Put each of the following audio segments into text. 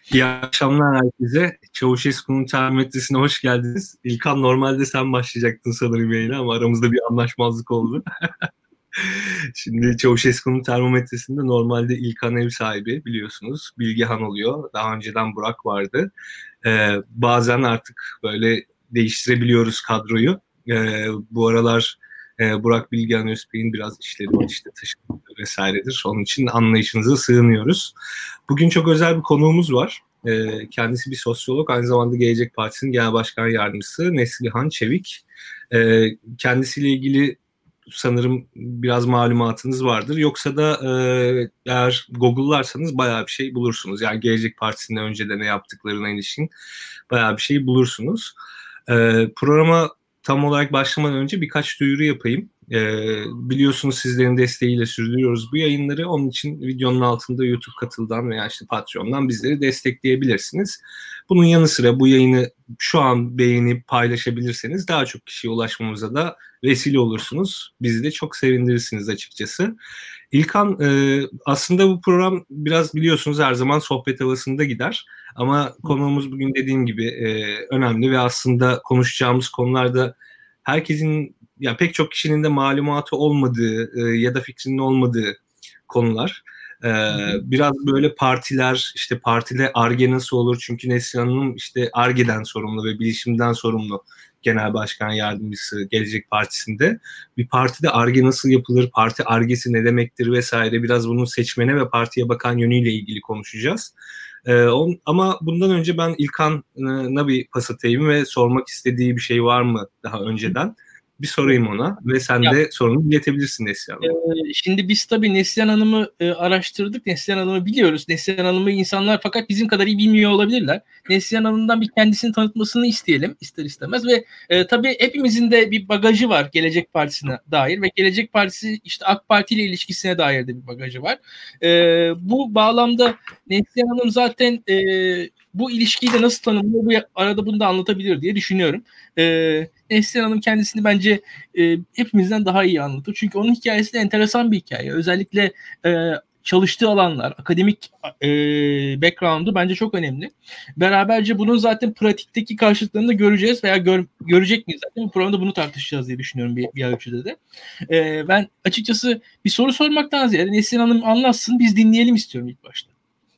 İyi akşamlar herkese. Çavuşesku'nun termometresine hoş geldiniz. İlkan, normalde sen başlayacaktın sanırım yayına ama aramızda bir anlaşmazlık oldu. Şimdi Çavuşesku'nun termometresinde normalde İlkan ev sahibi, biliyorsunuz. Bilgehan oluyor. Daha önceden Burak vardı. Bazen artık böyle değiştirebiliyoruz kadroyu. Bu aralar Burak Bilgehan Özbey'in biraz işleri var, işte taşınma vesairedir. Onun için anlayışınıza sığınıyoruz. Bugün çok özel bir konuğumuz var. Kendisi bir sosyolog, aynı zamanda Gelecek Partisi'nin Genel Başkan Yardımcısı Neslihan Çevik. Kendisiyle ilgili sanırım biraz malumatınız vardır. Yoksa da eğer Google'larsanız bayağı bir şey bulursunuz. Yani Gelecek Partisi'nde önceden ne yaptıklarına ilişkin bayağı bir şey bulursunuz. Programa tam olarak başlamadan önce birkaç duyuru yapayım. Biliyorsunuz sizlerin desteğiyle sürdürüyoruz bu yayınları. Onun için videonun altında YouTube Katıl'dan veya işte Patreon'dan bizleri destekleyebilirsiniz. Bunun yanı sıra bu yayını şu an beğenip paylaşabilirseniz daha çok kişiye ulaşmamıza da vesile olursunuz. Bizi de çok sevindirirsiniz açıkçası. İlkan, aslında bu program biraz biliyorsunuz her zaman sohbet havasında gider. Ama konuğumuz bugün dediğim gibi önemli ve aslında konuşacağımız konularda herkesin, ya pek çok kişinin de malumatı olmadığı ya da fikrinin olmadığı konular. Biraz böyle partiler, işte partide Ar-Ge nasıl olur? Çünkü Neslihan Hanım işte Ar-Ge'den sorumlu ve bilişimden sorumlu Genel Başkan Yardımcısı Gelecek Partisi'nde. Bir partide Ar-Ge nasıl yapılır? Parti Ar-Ge'si ne demektir vesaire. Biraz bunun seçmene ve partiye bakan yönüyle ilgili konuşacağız. Ama bundan önce ben İlkan'a bir pas atayım ve sormak istediği bir şey var mı daha önceden? Bir sorayım ona ve sen de sorunu iletebilirsin Neslihan Hanım'a. Şimdi biz tabii Neslihan Hanım'ı araştırdık. Neslihan Hanım'ı biliyoruz. Neslihan Hanım'ı insanlar fakat bizim kadar iyi bilmiyor olabilirler. Neslihan Hanım'dan bir kendisini tanıtmasını isteyelim ister istemez ve tabii hepimizin de bir bagajı var Gelecek Partisi'ne dair ve Gelecek Partisi işte AK Parti ile ilişkisine dair de bir bagajı var. Bu bağlamda Neslihan Hanım zaten bu ilişkiyi de nasıl tanımlıyor, bu arada bunu da anlatabilir diye düşünüyorum. Neslihan Hanım kendisini bence hepimizden daha iyi anlatır. Çünkü onun hikayesi de enteresan bir hikaye. Özellikle çalıştığı alanlar, akademik background'u bence çok önemli. Beraberce bunun zaten pratikteki karşılıklarını da göreceğiz veya görecek miyiz zaten? Bu programda bunu tartışacağız diye düşünüyorum bir ölçüde de. Ben açıkçası bir soru sormaktan ziyade Neslihan Hanım anlatsın, biz dinleyelim istiyorum ilk başta.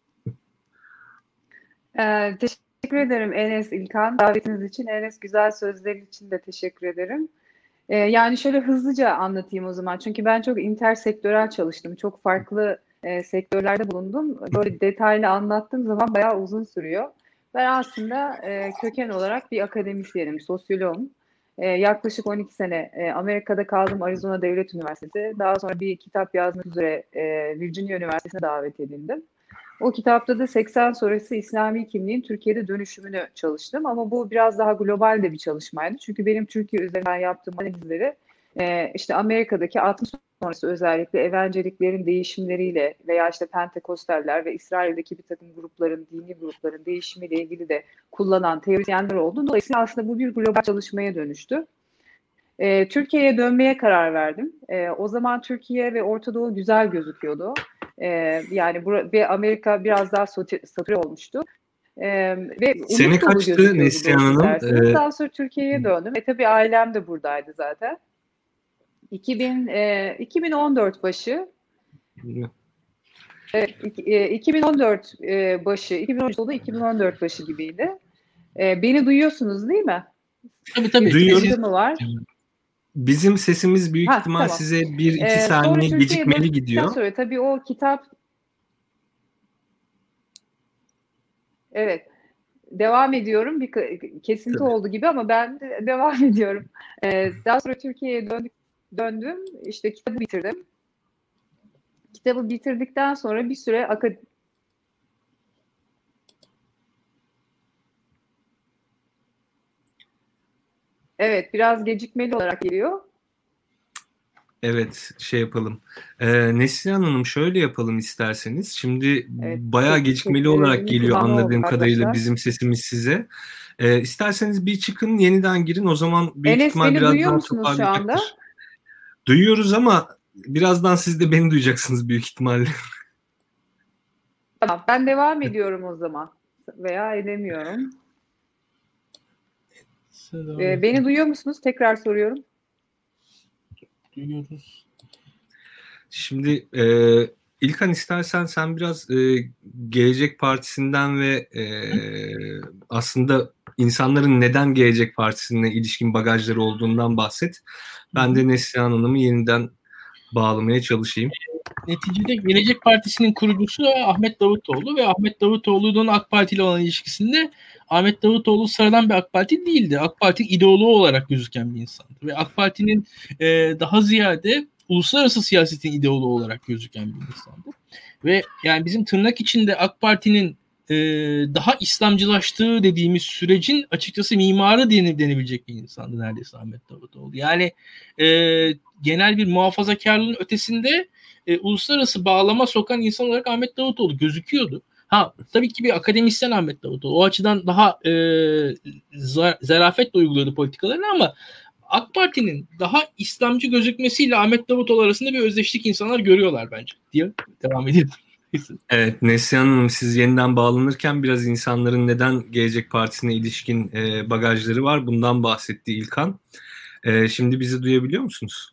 Teşekkür ederim Enes, İlkan. Davetiniz için, Enes, güzel sözlerin için de teşekkür ederim. Yani şöyle hızlıca anlatayım o zaman. Çünkü ben çok intersektörel çalıştım. Çok farklı sektörlerde bulundum. Böyle detaylı anlattığım zaman bayağı uzun sürüyor. Ben aslında köken olarak bir akademisyenim, sosyoloğum. Yaklaşık 12 sene Amerika'da kaldım, Arizona Devlet Üniversitesi. Daha sonra bir kitap yazmak üzere Virginia Üniversitesi'ne davet edildim. O kitapta da 80 sonrası İslami kimliğin Türkiye'de dönüşümünü çalıştım. Ama bu biraz daha global de bir çalışmaydı. Çünkü benim Türkiye üzerinden yaptığım analizleri işte Amerika'daki 60 sonrası özellikle evangeliklerin değişimleriyle veya işte Pentekostaller ve İsrail'deki bir takım grupların, dini grupların değişimiyle ilgili de kullanan teorisyenler oldu. Dolayısıyla aslında bu bir global çalışmaya dönüştü. Türkiye'ye dönmeye karar verdim. O zaman Türkiye ve Orta Doğu güzel gözüküyordu. Yani Amerika biraz daha satüre olmuştu. Ve Sene umut dolu kaçtı gözüküyordu Neslihan doğrusu Hanım? derseniz. Daha sonra Türkiye'ye döndüm. Tabii ailem de buradaydı zaten. 2014 başı. Evet, 2014 başı, 2013 sonu 2014 başı gibiydi. Beni duyuyorsunuz değil mi? Tabii. Duyuyoruz. Mı var? Bizim sesimiz büyük ihtimal tamam. size 1-2 saniye gecikmeli gidiyor. Sonra tabii o kitap. Evet. Devam ediyorum. Bir kesinti Tabii. oldu gibi ama ben devam ediyorum. Daha sonra Türkiye'ye döndüm. İşte kitabı bitirdim. Kitabı bitirdikten sonra bir süre Evet, biraz gecikmeli olarak geliyor. Evet, şey yapalım. Neslihan Hanım, şöyle yapalım isterseniz. Şimdi Evet, bayağı gecikmeli olarak geliyor anladığım kadarıyla arkadaşlar. bizim sesimiz size. İsterseniz bir çıkın, yeniden girin. O zaman büyük Enes, ihtimal beni biraz duyuyor daha musunuz şu anda? toparlayacaktır. Duyuyoruz ama birazdan siz de beni duyacaksınız büyük ihtimalle. Tamam, ben devam ediyorum o zaman. veya edemiyorum. Beni duyuyor musunuz? Tekrar soruyorum. Duyuyoruz. Şimdi İlkan, istersen sen biraz Gelecek Partisi'nden ve aslında insanların neden Gelecek Partisi'ne ilişkin bagajları olduğundan bahset. Ben de Neslihan Hanım'ı yeniden bağlamaya çalışayım. Neticede Gelecek Partisi'nin kurucusu Ahmet Davutoğlu ve Ahmet Davutoğlu'nun AK Parti ile olan ilişkisinde Ahmet Davutoğlu sıradan bir AK Parti değildi. AK Parti ideoloğu olarak gözüken bir insandı. Ve AK Parti'nin daha ziyade uluslararası siyasetin ideoloğu olarak gözüken bir insandı. Ve yani bizim tırnak içinde AK Parti'nin daha İslamcılaştığı dediğimiz sürecin açıkçası mimarı denebilecek bir insandı neredeyse Ahmet Davutoğlu. Yani genel bir muhafazakarlığın ötesinde uluslararası bağlama sokan insan olarak Ahmet Davutoğlu gözüküyordu. Tabii ki bir akademisyen Ahmet Davutoğlu. O açıdan daha zarafetle uyguluyordu politikalarını ama AK Parti'nin daha İslamcı gözükmesiyle Ahmet Davutoğlu arasında bir özdeşlik insanlar görüyorlar bence diye devam edelim. Evet, Neslihan Hanım, siz yeniden bağlanırken biraz insanların neden Gelecek Partisi'ne ilişkin bagajları var, bundan bahsetti İlkan. Şimdi bizi duyabiliyor musunuz?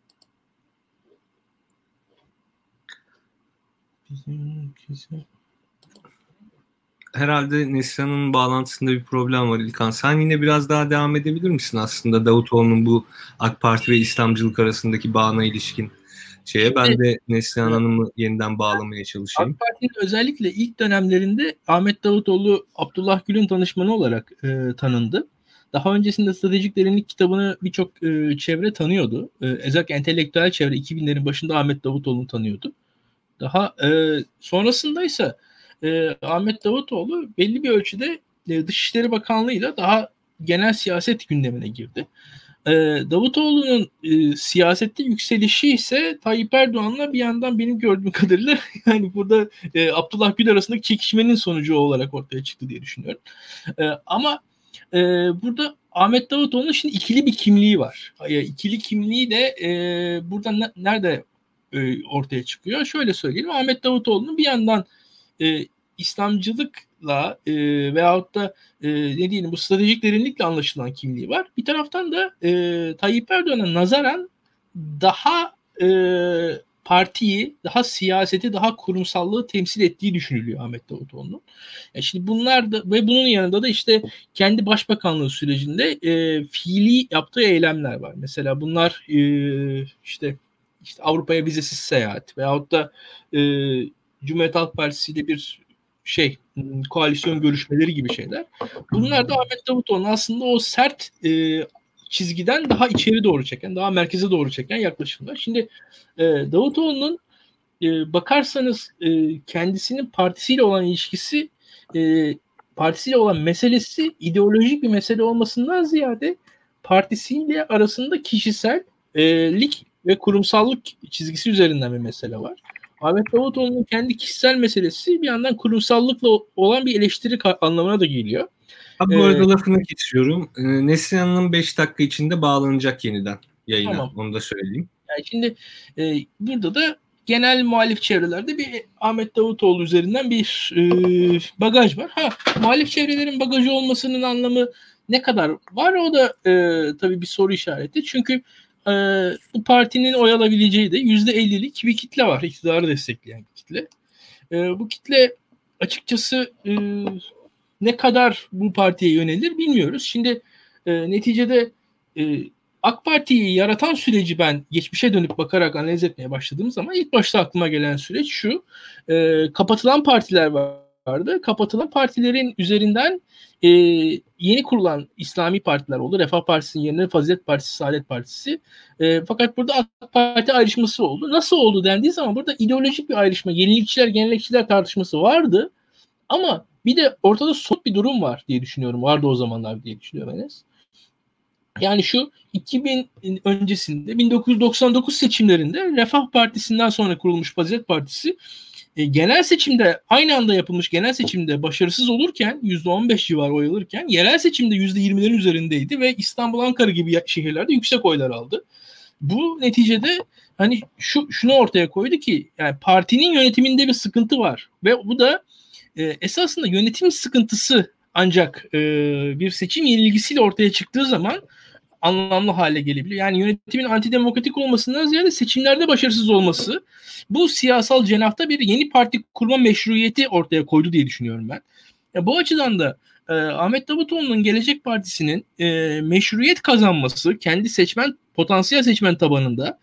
Herhalde Neslihan'ın bağlantısında bir problem var İlkan. Sen yine biraz daha devam edebilir misin aslında Davutoğlu'nun bu AK Parti ve İslamcılık arasındaki bağına ilişkin şeye? Ben de Neslihan Hanım'ı yeniden bağlamaya çalışayım. AK Parti'nin özellikle ilk dönemlerinde Ahmet Davutoğlu Abdullah Gül'ün danışmanı olarak tanındı. Daha öncesinde Stratejik Derinlik kitabını birçok çevre tanıyordu. Özellikle entelektüel çevre 2000'lerin başında Ahmet Davutoğlu'nu tanıyordu. Daha sonrasında ise Ahmet Davutoğlu belli bir ölçüde Dışişleri Bakanlığı'yla daha genel siyaset gündemine girdi. Davutoğlu'nun siyasette yükselişi ise Tayyip Erdoğan'la bir yandan benim gördüğüm kadarıyla yani burada Abdullah Gül arasındaki çekişmenin sonucu olarak ortaya çıktı diye düşünüyorum. Ama burada Ahmet Davutoğlu'nun şimdi ikili bir kimliği var. İkili kimliği de burada nerede ortaya çıkıyor? Şöyle söyleyelim. Ahmet Davutoğlu'nun bir yandan İslamcılıkla veyahut da ne diyelim bu stratejik derinlikle anlaşılan kimliği var. Bir taraftan da Tayyip Erdoğan'a nazaran daha partiyi, daha siyaseti, daha kurumsallığı temsil ettiği düşünülüyor Ahmet Davutoğlu'nun. Yani şimdi bunlar da ve bunun yanında da işte kendi başbakanlığı sürecinde fiili yaptığı eylemler var. Mesela bunlar işte Avrupa'ya vizesiz seyahat veyahut da Cumhuriyet Halk Partisi ile bir koalisyon görüşmeleri gibi şeyler. Bunlar da Ahmet Davutoğlu'nun aslında o sert çizgiden daha içeri doğru çeken, daha merkeze doğru çeken yaklaşımlar. Şimdi Davutoğlu'nun bakarsanız kendisinin partisiyle olan ilişkisi, partisiyle olan meselesi ideolojik bir mesele olmasından ziyade partisiyle arasında kişisellik ve kurumsallık çizgisi üzerinden bir mesele var. Ahmet Davutoğlu'nun kendi kişisel meselesi bir yandan kurumsallıkla olan bir eleştiri anlamına da geliyor. Bu arada lafını kesiyorum. Neslihan Hanım 5 dakika içinde bağlanacak yeniden yayına. Tamam. Onu da söyleyeyim. Yani şimdi burada da genel muhalif çevrelerde bir Ahmet Davutoğlu üzerinden bir bagaj var. Muhalif çevrelerin bagajı olmasının anlamı ne kadar var? O da tabii bir soru işareti. Çünkü bu partinin oy alabileceği de %50'lik bir kitle var. İktidarı destekleyen bir kitle. Bu kitle açıkçası ne kadar bu partiye yönelir bilmiyoruz. Şimdi neticede AK Parti'yi yaratan süreci ben geçmişe dönüp bakarak analiz etmeye başladığım zaman ilk başta aklıma gelen süreç şu. Kapatılan partiler vardı. Kapatılan partilerin üzerinden yeni kurulan İslami partiler oldu. Refah Partisi'nin yerine Fazilet Partisi, Saadet Partisi. Fakat burada AK Parti ayrışması oldu. Nasıl oldu dendiği zaman burada ideolojik bir ayrışma, yenilikçiler, gelenekçiler tartışması vardı. Ama bir de ortada somut bir durum var diye düşünüyorum. Vardı o zamanlar diye düşünüyorum Enes. Yani şu 2000 öncesinde 1999 seçimlerinde Refah Partisi'nden sonra kurulmuş Fazilet Partisi genel seçimde aynı anda yapılmış genel seçimde başarısız olurken %15 civarı oy alırken yerel seçimde %20'lerin üzerindeydi ve İstanbul, Ankara gibi şehirlerde yüksek oylar aldı. Bu neticede hani şunu ortaya koydu ki yani partinin yönetiminde bir sıkıntı var ve bu da esasında yönetim sıkıntısı ancak bir seçim yenilgisiyle ortaya çıktığı zaman anlamlı hale gelebiliyor. Yani yönetimin antidemokratik olmasından ziyade seçimlerde başarısız olması bu siyasal cenahta bir yeni parti kurma meşruiyeti ortaya koydu diye düşünüyorum ben. Bu açıdan da Ahmet Davutoğlu'nun Gelecek Partisi'nin meşruiyet kazanması kendi potansiyel seçmen tabanında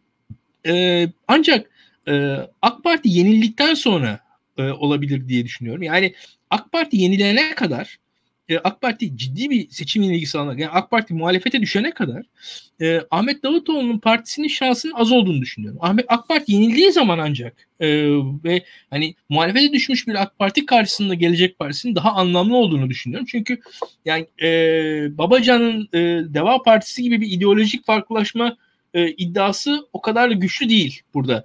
ancak AK Parti yenildikten sonra olabilir diye düşünüyorum. Yani AK Parti yenilene kadar AK Parti ciddi bir seçim yenilgisi alana, yani AK Parti muhalefete düşene kadar Ahmet Davutoğlu'nun partisinin şansının az olduğunu düşünüyorum. AK Parti yenildiği zaman ancak ve hani muhalefete düşmüş bir AK Parti karşısında Gelecek Partisi'nin daha anlamlı olduğunu düşünüyorum. Çünkü yani Babacan'ın Deva Partisi gibi bir ideolojik farklılaşma iddiası o kadar da güçlü değil burada.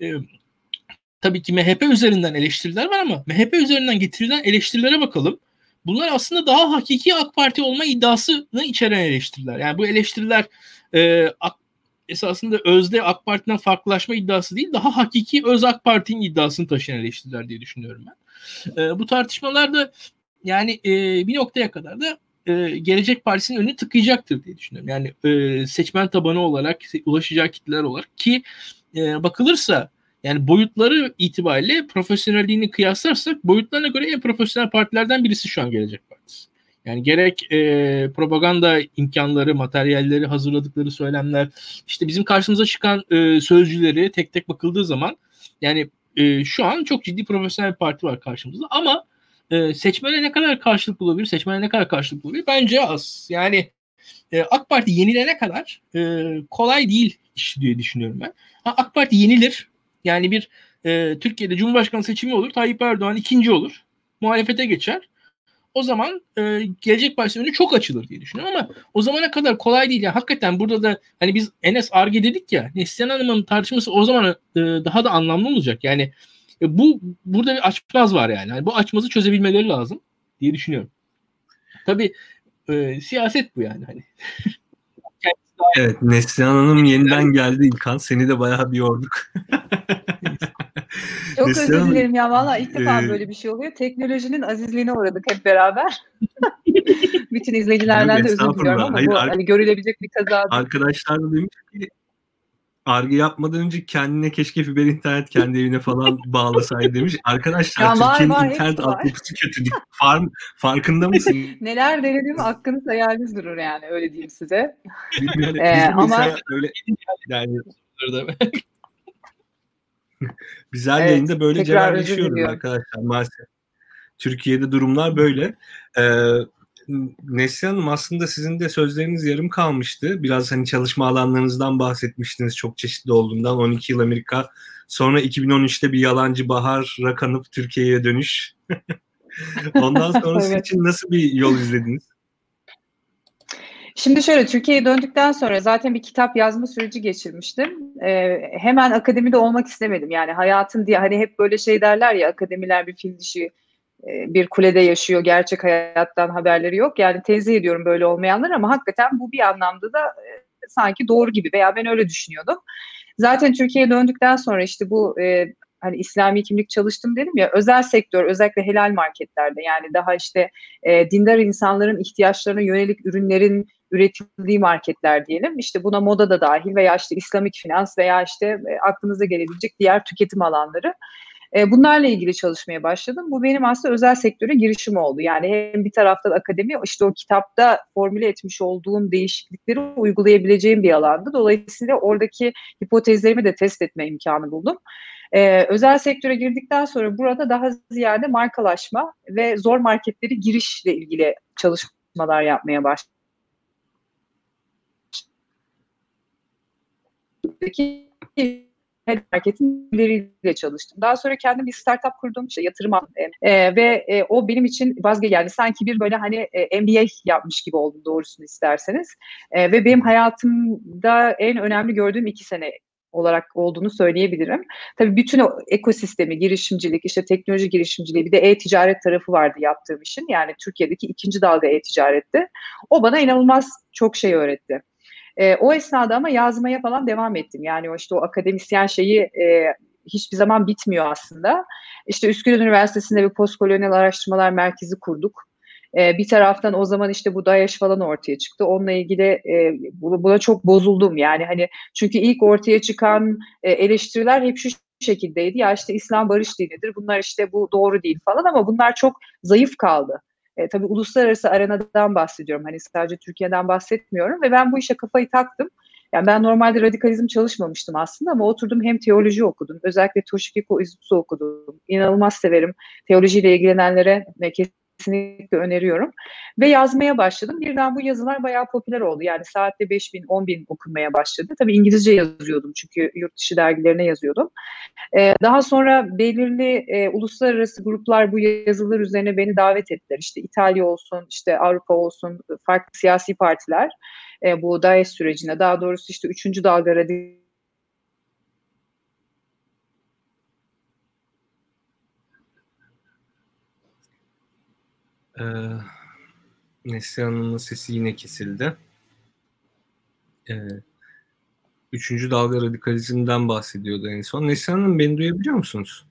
Tabii ki MHP üzerinden eleştiriler var ama MHP üzerinden getirilen eleştirilere bakalım. Bunlar aslında daha hakiki AK Parti olma iddiasını içeren eleştiriler. Yani bu eleştiriler esasında özde AK Parti'den farklılaşma iddiası değil, daha hakiki öz AK Parti'nin iddiasını taşıyan eleştiriler diye düşünüyorum ben. Bu tartışmalarda yani bir noktaya kadar da Gelecek Partisi'nin önünü tıkayacaktır diye düşünüyorum. Yani seçmen tabanı olarak, ulaşacağı kitleler olarak ki bakılırsa yani boyutları itibariyle profesyonelliğini kıyaslarsak boyutlarına göre en profesyonel partilerden birisi şu an Gelecek Partisi. Yani gerek propaganda imkanları, materyalleri, hazırladıkları söylemler, işte bizim karşımıza çıkan sözcüleri tek tek bakıldığı zaman yani şu an çok ciddi profesyonel bir parti var karşımızda ama seçmene ne kadar karşılık bulabilir, seçmene ne kadar karşılık bulabilir? Bence az. Yani AK Parti yenilene kadar kolay değil iş diye düşünüyorum ben. AK Parti yenilir. Yani bir Türkiye'de Cumhurbaşkanı seçimi olur. Tayyip Erdoğan ikinci olur. Muhalefete geçer. O zaman Gelecek Partisi önü çok açılır diye düşünüyorum ama o zamana kadar kolay değil. Yani hakikaten burada da hani biz Enes Ar-Ge dedik ya, Neslihan Hanım'ın tartışması o zaman daha da anlamlı olacak. Yani burada bir açmaz var yani. Yani bu açmazı çözebilmeleri lazım diye düşünüyorum. Tabii siyaset bu yani. Hani. Evet, Neslihan Hanım yeniden geldi İlkan. Seni de bayağı bir yorduk. Çok özür dilerim ya. Valla ilk defa böyle bir şey oluyor. Teknolojinin azizliğine uğradık hep beraber. Bütün izleyicilerden de özür diliyorum ama bu hani görülebilecek bir kaza. Arkadaşlar da demiş ki Ar-Ge yapmadan önce kendine keşke fiber internet kendi evine falan bağlasaydı demiş. Arkadaşlar Türkiye'nin internet altyapısı kötü. Farkında mısın? Neler denediğim hakkınız hayaliniz durur yani öyle diyeyim size. Ama öyle yani biz her yayında böyle cebelleşiyoruz arkadaşlar maalesef. Türkiye'de durumlar böyle. Neslihan Hanım aslında sizin de sözleriniz yarım kalmıştı. Biraz hani çalışma alanlarınızdan bahsetmiştiniz çok çeşitli olduğundan. 12 yıl Amerika, sonra 2013'te bir yalancı bahara kanıp Türkiye'ye dönüş. Ondan sonrası evet. için nasıl bir yol izlediniz? Şimdi şöyle Türkiye'ye döndükten sonra zaten bir kitap yazma süreci geçirmiştim. Hemen akademide olmak istemedim. Yani hayatın diye hani hep böyle şey derler ya akademiler bir fil dişi bir kulede yaşıyor, gerçek hayattan haberleri yok. Yani tenzih ediyorum böyle olmayanlar ama hakikaten bu bir anlamda da sanki doğru gibi veya ben öyle düşünüyordum. Zaten Türkiye'ye döndükten sonra işte bu hani İslami kimlik çalıştım dedim ya özel sektör özellikle helal marketlerde yani daha işte dindar insanların ihtiyaçlarına yönelik ürünlerin üretildiği marketler diyelim. İşte buna moda da dahil veya işte İslamik finans veya işte aklınıza gelebilecek diğer tüketim alanları. Bunlarla ilgili çalışmaya başladım. Bu benim aslında özel sektöre girişim oldu. Yani hem bir taraftan akademi işte o kitapta formüle etmiş olduğum değişiklikleri uygulayabileceğim bir alandı. Dolayısıyla oradaki hipotezlerimi de test etme imkanı buldum. Özel sektöre girdikten sonra burada daha ziyade markalaşma ve zor marketleri girişle ilgili çalışmalar yapmaya başladım. Marketin ileriyle çalıştım. Daha sonra kendim bir startup kurdum, işte yatırım ve o benim için yani sanki bir böyle hani MBA yapmış gibi oldum doğrusunu isterseniz. Ve benim hayatımda en önemli gördüğüm 2 sene olarak olduğunu söyleyebilirim. Tabii bütün o ekosistemi, girişimcilik, işte teknoloji girişimciliği bir de e-ticaret tarafı vardı yaptığım işin. Yani Türkiye'deki 2. dalga e-ticaretti. O bana inanılmaz çok şey öğretti. O esnada ama yazmaya falan devam ettim. Yani o akademisyen şeyi hiçbir zaman bitmiyor aslında. İşte Üsküdar Üniversitesi'nde bir postkolonyal araştırmalar merkezi kurduk. Bir taraftan o zaman işte bu DAEŞ falan ortaya çıktı. Onunla ilgili buna çok bozuldum yani hani çünkü ilk ortaya çıkan eleştiriler hep şu şekildeydi. Ya işte İslam barış dinidir. Bunlar işte bu doğru değil falan ama bunlar çok zayıf kaldı. Tabii uluslararası arenadan bahsediyorum. Hani sadece Türkiye'den bahsetmiyorum ve ben bu işe kafayı taktım. Yani ben normalde radikalizm çalışmamıştım aslında ama oturdum hem teoloji okudum. Özellikle Toshihiko Izutsu okudum. İnanılmaz severim. Teolojiyle ilgilenenlere kesinlikle öneriyorum. Ve yazmaya başladım. Birden bu yazılar bayağı popüler oldu. Yani saatte 5.000, 10.000 okunmaya başladı. Tabii İngilizce yazıyordum çünkü yurt dışı dergilerine yazıyordum. Daha sonra belirli uluslararası gruplar bu yazılar üzerine beni davet ettiler. İşte İtalya olsun, işte Avrupa olsun, farklı siyasi partiler bu DAEŞ sürecine, daha doğrusu işte 3. dalga Neslihan Hanım'ın sesi yine kesildi. Üçüncü dalga radikalizmden bahsediyordu en son. Neslihan Hanım, beni duyabiliyor musunuz?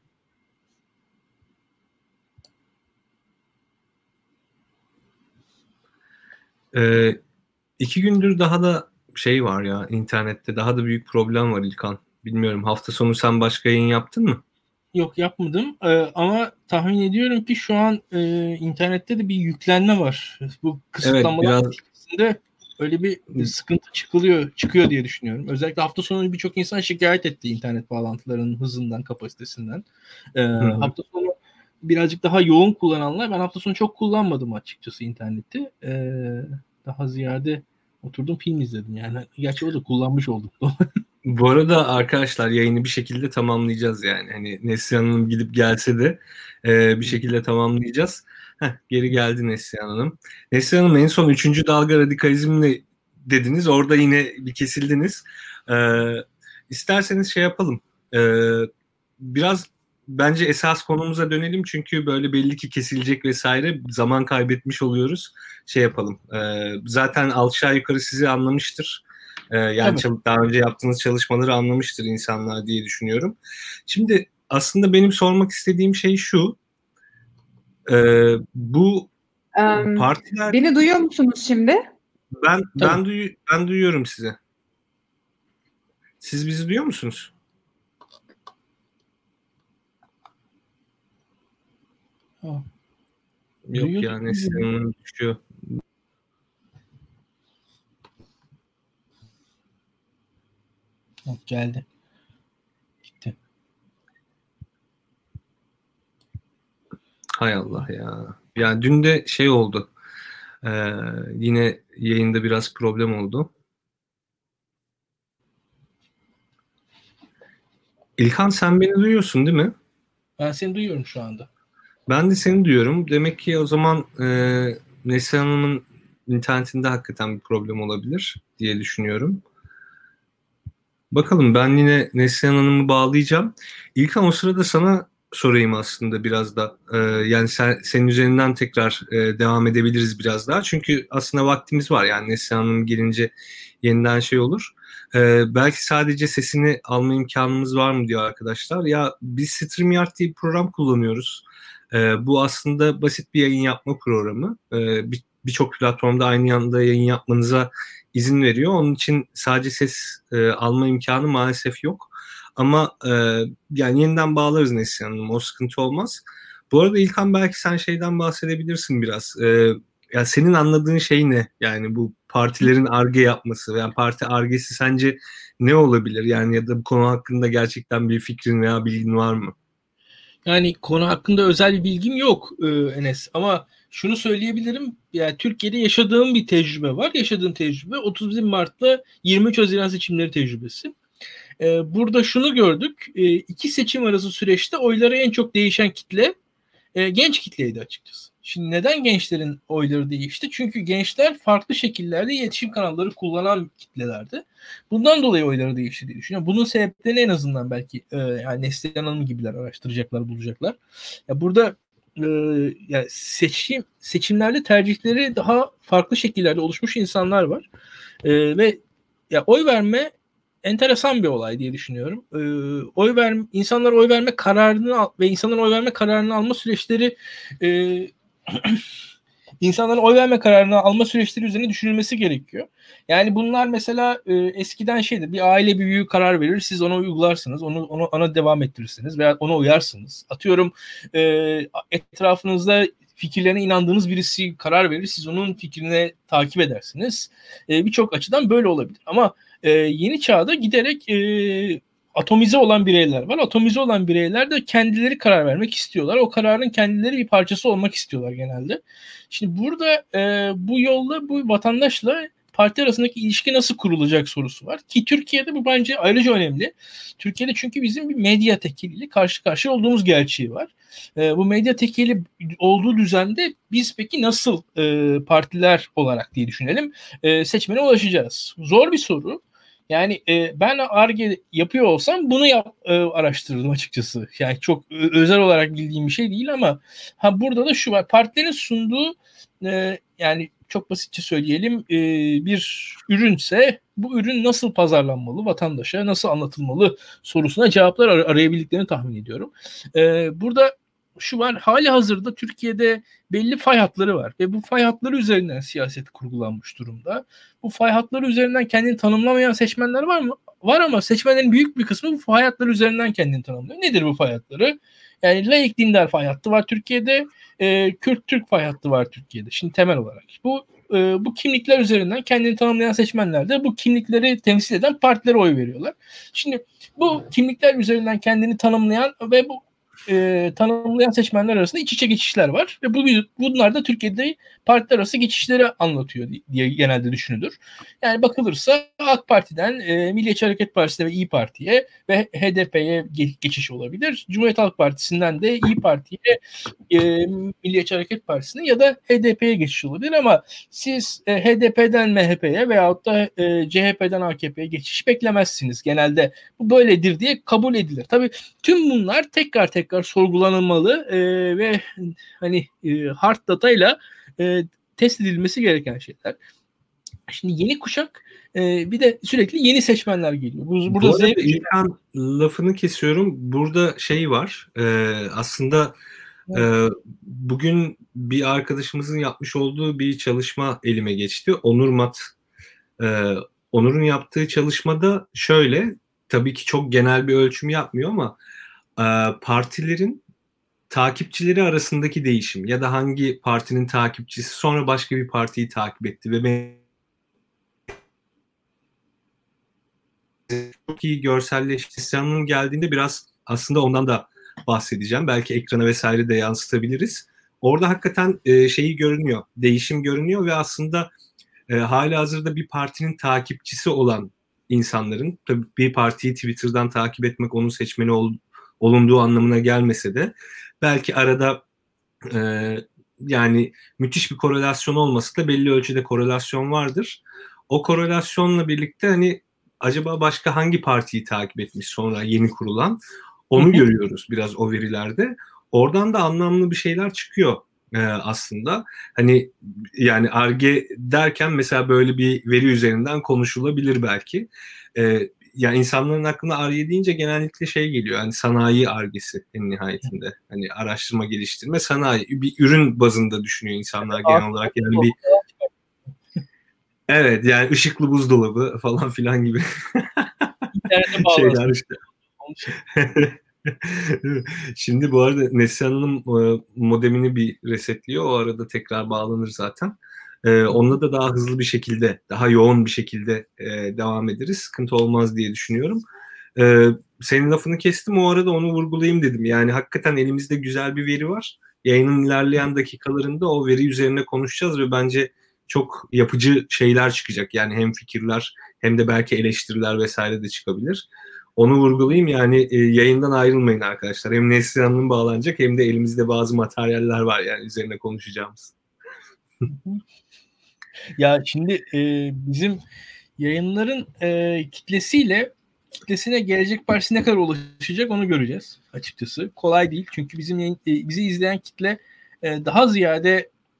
İki gündür daha da şey var ya, internette daha da büyük problem var İlkan. Bilmiyorum, hafta sonu sen başka yayın yaptın mı? Yok, yapmadım. Ama tahmin ediyorum ki şu an internette de bir yüklenme var. Bu Evet, kısıtlamalar biraz neticesinde öyle bir sıkıntı çıkıyor diye düşünüyorum. Özellikle hafta sonu birçok insan şikayet etti internet bağlantılarının hızından, kapasitesinden. Hafta sonu birazcık daha yoğun kullananlar, ben hafta sonu çok kullanmadım açıkçası interneti. Daha ziyade oturdum film izledim yani. Gerçi o da kullanmış oldum. Bu arada arkadaşlar, yayını bir şekilde tamamlayacağız yani. Hani Neslihan Hanım gidip gelse de bir şekilde tamamlayacağız. Geri geldi Neslihan Hanım. Neslihan Hanım, en son 3. dalga radikalizmle dediniz. Orada yine bir kesildiniz. İsterseniz şey yapalım. Biraz bence esas konumuza dönelim. Çünkü böyle belli ki kesilecek vesaire, zaman kaybetmiş oluyoruz. Şey yapalım. Zaten aşağı yukarı sizi anlamıştır. Yani daha önce yaptığınız çalışmaları anlamıştır insanlar diye düşünüyorum. Şimdi aslında benim sormak istediğim şey şu. Bu partiler... Beni duyuyor musunuz şimdi? Ben duyuyorum sizi. Siz bizi duyuyor musunuz? Yok ya, Neslihan'ın düşüyor. Geldi. Gitti. Hay Allah ya. Yani dün de şey oldu. Yine yayında biraz problem oldu. İlkan, sen beni duyuyorsun değil mi? Ben seni duyuyorum şu anda. Ben de seni duyuyorum. Demek ki o zaman Neslihan Hanım'ın internetinde hakikaten bir problem olabilir diye düşünüyorum. Bakalım, ben yine Neslihan Hanım'ı bağlayacağım. İlkan, o sırada sana sorayım aslında biraz da. Yani senin üzerinden tekrar devam edebiliriz biraz daha. Çünkü aslında vaktimiz var. Yani Neslihan Hanım gelince yeniden şey olur. Belki sadece sesini alma imkanımız var mı diyor arkadaşlar. Ya biz StreamYard diye bir program kullanıyoruz. Bu aslında basit bir yayın yapma programı. Birçok platformda aynı anda yayın yapmanıza izin veriyor. Onun için sadece ses alma imkanı maalesef yok. Ama yani yeniden bağlarız Neslihan Hanım. O sıkıntı olmaz. Bu arada İlkan, belki sen şeyden bahsedebilirsin biraz. Yani senin anladığın şey ne? Yani bu partilerin Ar-Ge yapması. Yani parti Ar-Ge'si sence ne olabilir? Yani ya da bu konu hakkında gerçekten bir fikrin veya bilgin var mı? Yani konu hakkında özel bir bilgim yok Enes, ama şunu söyleyebilirim. Yani Türkiye'de yaşadığım bir tecrübe var. Yaşadığım tecrübe 31 Mart'ta 23 Haziran seçimleri tecrübesi. Burada şunu gördük. İki seçim arası süreçte oyları en çok değişen kitle genç kitleydi açıkçası. Şimdi neden gençlerin oyları değişti? Çünkü gençler farklı şekillerde iletişim kanalları kullanan kitlelerdi. Bundan dolayı oyları değişti diye düşünüyorum. Bunun sebeplerini en azından belki yani Neslihan Hanım gibiler araştıracaklar, bulacaklar. Ya burada yani seçimlerde tercihleri daha farklı şekillerde oluşmuş insanlar var. Ve ya oy verme enteresan bir olay diye düşünüyorum. İnsanlar oy verme kararını ve insanların oy verme kararını alma süreçleri insanların oy verme kararını alma süreçleri üzerine düşünülmesi gerekiyor. Yani bunlar mesela eskiden şeydi, bir aile büyüğü karar verir, siz ona uygularsınız, ona devam ettirirsiniz veya ona uyarsınız. Atıyorum etrafınızda fikirlerine inandığınız birisi karar verir, siz onun fikrine takip edersiniz. Birçok açıdan böyle olabilir. Ama yeni çağda giderek atomize olan bireyler var. Atomize olan bireyler de kendileri karar vermek istiyorlar. O kararın kendileri bir parçası olmak istiyorlar genelde. Şimdi burada bu yolla bu vatandaşla parti arasındaki ilişki nasıl kurulacak sorusu var. Ki Türkiye'de bu bence ayrıca önemli. Türkiye'de çünkü bizim bir medya tekeliyle karşı karşıya olduğumuz gerçeği var. Bu medya tekeli olduğu düzende biz peki nasıl partiler olarak diye düşünelim seçmene ulaşacağız? Zor bir soru. Yani ben Ar-Ge yapıyor olsam bunu araştırırdım açıkçası. Yani çok özel olarak bildiğim bir şey değil ama burada da şu var. Partilerin sunduğu yani çok basitçe söyleyelim bir ürünse bu ürün nasıl pazarlanmalı, vatandaşa nasıl anlatılmalı sorusuna cevaplar arayabildiklerini tahmin ediyorum. Burada şu var, hali hazırda Türkiye'de belli fay hatları var ve bu fay hatları üzerinden siyaset kurgulanmış durumda. Bu fay hatları üzerinden kendini tanımlamayan seçmenler var mı? Var ama seçmenlerin büyük bir kısmı bu fay hatları üzerinden kendini tanımlıyor. Nedir bu fay hatları? Yani laik dindar fay hattı var Türkiye'de, Kürt-Türk fay hattı var Türkiye'de. Şimdi temel olarak bu kimlikler üzerinden kendini tanımlayan seçmenler de bu kimlikleri temsil eden partilere oy veriyorlar. Şimdi bu kimlikler üzerinden kendini tanımlayan ve bu tanımlayan seçmenler arasında iç içe geçişler var ve bunlar da Türkiye'de partiler arası geçişleri anlatıyor diye genelde düşünülür. Yani bakılırsa AK Parti'den Milliyetçi Hareket Partisi'ne ve İYİ Parti'ye ve HDP'ye geçiş olabilir. Cumhuriyet Halk Partisi'nden de İYİ Parti'ye, Milliyetçi Hareket Partisi'ne ya da HDP'ye geçiş olabilir ama siz HDP'den MHP'ye veyahut da CHP'den AKP'ye geçiş beklemezsiniz. Genelde bu böyledir diye kabul edilir. Tabii tüm bunlar tekrar sorgulanılmalı ve hani hard datayla test edilmesi gereken şeyler. Şimdi yeni kuşak bir de sürekli yeni seçmenler geliyor. Burada bu arada İlkan lafını kesiyorum. Burada şey var. Aslında bugün bir arkadaşımızın yapmış olduğu bir çalışma elime geçti. Onur Mat. Onur'un yaptığı çalışmada şöyle, tabii ki çok genel bir ölçüm yapmıyor ama partilerin takipçileri arasındaki değişim ya da hangi partinin takipçisi sonra başka bir partiyi takip etti ve çok iyi görselleşti. Sinan'ın geldiğinde biraz aslında ondan da bahsedeceğim. Belki ekrana vesaire de yansıtabiliriz. Orada hakikaten şeyi görünüyor, değişim görünüyor ve aslında halihazırda bir partinin takipçisi olan insanların, tabii bir partiyi Twitter'dan takip etmek onun seçmeni olunduğu anlamına gelmese de belki arada yani müthiş bir korelasyon olmasa da belli ölçüde korelasyon vardır. O korelasyonla birlikte hani acaba başka hangi partiyi takip etmiş sonra yeni kurulan onu görüyoruz biraz o verilerde. Oradan da anlamlı bir şeyler çıkıyor aslında. Hani yani Ar-Ge derken mesela böyle bir veri üzerinden konuşulabilir belki. Yani insanların aklına Ar-Ge deyince genellikle şey geliyor. Hani sanayi Ar-Ge'si en nihayetinde. Hani araştırma, geliştirme, sanayi. Bir ürün bazında düşünüyor insanlar genel olarak. Yani bir evet yani ışıklı buzdolabı falan filan gibi şeyler işte. Şimdi bu arada Neslihan Hanım modemini bir resetliyor. O arada tekrar bağlanır zaten. Onunla da daha hızlı bir şekilde, daha yoğun bir şekilde devam ederiz. Sıkıntı olmaz diye düşünüyorum. Senin lafını kestim. O arada onu vurgulayayım dedim. Yani hakikaten elimizde güzel bir veri var. Yayının ilerleyen dakikalarında o veri üzerine konuşacağız ve bence çok yapıcı şeyler çıkacak. Yani hem fikirler hem de belki eleştiriler vesaire de çıkabilir. Onu vurgulayayım yani yayından ayrılmayın arkadaşlar. Hem Neslihan Hanım bağlanacak hem de elimizde bazı materyaller var yani üzerine konuşacağımız. Ya şimdi bizim yayınların kitlesine Gelecek Partisi ne kadar ulaşacak onu göreceğiz açıkçası. Kolay değil çünkü bizi izleyen kitle daha ziyade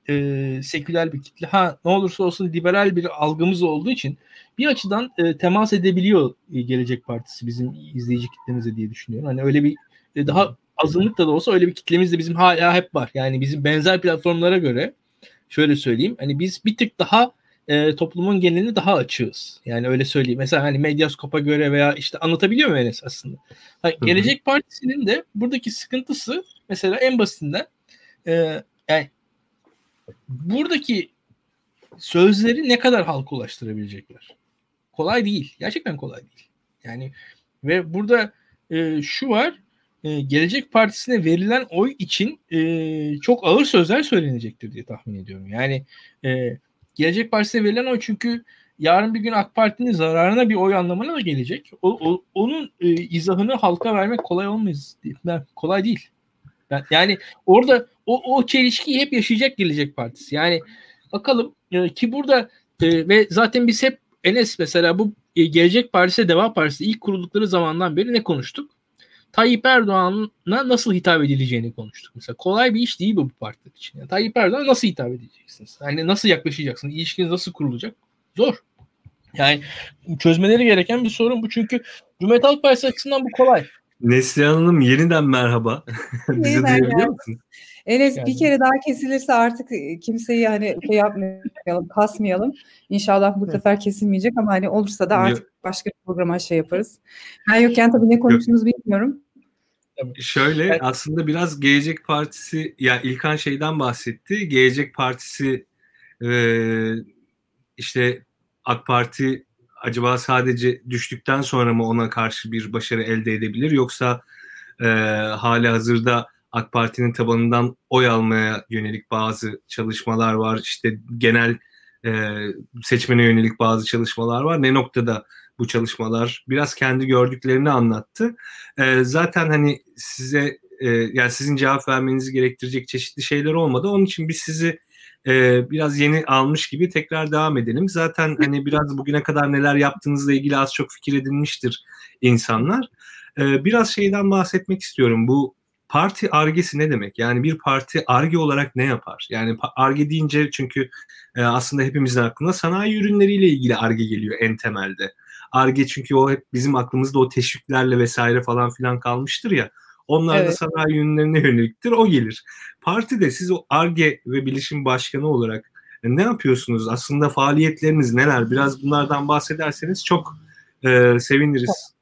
seküler bir kitle. Ne olursa olsun liberal bir algımız olduğu için bir açıdan temas edebiliyor Gelecek Partisi bizim izleyici kitlemize diye düşünüyorum. Hani öyle bir daha azınlıkta da olsa öyle bir kitlemiz de bizim hala hep var. Yani bizim benzer platformlara göre şöyle söyleyeyim. Hani biz bir tık daha toplumun genelini daha açığız. Yani öyle söyleyeyim. Mesela hani Medyascope'a göre veya işte anlatabiliyor muyum Enes aslında? Hani Gelecek Partisi'nin de buradaki sıkıntısı mesela en basitinden yani buradaki sözleri ne kadar halka ulaştırabilecekler? Kolay değil. Gerçekten kolay değil. Yani ve burada şu var, Gelecek Partisi'ne verilen oy için çok ağır sözler söylenecektir diye tahmin ediyorum. Yani Gelecek Partisi'ne verilen oy çünkü yarın bir gün AK Parti'nin zararına bir oy anlamına da gelecek. Onun izahını halka vermek kolay olmaz. Kolay değil. Yani orada o çelişkiyi hep yaşayacak Gelecek Partisi. Yani bakalım ki burada ve zaten biz hep Enes mesela bu Gelecek Partisi, Deva Partisi ilk kuruldukları zamandan beri ne konuştuk? Tayyip Erdoğan'a nasıl hitap edileceğini konuştuk. Mesela kolay bir iş değil bu partiler için. Yani Tayyip Erdoğan'a nasıl hitap edeceksiniz? Yani nasıl yaklaşacaksınız? İlişkiniz nasıl kurulacak? Zor. Yani çözmeleri gereken bir sorun bu. Çünkü Cumhuriyet Halk Partisi açısından bu kolay. Neslihan Hanım yeniden merhaba. Bize duyabiliyor musunuz? Enes bir kere daha kesilirse artık kimseyi hani şey yapmayalım, kasmayalım. İnşallah bu sefer kesilmeyecek ama hani olursa da artık başka bir programa şey yaparız. Ben yokken tabii ne konuştuğunuzu bilmiyorum. Şöyle aslında biraz Gelecek Partisi, ya İlkan şeyden bahsetti. Gelecek Partisi işte AK Parti acaba sadece düştükten sonra mı ona karşı bir başarı elde edebilir, yoksa hali hazırda AK Parti'nin tabanından oy almaya yönelik bazı çalışmalar var. İşte genel seçmene yönelik bazı çalışmalar var. Ne noktada bu çalışmalar? Biraz kendi gördüklerini anlattı. Zaten hani size yani sizin cevap vermenizi gerektirecek çeşitli şeyler olmadı. Onun için biz sizi biraz yeni almış gibi tekrar devam edelim. Zaten hani biraz bugüne kadar neler yaptığınızla ilgili az çok fikir edinmiştir insanlar. Biraz şeyden bahsetmek istiyorum. Bu parti Ar-Ge'si ne demek? Yani bir parti Ar-Ge olarak ne yapar? Yani Ar-Ge deyince çünkü aslında hepimizin aklına sanayi ürünleriyle ilgili Ar-Ge geliyor en temelde. Ar-Ge çünkü o hep bizim aklımızda o teşviklerle vesaire falan filan kalmıştır ya. Onlar da sanayi ürünlerine yöneliktir. O gelir. Partide siz o Ar-Ge ve bilişim başkanı olarak ne yapıyorsunuz? Aslında faaliyetleriniz neler? Biraz bunlardan bahsederseniz çok seviniriz.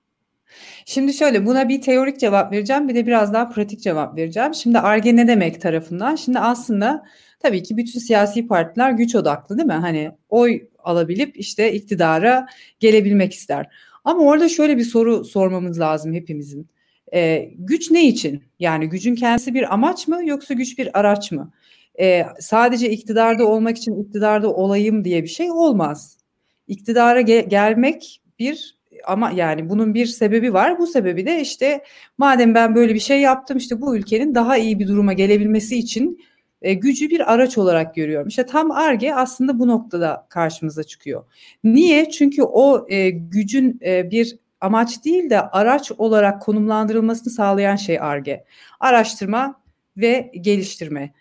Şimdi şöyle, buna bir teorik cevap vereceğim, bir de biraz daha pratik cevap vereceğim. Şimdi Ar-Ge ne demek tarafından? Şimdi aslında tabii ki bütün siyasi partiler güç odaklı, değil mi? Hani oy alabilip işte iktidara gelebilmek ister. Ama orada şöyle bir soru sormamız lazım hepimizin. Güç ne için? Yani gücün kendisi bir amaç mı, yoksa güç bir araç mı? Sadece iktidarda olmak için iktidarda olayım diye bir şey olmaz. İktidara gelmek bir, ama yani bunun bir sebebi var. Bu sebebi de işte madem ben böyle bir şey yaptım, işte bu ülkenin daha iyi bir duruma gelebilmesi için gücü bir araç olarak görüyorum. İşte tam Ar-Ge aslında bu noktada karşımıza çıkıyor. Niye? Çünkü o gücün bir amaç değil de araç olarak konumlandırılmasını sağlayan şey Ar-Ge. Araştırma ve geliştirme.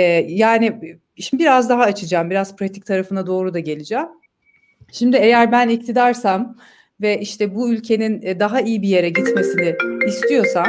Yani şimdi biraz daha açacağım, biraz pratik tarafına doğru da geleceğim. Şimdi eğer ben iktidarsam ve işte bu ülkenin daha iyi bir yere gitmesini istiyorsam,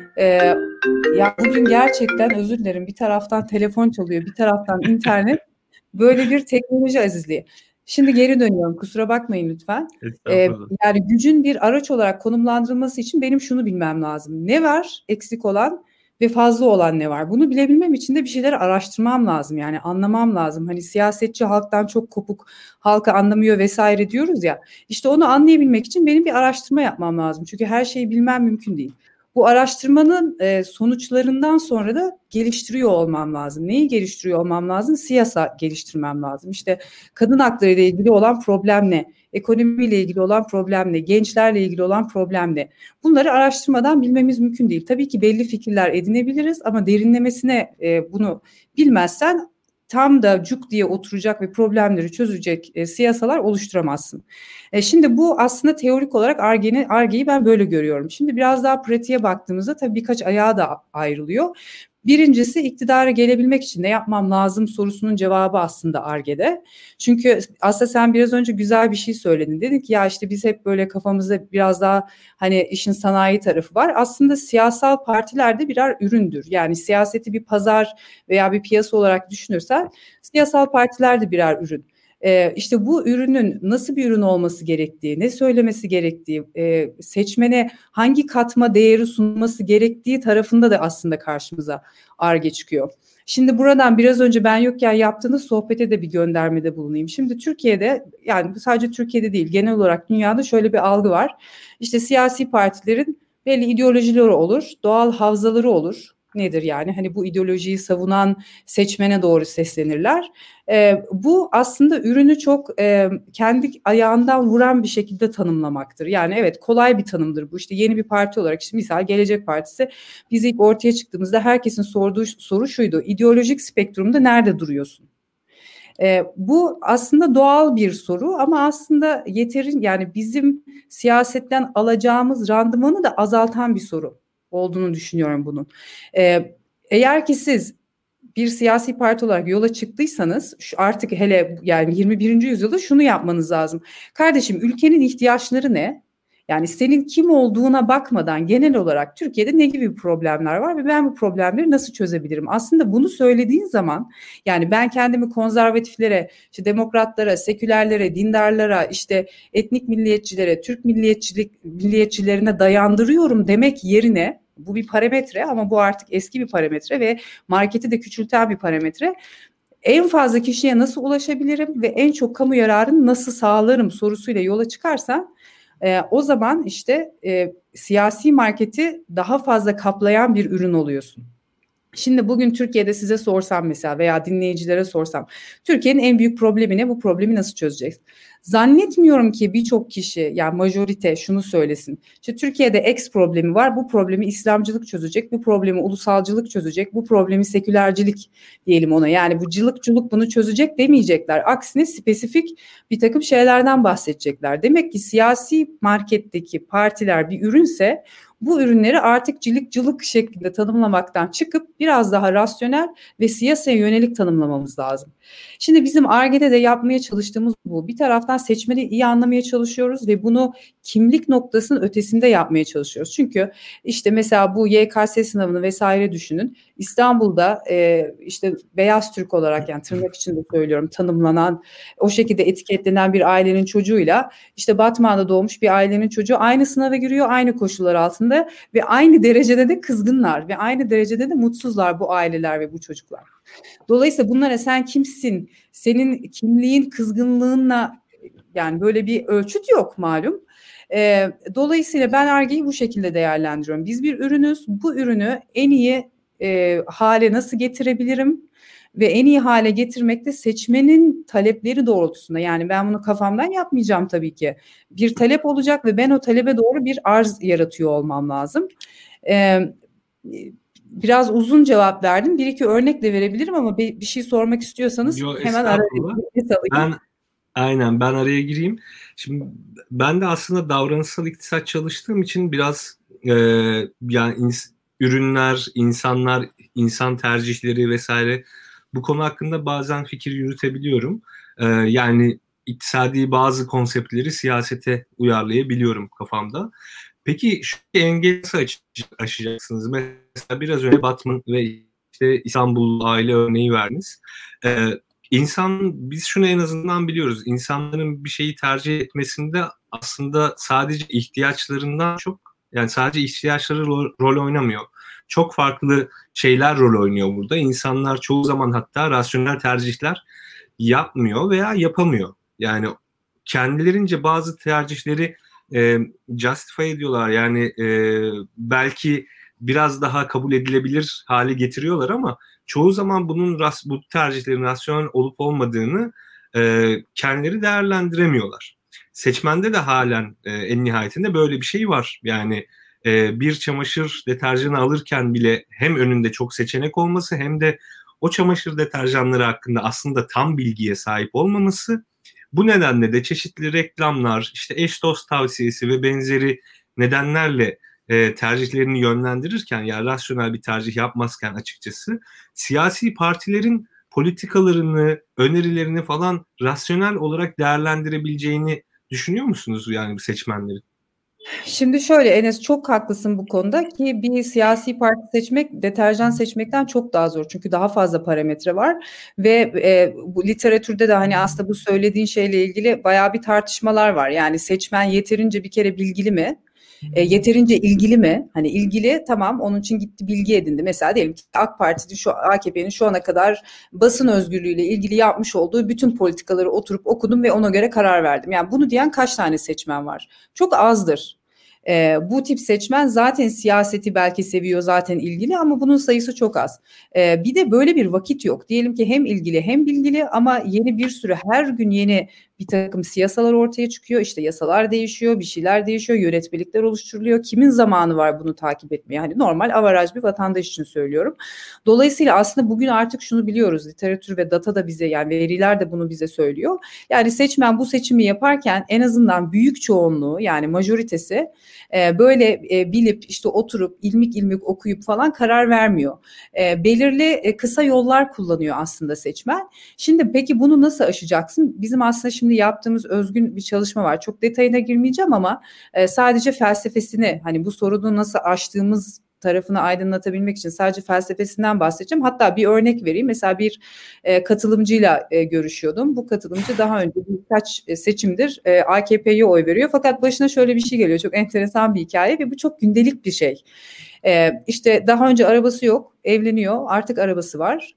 ya bugün gerçekten özür dilerim, bir taraftan telefon çalıyor, bir taraftan internet, böyle bir teknoloji azizliği. Şimdi geri dönüyorum, kusura bakmayın lütfen. Yani gücün bir araç olarak konumlandırılması için benim şunu bilmem lazım. Ne var eksik olan ve fazla olan ne var? Bunu bilebilmem için de bir şeyleri araştırmam lazım. Yani anlamam lazım. Hani siyasetçi halktan çok kopuk, halkı anlamıyor vesaire diyoruz ya. İşte onu anlayabilmek için benim bir araştırma yapmam lazım. Çünkü her şeyi bilmem mümkün değil. Bu araştırmanın sonuçlarından sonra da geliştiriyor olmam lazım. Neyi geliştiriyor olmam lazım? Siyasa geliştirmem lazım. İşte kadın hakları ile ilgili olan problem ne? Ekonomiyle ilgili olan problem ne? Gençlerle ilgili olan problem ne? Bunları araştırmadan bilmemiz mümkün değil. Tabii ki belli fikirler edinebiliriz ama derinlemesine bunu bilmezsen tam da cuk diye oturacak ve problemleri çözecek siyasalar oluşturamazsın. Şimdi bu aslında teorik olarak Ar-Ge'yi ben böyle görüyorum. Şimdi biraz daha pratiğe baktığımızda tabii birkaç ayağı da ayrılıyor. Birincisi iktidara gelebilmek için ne yapmam lazım sorusunun cevabı aslında Ar-Ge'de. Çünkü aslında sen biraz önce güzel bir şey söyledin. Dedin ki ya işte biz hep böyle kafamızda biraz daha hani işin sanayi tarafı var. Aslında siyasal partiler de birer üründür. Yani siyaseti bir pazar veya bir piyasa olarak düşünürsen siyasal partiler de birer ürün. İşte bu ürünün nasıl bir ürün olması gerektiği, ne söylemesi gerektiği, seçmene hangi katma değeri sunması gerektiği tarafında da aslında karşımıza Ar-Ge çıkıyor. Şimdi buradan biraz önce ben yokken yaptığınız sohbete de bir göndermede bulunayım. Şimdi Türkiye'de, yani sadece Türkiye'de değil, genel olarak dünyada şöyle bir algı var. İşte siyasi partilerin belli ideolojileri olur, doğal havzaları olur. Nedir yani? Hani bu ideolojiyi savunan seçmene doğru seslenirler. Bu aslında ürünü çok kendi ayağından vuran bir şekilde tanımlamaktır. Yani evet, kolay bir tanımdır bu. İşte yeni bir parti olarak, işte misal Gelecek Partisi, biz ilk ortaya çıktığımızda herkesin sorduğu soru şuydu: ideolojik spektrumda nerede duruyorsun? Bu aslında doğal bir soru ama aslında yani bizim siyasetten alacağımız randımanı da azaltan bir soru olduğunu düşünüyorum bunun. Eğer ki siz bir siyasi parti olarak yola çıktıysanız artık hele yani 21. yüzyılda şunu yapmanız lazım. Kardeşim, ülkenin ihtiyaçları ne? Yani senin kim olduğuna bakmadan genel olarak Türkiye'de ne gibi problemler var ve ben bu problemleri nasıl çözebilirim? Aslında bunu söylediğin zaman, yani ben kendimi konservatiflere, işte demokratlara, sekülerlere, dindarlara, işte etnik milliyetçilere, Türk milliyetçilerine dayandırıyorum demek yerine, bu bir parametre ama bu artık eski bir parametre ve marketi de küçülten bir parametre. En fazla kişiye nasıl ulaşabilirim ve en çok kamu yararını nasıl sağlarım sorusuyla yola çıkarsan, o zaman işte siyasi marketi daha fazla kaplayan bir ürün oluyorsun. Şimdi bugün Türkiye'de size sorsam mesela veya dinleyicilere sorsam, Türkiye'nin en büyük problemi ne? Bu problemi nasıl çözeceğiz? Zannetmiyorum ki birçok kişi, yani majorite şunu söylesin: İşte Türkiye'de X problemi var, bu problemi İslamcılık çözecek, bu problemi ulusalcılık çözecek, bu problemi sekülercilik diyelim ona. Yani bu cılıkçılık bunu çözecek demeyecekler. Aksine spesifik bir takım şeylerden bahsedecekler. Demek ki siyasi marketteki partiler bir ürünse, bu ürünleri artık cılık şeklinde tanımlamaktan çıkıp biraz daha rasyonel ve siyasaya yönelik tanımlamamız lazım. Şimdi bizim Ar-Ge'de de yapmaya çalıştığımız bu. Bir taraftan seçmeni iyi anlamaya çalışıyoruz ve bunu kimlik noktasının ötesinde yapmaya çalışıyoruz. Çünkü işte mesela bu YKS sınavını vesaire düşünün. İstanbul'da işte beyaz Türk olarak, yani tırnak içinde söylüyorum, tanımlanan, o şekilde etiketlenen bir ailenin çocuğuyla işte Batman'da doğmuş bir ailenin çocuğu aynı sınava giriyor, aynı koşullar altında ve aynı derecede de kızgınlar ve aynı derecede de mutsuzlar bu aileler ve bu çocuklar. Dolayısıyla bunlara sen kimsin, senin kimliğin kızgınlığınla, yani böyle bir ölçüt yok malum. Dolayısıyla ben Ar-Ge'yi bu şekilde değerlendiriyorum. Biz bir ürünüz, bu ürünü en iyi hale nasıl getirebilirim? Ve en iyi hale getirmek de seçmenin talepleri doğrultusunda. Yani ben bunu kafamdan yapmayacağım tabii ki. Bir talep olacak ve ben o talebe doğru bir arz yaratıyor olmam lazım. Biraz uzun cevap verdim. Bir iki örnek de verebilirim ama bir şey sormak istiyorsanız hemen araya ben araya gireyim. Şimdi ben de aslında davranışsal iktisat çalıştığım için biraz yani ürünler, insanlar, insan tercihleri vesaire, bu konu hakkında bazen fikir yürütebiliyorum. Yani iktisadi bazı konseptleri siyasete uyarlayabiliyorum kafamda. Peki şu engeli nasıl aşacaksınız? Mesela biraz önce Batman ve işte İstanbul aile örneği verdiniz. Biz şunu en azından biliyoruz: İnsanların bir şeyi tercih etmesinde aslında sadece ihtiyaçlarından çok, yani sadece ihtiyaçları rol oynamıyor. Çok farklı şeyler rol oynuyor burada. İnsanlar çoğu zaman hatta rasyonel tercihler yapmıyor veya yapamıyor. Yani kendilerince bazı tercihleri justify ediyorlar. Yani belki biraz daha kabul edilebilir hale getiriyorlar ama çoğu zaman bu tercihlerin rasyonel olup olmadığını kendileri değerlendiremiyorlar. Seçmende de halen en nihayetinde böyle bir şey var. Yani bir çamaşır deterjanı alırken bile hem önünde çok seçenek olması hem de o çamaşır deterjanları hakkında aslında tam bilgiye sahip olmaması. Bu nedenle de çeşitli reklamlar, işte eş dost tavsiyesi ve benzeri nedenlerle tercihlerini yönlendirirken, yani rasyonel bir tercih yapmazken açıkçası siyasi partilerin politikalarını, önerilerini falan rasyonel olarak değerlendirebileceğini düşünüyor musunuz yani bu seçmenlerin? Şimdi şöyle Enes, çok haklısın bu konuda ki bir siyasi parti seçmek deterjan seçmekten çok daha zor. Çünkü daha fazla parametre var ve bu literatürde de hani aslında bu söylediğin şeyle ilgili bayağı bir tartışmalar var. Yani seçmen yeterince bir kere bilgili mi? Yeterince ilgili mi? Hani ilgili, tamam, onun için gitti bilgi edindi. Mesela diyelim ki AK Parti'nin AKP'nin şu ana kadar basın özgürlüğüyle ilgili yapmış olduğu bütün politikaları oturup okudum ve ona göre karar verdim. Yani bunu diyen kaç tane seçmen var? Çok azdır. Bu tip seçmen zaten siyaseti belki seviyor, zaten ilgili ama bunun sayısı çok az. Bir de böyle bir vakit yok. Diyelim ki hem ilgili hem bilgili ama yeni bir sürü, her gün yeni bir takım siyasalar ortaya çıkıyor. İşte yasalar değişiyor, bir şeyler değişiyor, yönetmelikler oluşturuluyor. Kimin zamanı var bunu takip etmeye? Hani normal avaraj bir vatandaş için söylüyorum. Dolayısıyla aslında bugün artık şunu biliyoruz. Literatür ve data da bize, yani veriler de bunu bize söylüyor. Yani seçmen bu seçimi yaparken en azından büyük çoğunluğu, yani majoritesi böyle bilip işte oturup ilmik ilmik okuyup falan karar vermiyor. Belirli kısa yollar kullanıyor aslında seçmen. Şimdi peki bunu nasıl aşacaksın? Bizim aslında şimdi yaptığımız özgün bir çalışma var. Çok detayına girmeyeceğim ama sadece felsefesini, hani bu sorunu nasıl aştığımız tarafını aydınlatabilmek için sadece felsefesinden bahsedeceğim. Hatta bir örnek vereyim. Mesela bir katılımcıyla görüşüyordum. Bu katılımcı daha önce birkaç seçimdir AKP'ye oy veriyor. Fakat başına şöyle bir şey geliyor. Çok enteresan bir hikaye ve bu çok gündelik bir şey. İşte daha önce arabası yok, evleniyor, artık arabası var.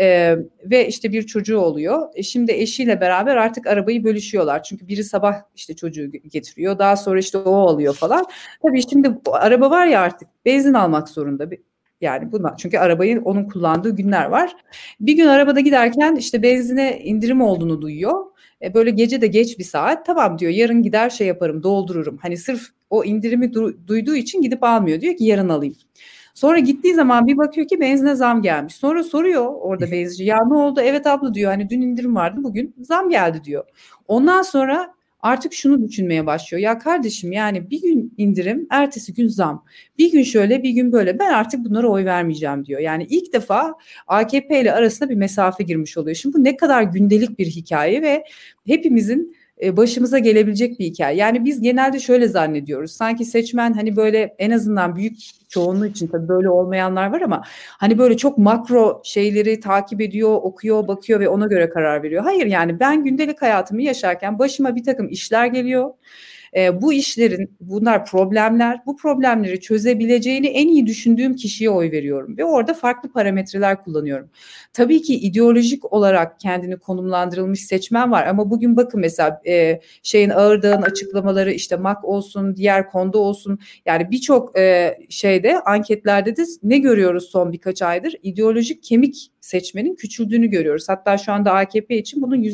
Ve işte bir çocuğu oluyor. Şimdi eşiyle beraber artık arabayı bölüşüyorlar. Çünkü biri sabah işte çocuğu getiriyor. Daha sonra işte o alıyor falan. Tabii şimdi bu araba var ya, artık benzin almak zorunda. Yani bunlar, çünkü arabayı onun kullandığı günler var. Bir gün arabada giderken işte benzine indirim olduğunu duyuyor. Böyle gece de geç bir saat. Tamam diyor, yarın gider şey yaparım, doldururum. Hani sırf o indirimi duyduğu için gidip almıyor. Diyor ki yarın alayım. Sonra gittiği zaman bir bakıyor ki benzine zam gelmiş. Sonra soruyor orada benzinci, ya ne oldu? Evet abla diyor, hani dün indirim vardı, bugün zam geldi diyor. Ondan sonra artık şunu düşünmeye başlıyor. Ya kardeşim, yani bir gün indirim, ertesi gün zam. Bir gün şöyle, bir gün böyle. Ben artık bunlara oy vermeyeceğim diyor. Yani ilk defa AKP ile arasında bir mesafe girmiş oluyor. Şimdi bu ne kadar gündelik bir hikaye ve hepimizin başımıza gelebilecek bir hikaye. Yani biz genelde şöyle zannediyoruz. Sanki seçmen hani böyle, en azından büyük çoğunluğu için, tabii böyle olmayanlar var ama hani böyle çok makro şeyleri takip ediyor, okuyor, bakıyor ve ona göre karar veriyor. Hayır, yani ben gündelik hayatımı yaşarken başıma bir takım işler geliyor. Bu işlerin, bunlar problemler, bu problemleri çözebileceğini en iyi düşündüğüm kişiye oy veriyorum ve orada farklı parametreler kullanıyorum. Tabii ki ideolojik olarak kendini konumlandırılmış seçmen var ama bugün bakın mesela Ağırdağ'ın açıklamaları, işte MAK olsun, diğer konuda olsun, yani birçok şeyde, anketlerde de ne görüyoruz son birkaç aydır? İdeolojik kemik seçmenin küçüldüğünü görüyoruz. Hatta şu anda AKP için bunun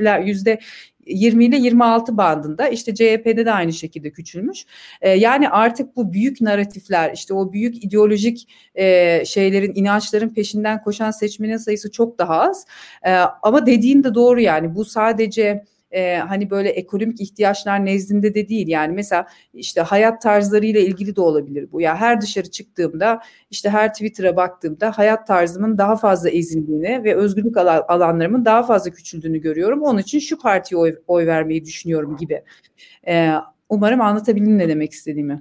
%20 ile 26 bandında, işte CHP'de de aynı şekilde küçülmüş. Yani artık bu büyük narratifler, işte o büyük ideolojik şeylerin, inançların peşinden koşan seçmenin sayısı çok daha az. Ama dediğin de doğru, yani bu sadece hani böyle ekonomik ihtiyaçlar nezdinde de değil. Yani mesela işte hayat tarzlarıyla ilgili de olabilir bu. Ya her dışarı çıktığımda, işte her Twitter'a baktığımda hayat tarzımın daha fazla ezildiğini ve özgürlük alanlarımın daha fazla küçüldüğünü görüyorum. Onun için şu partiye oy vermeyi düşünüyorum gibi. Umarım anlatabildim ne demek istediğimi.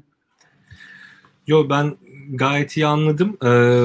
Yo, ben gayet iyi anladım.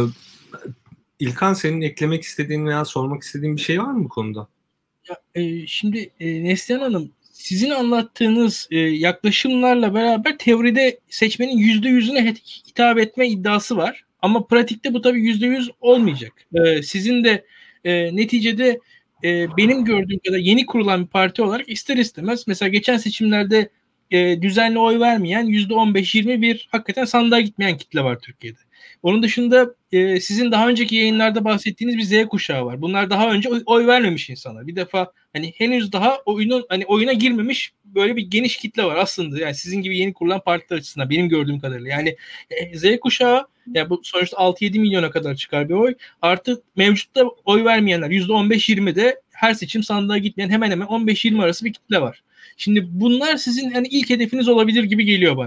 İlkan, senin eklemek istediğin veya sormak istediğin bir şey var mı bu konuda? Şimdi Neslihan Hanım, sizin anlattığınız yaklaşımlarla beraber teoride seçmenin %100'üne hitap etme iddiası var. Ama pratikte bu tabii %100 olmayacak. Sizin de neticede benim gördüğüm kadar yeni kurulan bir parti olarak ister istemez, mesela geçen seçimlerde düzenli oy vermeyen %15-20 bir hakikaten sandığa gitmeyen kitle var Türkiye'de. Onun dışında sizin daha önceki yayınlarda bahsettiğiniz bir Z kuşağı var. Bunlar daha önce oy vermemiş insanlar. Bir defa hani henüz daha oyuna girmemiş böyle bir geniş kitle var aslında. Yani sizin gibi yeni kurulan partiler açısından benim gördüğüm kadarıyla. Yani Z kuşağı, yani bu sonuçta 6-7 milyona kadar çıkar bir oy. Artık mevcutta oy vermeyenler %15-20'de, her seçim sandığa gitmeyen hemen hemen 15-20 arası bir kitle var. Şimdi bunlar sizin hani ilk hedefiniz olabilir gibi geliyor bana.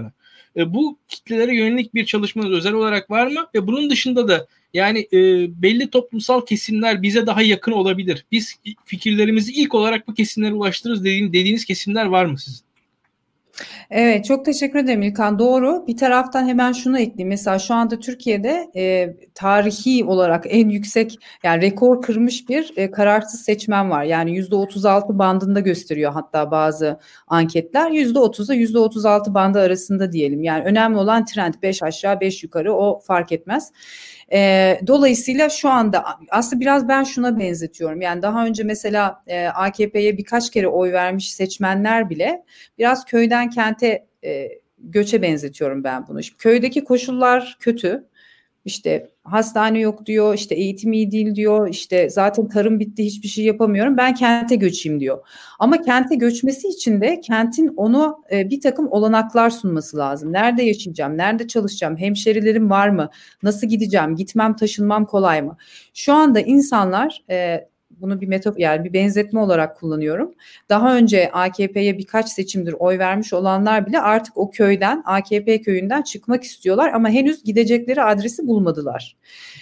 Bu kitlelere yönelik bir çalışmanız özel olarak var mı? Ve bunun dışında da yani belli toplumsal kesimler bize daha yakın olabilir. Biz fikirlerimizi ilk olarak bu kesimlere ulaştırırız dediğiniz kesimler var mı sizin? Evet, çok teşekkür ederim İlkan. Doğru. Bir taraftan hemen şunu ekleyeyim. Mesela şu anda Türkiye'de tarihi olarak en yüksek, yani rekor kırmış bir kararsız seçmen var. Yani %36 bandında gösteriyor hatta bazı anketler. %30'da %36 bandı arasında diyelim. Yani önemli olan trend, 5 aşağı 5 yukarı, o fark etmez. Dolayısıyla şu anda aslında biraz ben şuna benzetiyorum. Yani daha önce mesela AKP'ye birkaç kere oy vermiş seçmenler bile biraz köyden kente göçe benzetiyorum ben bunu. Şimdi köydeki koşullar kötü. İşte hastane yok diyor, işte eğitim iyi değil diyor, işte zaten tarım bitti, hiçbir şey yapamıyorum, ben kente göçeyim diyor. Ama kente göçmesi için de kentin onu bir takım olanaklar sunması lazım. Nerede yaşayacağım, nerede çalışacağım, hemşerilerim var mı, nasıl gideceğim, gitmem taşınmam kolay mı? Şu anda insanlar bunu yani bir benzetme olarak kullanıyorum. Daha önce AKP'ye birkaç seçimdir oy vermiş olanlar bile artık o köyden, AKP köyünden çıkmak istiyorlar ama henüz gidecekleri adresi bulmadılar.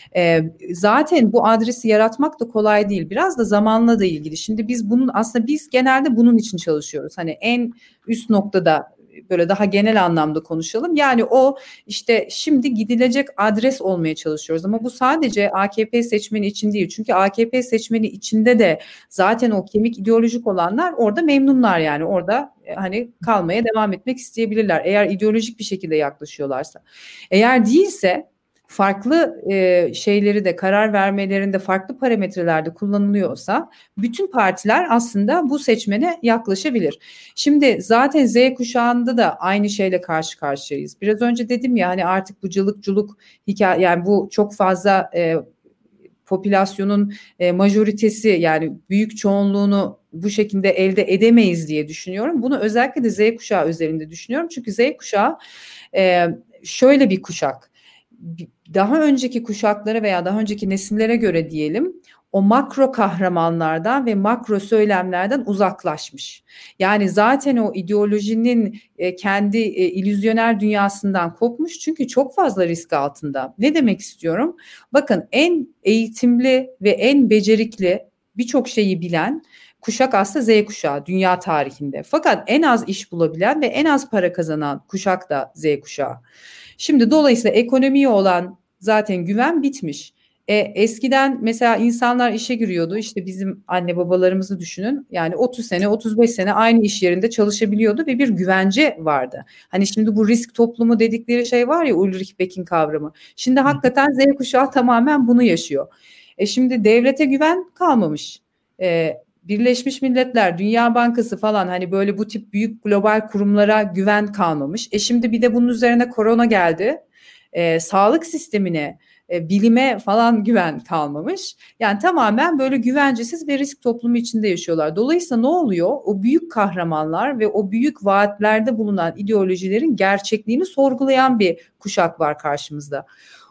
Zaten bu adresi yaratmak da kolay değil. Biraz da zamanla da ilgili. Şimdi biz genelde bunun için çalışıyoruz. Hani en üst noktada böyle daha genel anlamda konuşalım. Yani o işte şimdi gidilecek adres olmaya çalışıyoruz ama bu sadece AKP seçmeni için değil. Çünkü AKP seçmeni içinde de zaten o kemik ideolojik olanlar orada memnunlar, yani orada hani kalmaya devam etmek isteyebilirler eğer ideolojik bir şekilde yaklaşıyorlarsa. Eğer değilse farklı şeyleri de, karar vermelerinde farklı parametrelerde kullanılıyorsa bütün partiler aslında bu seçmene yaklaşabilir. Şimdi zaten Z kuşağında da aynı şeyle karşı karşıyayız. Biraz önce dedim ya, hani artık bu cılıkculuk hikaye, yani bu çok fazla popülasyonun majoritesi, yani büyük çoğunluğunu bu şekilde elde edemeyiz diye düşünüyorum. Bunu özellikle de Z kuşağı üzerinde düşünüyorum. Çünkü Z kuşağı şöyle bir kuşak. Daha önceki kuşaklara veya daha önceki nesillere göre diyelim, o makro kahramanlardan ve makro söylemlerden uzaklaşmış. Yani zaten o ideolojinin kendi illüzyoner dünyasından kopmuş, çünkü çok fazla risk altında. Ne demek istiyorum? Bakın, en eğitimli ve en becerikli, birçok şeyi bilen kuşak aslında Z kuşağı dünya tarihinde. Fakat en az iş bulabilen ve en az para kazanan kuşak da Z kuşağı. Şimdi dolayısıyla ekonomiye olan zaten güven bitmiş. Eskiden mesela insanlar işe giriyordu, işte bizim anne babalarımızı düşünün, yani 30 sene 35 sene aynı iş yerinde çalışabiliyordu ve bir güvence vardı. Hani şimdi bu risk toplumu dedikleri şey var ya, Ulrich Beck'in kavramı. Şimdi hakikaten Z kuşağı tamamen bunu yaşıyor. Şimdi devlete güven kalmamış. Birleşmiş Milletler, Dünya Bankası falan, hani böyle bu tip büyük global kurumlara güven kalmamış. Şimdi bir de bunun üzerine korona geldi. Sağlık sistemine, bilime falan güven kalmamış. Yani tamamen böyle güvencesiz ve risk toplumu içinde yaşıyorlar. Dolayısıyla ne oluyor? O büyük kahramanlar ve o büyük vaatlerde bulunan ideolojilerin gerçekliğini sorgulayan bir kuşak var karşımızda.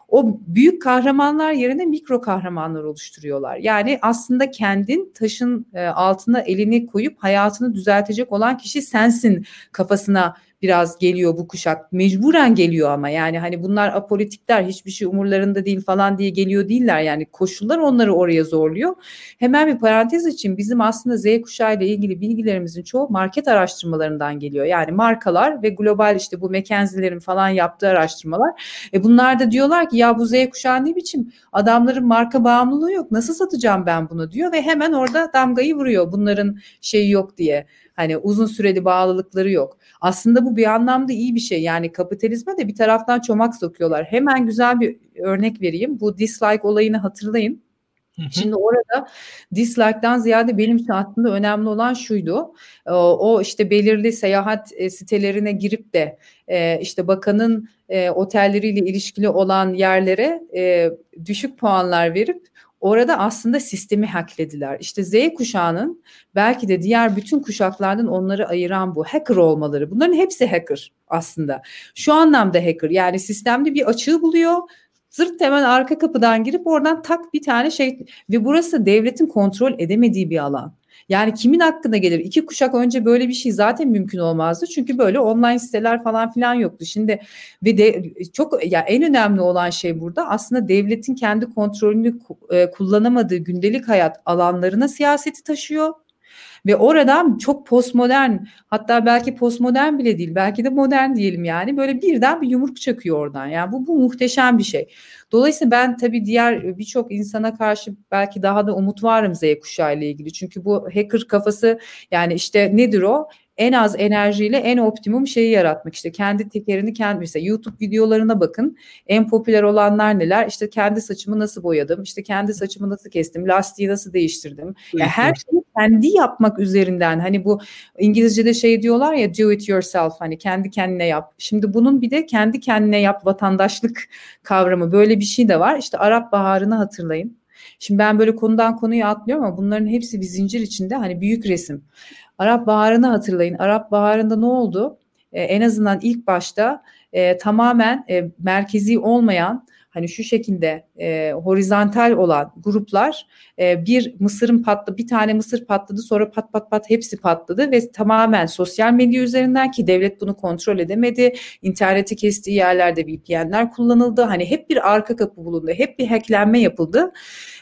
O büyük kahramanlar yerine mikro kahramanlar oluşturuyorlar. Yani aslında kendin taşın altına elini koyup hayatını düzeltecek olan kişi sensin kafasına biraz geliyor bu kuşak. Mecburen geliyor ama, yani hani bunlar apolitikler, hiçbir şey umurlarında değil falan diye geliyor değiller. Yani koşullar onları oraya zorluyor. Hemen bir parantez için, bizim aslında Z kuşağı ile ilgili bilgilerimizin çoğu market araştırmalarından geliyor. Yani markalar ve global, işte bu McKinsey'lerin falan yaptığı araştırmalar. Bunlar da diyorlar ki ya bu Z kuşağı ne biçim, adamların marka bağımlılığı yok, nasıl satacağım ben bunu diyor ve hemen orada damgayı vuruyor, bunların şeyi yok diye. Hani uzun süreli bağlılıkları yok. Aslında bu bir anlamda iyi bir şey. Yani kapitalizme de bir taraftan çomak sokuyorlar. Hemen güzel bir örnek vereyim. Bu dislike olayını hatırlayın. Şimdi orada dislike'dan ziyade benim için aslında önemli olan şuydu. O işte belirli seyahat sitelerine girip de işte bakanın otelleriyle ilişkili olan yerlere düşük puanlar verip orada aslında sistemi hacklediler. İşte Z kuşağının belki de diğer bütün kuşaklardan onları ayıran bu. Hacker olmaları. Bunların hepsi hacker aslında. Şu anlamda hacker. Yani sistemde bir açığı buluyor. Zırt hemen arka kapıdan girip oradan tak bir tane şey, ve burası devletin kontrol edemediği bir alan. Yani kimin hakkına gelir? 2 kuşak önce böyle bir şey zaten mümkün olmazdı. Çünkü böyle online siteler falan filan yoktu. Şimdi ve de çok ya en önemli olan şey burada aslında devletin kendi kontrolünü kullanamadığı gündelik hayat alanlarına siyaseti taşıyor. Ve oradan çok postmodern, hatta belki postmodern bile değil, belki de modern diyelim yani, böyle birden bir yumruk çakıyor oradan. Yani bu muhteşem bir şey. Dolayısıyla ben tabii diğer birçok insana karşı belki daha da umut varım Z kuşağı ile ilgili. Çünkü bu hacker kafası, yani işte nedir o? En az enerjiyle en optimum şeyi yaratmak, işte kendi tekerini kendi, mesela YouTube videolarına bakın, en popüler olanlar neler? İşte kendi saçımı nasıl boyadım, işte kendi saçımı nasıl kestim, lastiği nasıl değiştirdim. Yani her şeyi kendi yapmak üzerinden, hani bu İngilizce'de şey diyorlar ya, do it yourself, hani kendi kendine yap. Şimdi bunun bir de kendi kendine yap vatandaşlık kavramı, böyle bir şey de var. İşte Arap Baharı'nı hatırlayın. Şimdi ben böyle konudan konuya atlıyorum ama bunların hepsi bir zincir içinde, hani büyük resim. Arap Baharı'nı hatırlayın. Arap Baharı'nda ne oldu? En azından ilk başta tamamen merkezi olmayan, hani şu şekilde horizontal olan gruplar, bir tane mısır patladı, sonra pat pat pat hepsi patladı ve tamamen sosyal medya üzerinden, ki devlet bunu kontrol edemedi. İnterneti kestiği yerlerde VPN'ler kullanıldı. Hani hep bir arka kapı bulundu. Hep bir hacklenme yapıldı.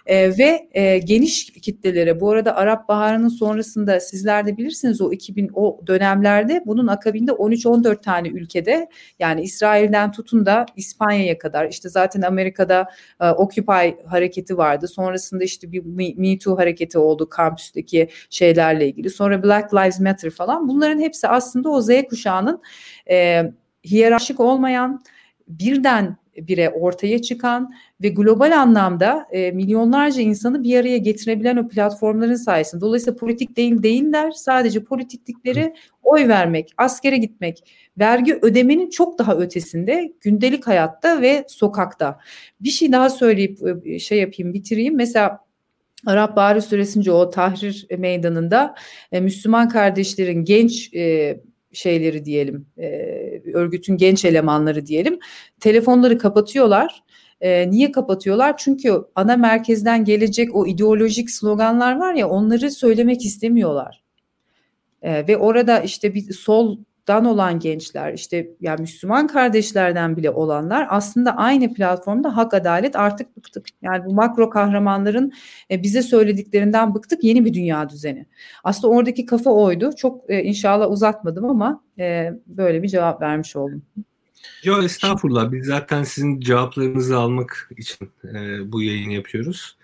Ve geniş kitlelere, bu arada Arap Baharı'nın sonrasında sizler de bilirsiniz, o dönemlerde bunun akabinde 13-14 tane ülkede, yani İsrail'den tutun da İspanya'ya kadar, işte zaten Amerika'da Occupy hareketi vardı. Sonrasında işte bir Me Too hareketi oldu kampüsteki şeylerle ilgili. Sonra Black Lives Matter falan. Bunların hepsi aslında o Z kuşağının hiyerarşik olmayan, birden bire ortaya çıkan ve global anlamda milyonlarca insanı bir araya getirebilen o platformların sayesinde. Dolayısıyla politik değiller. Sadece politiklikleri oy vermek, askere gitmek, vergi ödemenin çok daha ötesinde gündelik hayatta ve sokakta. Bir şey daha söyleyip bitireyim. Mesela Arap Baharı süresince o Tahrir Meydanı'nda Müslüman kardeşlerin genç şeyleri diyelim, örgütün genç elemanları diyelim, telefonları kapatıyorlar. Niye kapatıyorlar? Çünkü ana merkezden gelecek o ideolojik sloganlar var ya, onları söylemek istemiyorlar. Ve orada işte bir soldan olan gençler, işte yani Müslüman kardeşlerden bile olanlar, aslında aynı platformda hak, adalet, artık bıktık. Yani bu makro kahramanların bize söylediklerinden bıktık, yeni bir dünya düzeni. Aslında oradaki kafa oydu. Çok inşallah uzatmadım ama böyle bir cevap vermiş oldum. Yok estağfurullah. Biz zaten sizin cevaplarınızı almak için bu yayını yapıyoruz.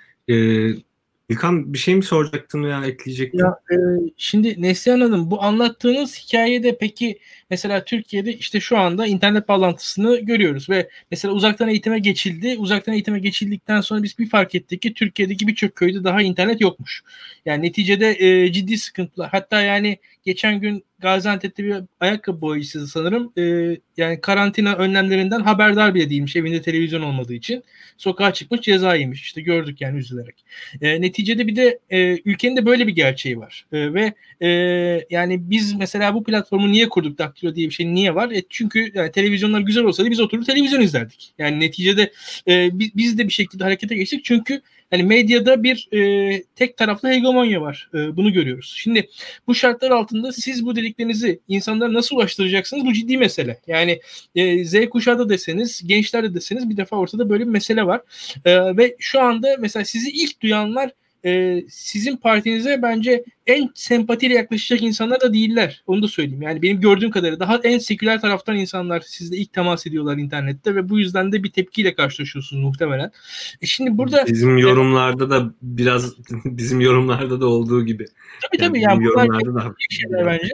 İlkan bir şey mi soracaktın veya ekleyecektin? Ya, şimdi Neslihan Hanım, bu anlattığınız hikayede peki mesela Türkiye'de işte şu anda internet bağlantısını görüyoruz ve mesela uzaktan eğitime geçildi. Uzaktan eğitime geçildikten sonra biz bir fark ettik ki Türkiye'deki birçok köyde daha internet yokmuş. Yani neticede ciddi sıkıntılar. Hatta yani geçen gün Gaziantep'te bir ayakkabı boyacısı sanırım yani karantina önlemlerinden haberdar bile değilmiş, evinde televizyon olmadığı için. Sokağa çıkmış, ceza yemiş. İşte gördük yani, üzülerek. Neticede bir de ülkenin de böyle bir gerçeği var. Ve yani biz mesela bu platformu niye kurduk, Daktilo diye bir şey niye var? Çünkü yani televizyonlar güzel olsaydı biz oturup televizyon izlerdik. Yani neticede biz de bir şekilde harekete geçtik. Çünkü yani medyada bir tek taraflı hegemonya var. Bunu görüyoruz. Şimdi bu şartlar altında siz bu dediklerinizi insanlara nasıl ulaştıracaksınız? Bu ciddi mesele. Yani Z kuşağı da deseniz, gençler de deseniz, bir defa ortada böyle bir mesele var. Ve şu anda mesela sizi ilk duyanlar sizin partinize bence en sempatiyle yaklaşacak insanlar da değiller. Onu da söyleyeyim. Yani benim gördüğüm kadarıyla daha en seküler taraftan insanlar sizle ilk temas ediyorlar internette ve bu yüzden de bir tepkiyle karşılaşıyorsunuz muhtemelen. Şimdi burada bizim yorumlarda da biraz bizim yorumlarda da olduğu gibi. Tabii yani yorumlarda da şeyler bence.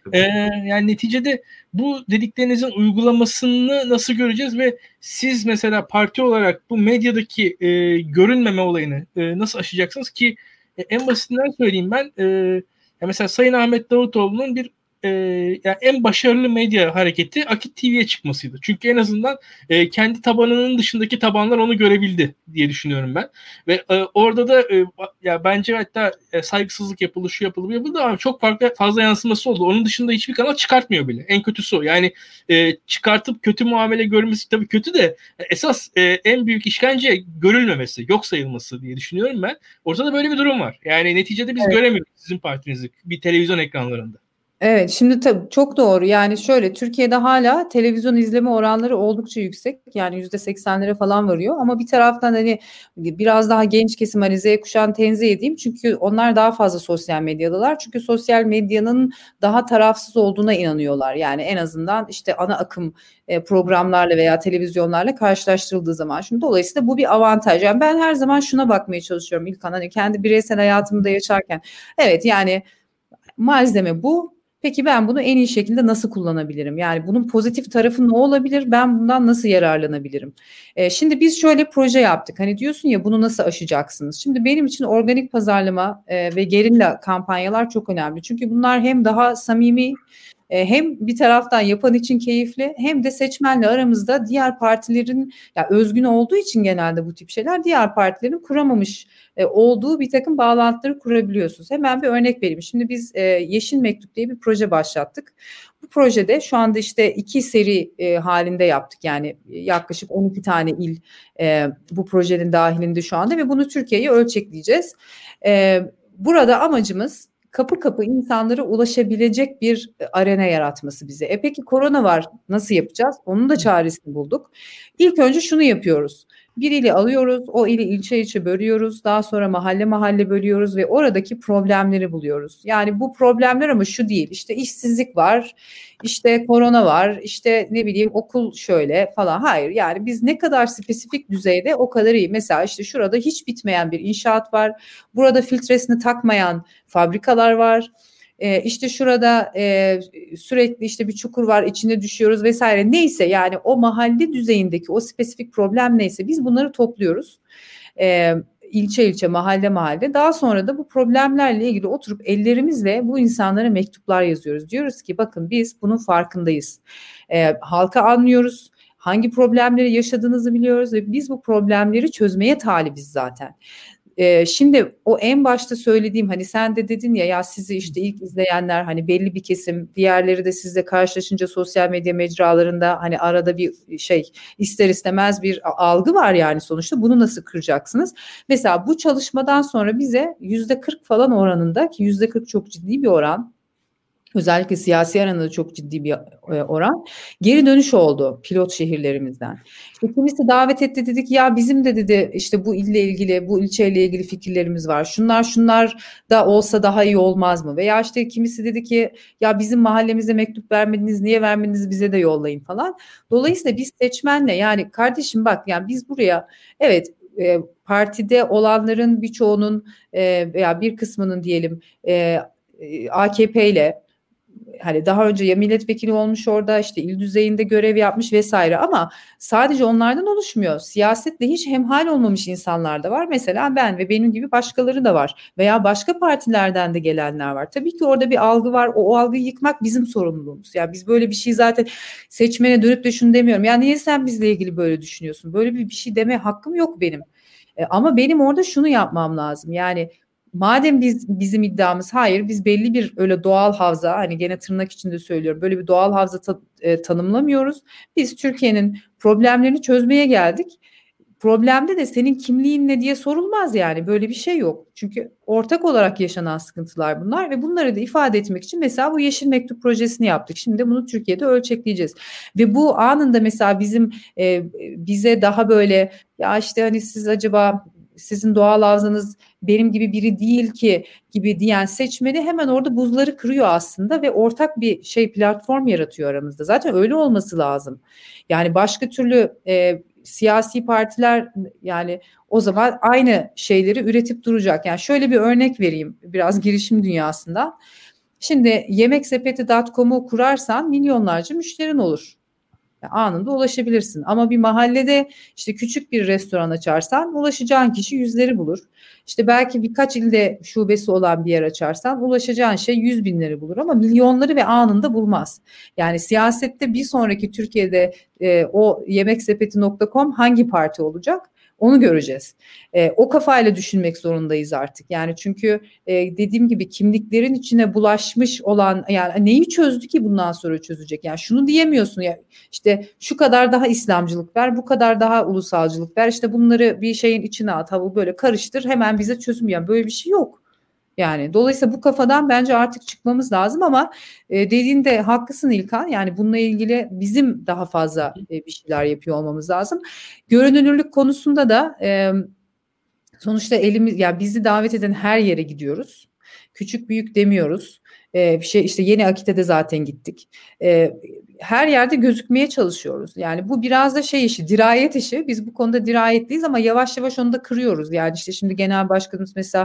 Yani neticede bu dediklerinizin uygulamasını nasıl göreceğiz ve siz mesela parti olarak bu medyadaki görünmeme olayını nasıl aşacaksınız ki en basitinden söyleyeyim ben. Mesela Sayın Ahmet Davutoğlu'nun bir yani en başarılı medya hareketi Akit TV'ye çıkmasıydı. Çünkü en azından kendi tabanının dışındaki tabanlar onu görebildi diye düşünüyorum ben. Ve orada da ya bence hatta saygısızlık yapıldı, şu yapıldı, bu yapıldı ama çok fazla yansıması oldu. Onun dışında hiçbir kanal çıkartmıyor bile. En kötüsü o. Yani çıkartıp kötü muamele görmesi tabii kötü de esas en büyük işkence görülmemesi, yok sayılması diye düşünüyorum ben. Ortada böyle bir durum var. Yani neticede biz göremiyoruz sizin partinizi bir televizyon ekranlarında. Evet, şimdi tabii çok doğru. Yani şöyle, Türkiye'de hala televizyon izleme oranları oldukça yüksek. Yani %80'lere falan varıyor. Ama bir taraftan hani biraz daha genç kesim, hani Z kuşağını tenzih edeyim. Çünkü onlar daha fazla sosyal medyadalar. Çünkü sosyal medyanın daha tarafsız olduğuna inanıyorlar. Yani en azından işte ana akım programlarla veya televizyonlarla karşılaştırıldığı zaman. Şimdi dolayısıyla bu bir avantaj. Yani ben her zaman şuna bakmaya çalışıyorum İlkan. Hani kendi bireysel hayatımda yaşarken. Evet, yani malzeme bu. Peki ben bunu en iyi şekilde nasıl kullanabilirim? Yani bunun pozitif tarafı ne olabilir? Ben bundan nasıl yararlanabilirim? Şimdi biz şöyle proje yaptık. Hani diyorsun ya, bunu nasıl aşacaksınız? Şimdi benim için organik pazarlama ve gerilla kampanyalar çok önemli. Çünkü bunlar hem daha samimi, hem bir taraftan yapan için keyifli, hem de seçmenle aramızda diğer partilerin, ya özgün olduğu için genelde bu tip şeyler, diğer partilerin kuramamış olduğu bir takım bağlantıları kurabiliyorsunuz. Hemen bir örnek vereyim. Şimdi biz Yeşil Mektup diye bir proje başlattık. Bu projede şu anda işte 2 seri halinde yaptık. Yani yaklaşık 12 tane il bu projenin dahilinde şu anda ve bunu Türkiye'ye ölçekleyeceğiz. Burada amacımız kapı kapı insanlara ulaşabilecek bir arena yaratması bize. Peki korona var, nasıl yapacağız? Onun da çaresini bulduk. İlk önce şunu yapıyoruz. Bir ili alıyoruz, o ili ilçe ilçe bölüyoruz, daha sonra mahalle mahalle bölüyoruz ve oradaki problemleri buluyoruz. Yani bu problemler ama şu değil, işte işsizlik var, işte korona var, işte ne bileyim okul şöyle falan. Hayır, yani biz ne kadar spesifik düzeyde o kadar iyi. Mesela işte şurada hiç bitmeyen bir inşaat var, burada filtresini takmayan fabrikalar var. İşte şurada sürekli işte bir çukur var, içine düşüyoruz vesaire. Neyse, yani o mahalle düzeyindeki o spesifik problem neyse biz bunları topluyoruz. İlçe ilçe, mahalle mahalle. Daha sonra da bu problemlerle ilgili oturup ellerimizle bu insanlara mektuplar yazıyoruz. Diyoruz ki bakın, biz bunun farkındayız. Halka anlıyoruz. Hangi problemleri yaşadığınızı biliyoruz ve biz bu problemleri çözmeye talibiz zaten. Şimdi o en başta söylediğim, hani sen de dedin ya sizi işte ilk izleyenler hani belli bir kesim, diğerleri de sizle karşılaşınca sosyal medya mecralarında hani arada bir şey, ister istemez bir algı var yani sonuçta, bunu nasıl kıracaksınız? Mesela bu çalışmadan sonra bize %40 falan oranında, ki %40 çok ciddi bir oran, özellikle siyasi arenada çok ciddi bir oran, geri dönüş oldu pilot şehirlerimizden. İşte kimisi davet etti, dedik ya bizim de dedi işte bu ille ilgili, bu ilçeyle ilgili fikirlerimiz var. Şunlar da olsa daha iyi olmaz mı? Veya işte kimisi dedi ki ya bizim mahallemize mektup vermediniz, niye vermediniz, bize de yollayın falan. Dolayısıyla biz seçmenle, yani kardeşim bak, yani biz buraya evet partide olanların birçoğunun veya bir kısmının diyelim AKP ile, hani daha önce ya milletvekili olmuş, orada işte il düzeyinde görev yapmış vesaire, ama sadece onlardan oluşmuyor. Siyasetle hiç hemhal olmamış insanlar da var. Mesela ben ve benim gibi başkaları da var. Veya başka partilerden de gelenler var. Tabii ki orada bir algı var. O algıyı yıkmak bizim sorumluluğumuz. Yani biz böyle bir şey zaten seçmene dönüp de şunu demiyorum. Ya niye sen bizle ilgili böyle düşünüyorsun? Böyle bir şey deme hakkım yok benim. Ama benim orada şunu yapmam lazım. Yani madem bizim iddiamız hayır, biz belli bir öyle doğal havza, hani gene tırnak içinde söylüyorum, böyle bir doğal havza tanımlamıyoruz. Biz Türkiye'nin problemlerini çözmeye geldik. Problemde de senin kimliğin ne diye sorulmaz, yani böyle bir şey yok. Çünkü ortak olarak yaşanan sıkıntılar bunlar ve bunları da ifade etmek için mesela bu Yeşil Mektup projesini yaptık. Şimdi bunu Türkiye'de ölçekleyeceğiz. Ve bu anında mesela bize daha böyle ya işte hani siz acaba, sizin doğal havzanız benim gibi biri değil ki gibi diyen seçmeni hemen orada buzları kırıyor aslında ve ortak bir platform yaratıyor aramızda. Zaten öyle olması lazım. Yani başka türlü siyasi partiler yani o zaman aynı şeyleri üretip duracak. Yani şöyle bir örnek vereyim biraz girişim dünyasında. Şimdi yemeksepeti.com'u kurarsan milyonlarca müşterin olur. Yani anında ulaşabilirsin. Ama bir mahallede işte küçük bir restoran açarsan ulaşacağın kişi yüzleri bulur. İşte belki birkaç ilde şubesi olan bir yer açarsan ulaşacağın şey 100 binleri bulur ama milyonları ve anında bulmaz. Yani siyasette bir sonraki Türkiye'de o yemeksepeti.com hangi parti olacak? Onu göreceğiz. O kafayla düşünmek zorundayız artık. Yani çünkü dediğim gibi kimliklerin içine bulaşmış olan, yani neyi çözdü ki bundan sonra çözecek? Yani şunu diyemiyorsun ya, işte şu kadar daha İslamcılık ver, bu kadar daha ulusalcılık ver. İşte bunları bir şeyin içine at, bu böyle karıştır, hemen bize çözüm. Yani böyle bir şey yok. Yani dolayısıyla bu kafadan bence artık çıkmamız lazım ama dediğinde haklısın İlkan. Yani bununla ilgili bizim daha fazla bir şeyler yapıyor olmamız lazım. Görünürlük konusunda da sonuçta elimiz, ya bizi davet eden her yere gidiyoruz. Küçük büyük demiyoruz. İşte Yeni Akit'e zaten gittik. Her yerde gözükmeye çalışıyoruz. Yani bu biraz da şey işi, dirayet işi. Biz bu konuda dirayetliyiz ama yavaş yavaş onu da kırıyoruz. Yani işte şimdi genel başkanımız mesela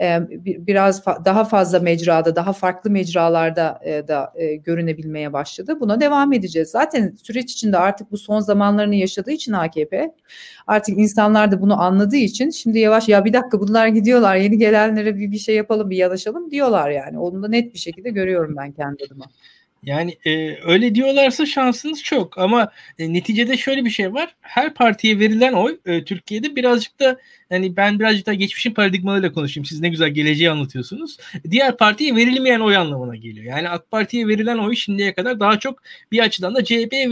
biraz daha fazla mecrada, daha farklı mecralarda da görünebilmeye başladı. Buna devam edeceğiz. Zaten süreç içinde artık bu son zamanlarını yaşadığı için AKP, artık insanlar da bunu anladığı için şimdi yavaş, ya bir dakika bunlar gidiyorlar, yeni gelenlere bir şey yapalım, bir yanaşalım diyorlar yani. Onu da net bir şekilde görüyorum ben kendi adıma. Yani öyle diyorlarsa şansınız çok ama neticede şöyle bir şey var. Her partiye verilen oy Türkiye'de birazcık da, yani ben birazcık daha geçmişin paradigmalarıyla konuşayım. Siz ne güzel geleceği anlatıyorsunuz. Diğer partiye verilmeyen oy anlamına geliyor. Yani AK Parti'ye verilen oy şimdiye kadar daha çok bir açıdan da CHP'ye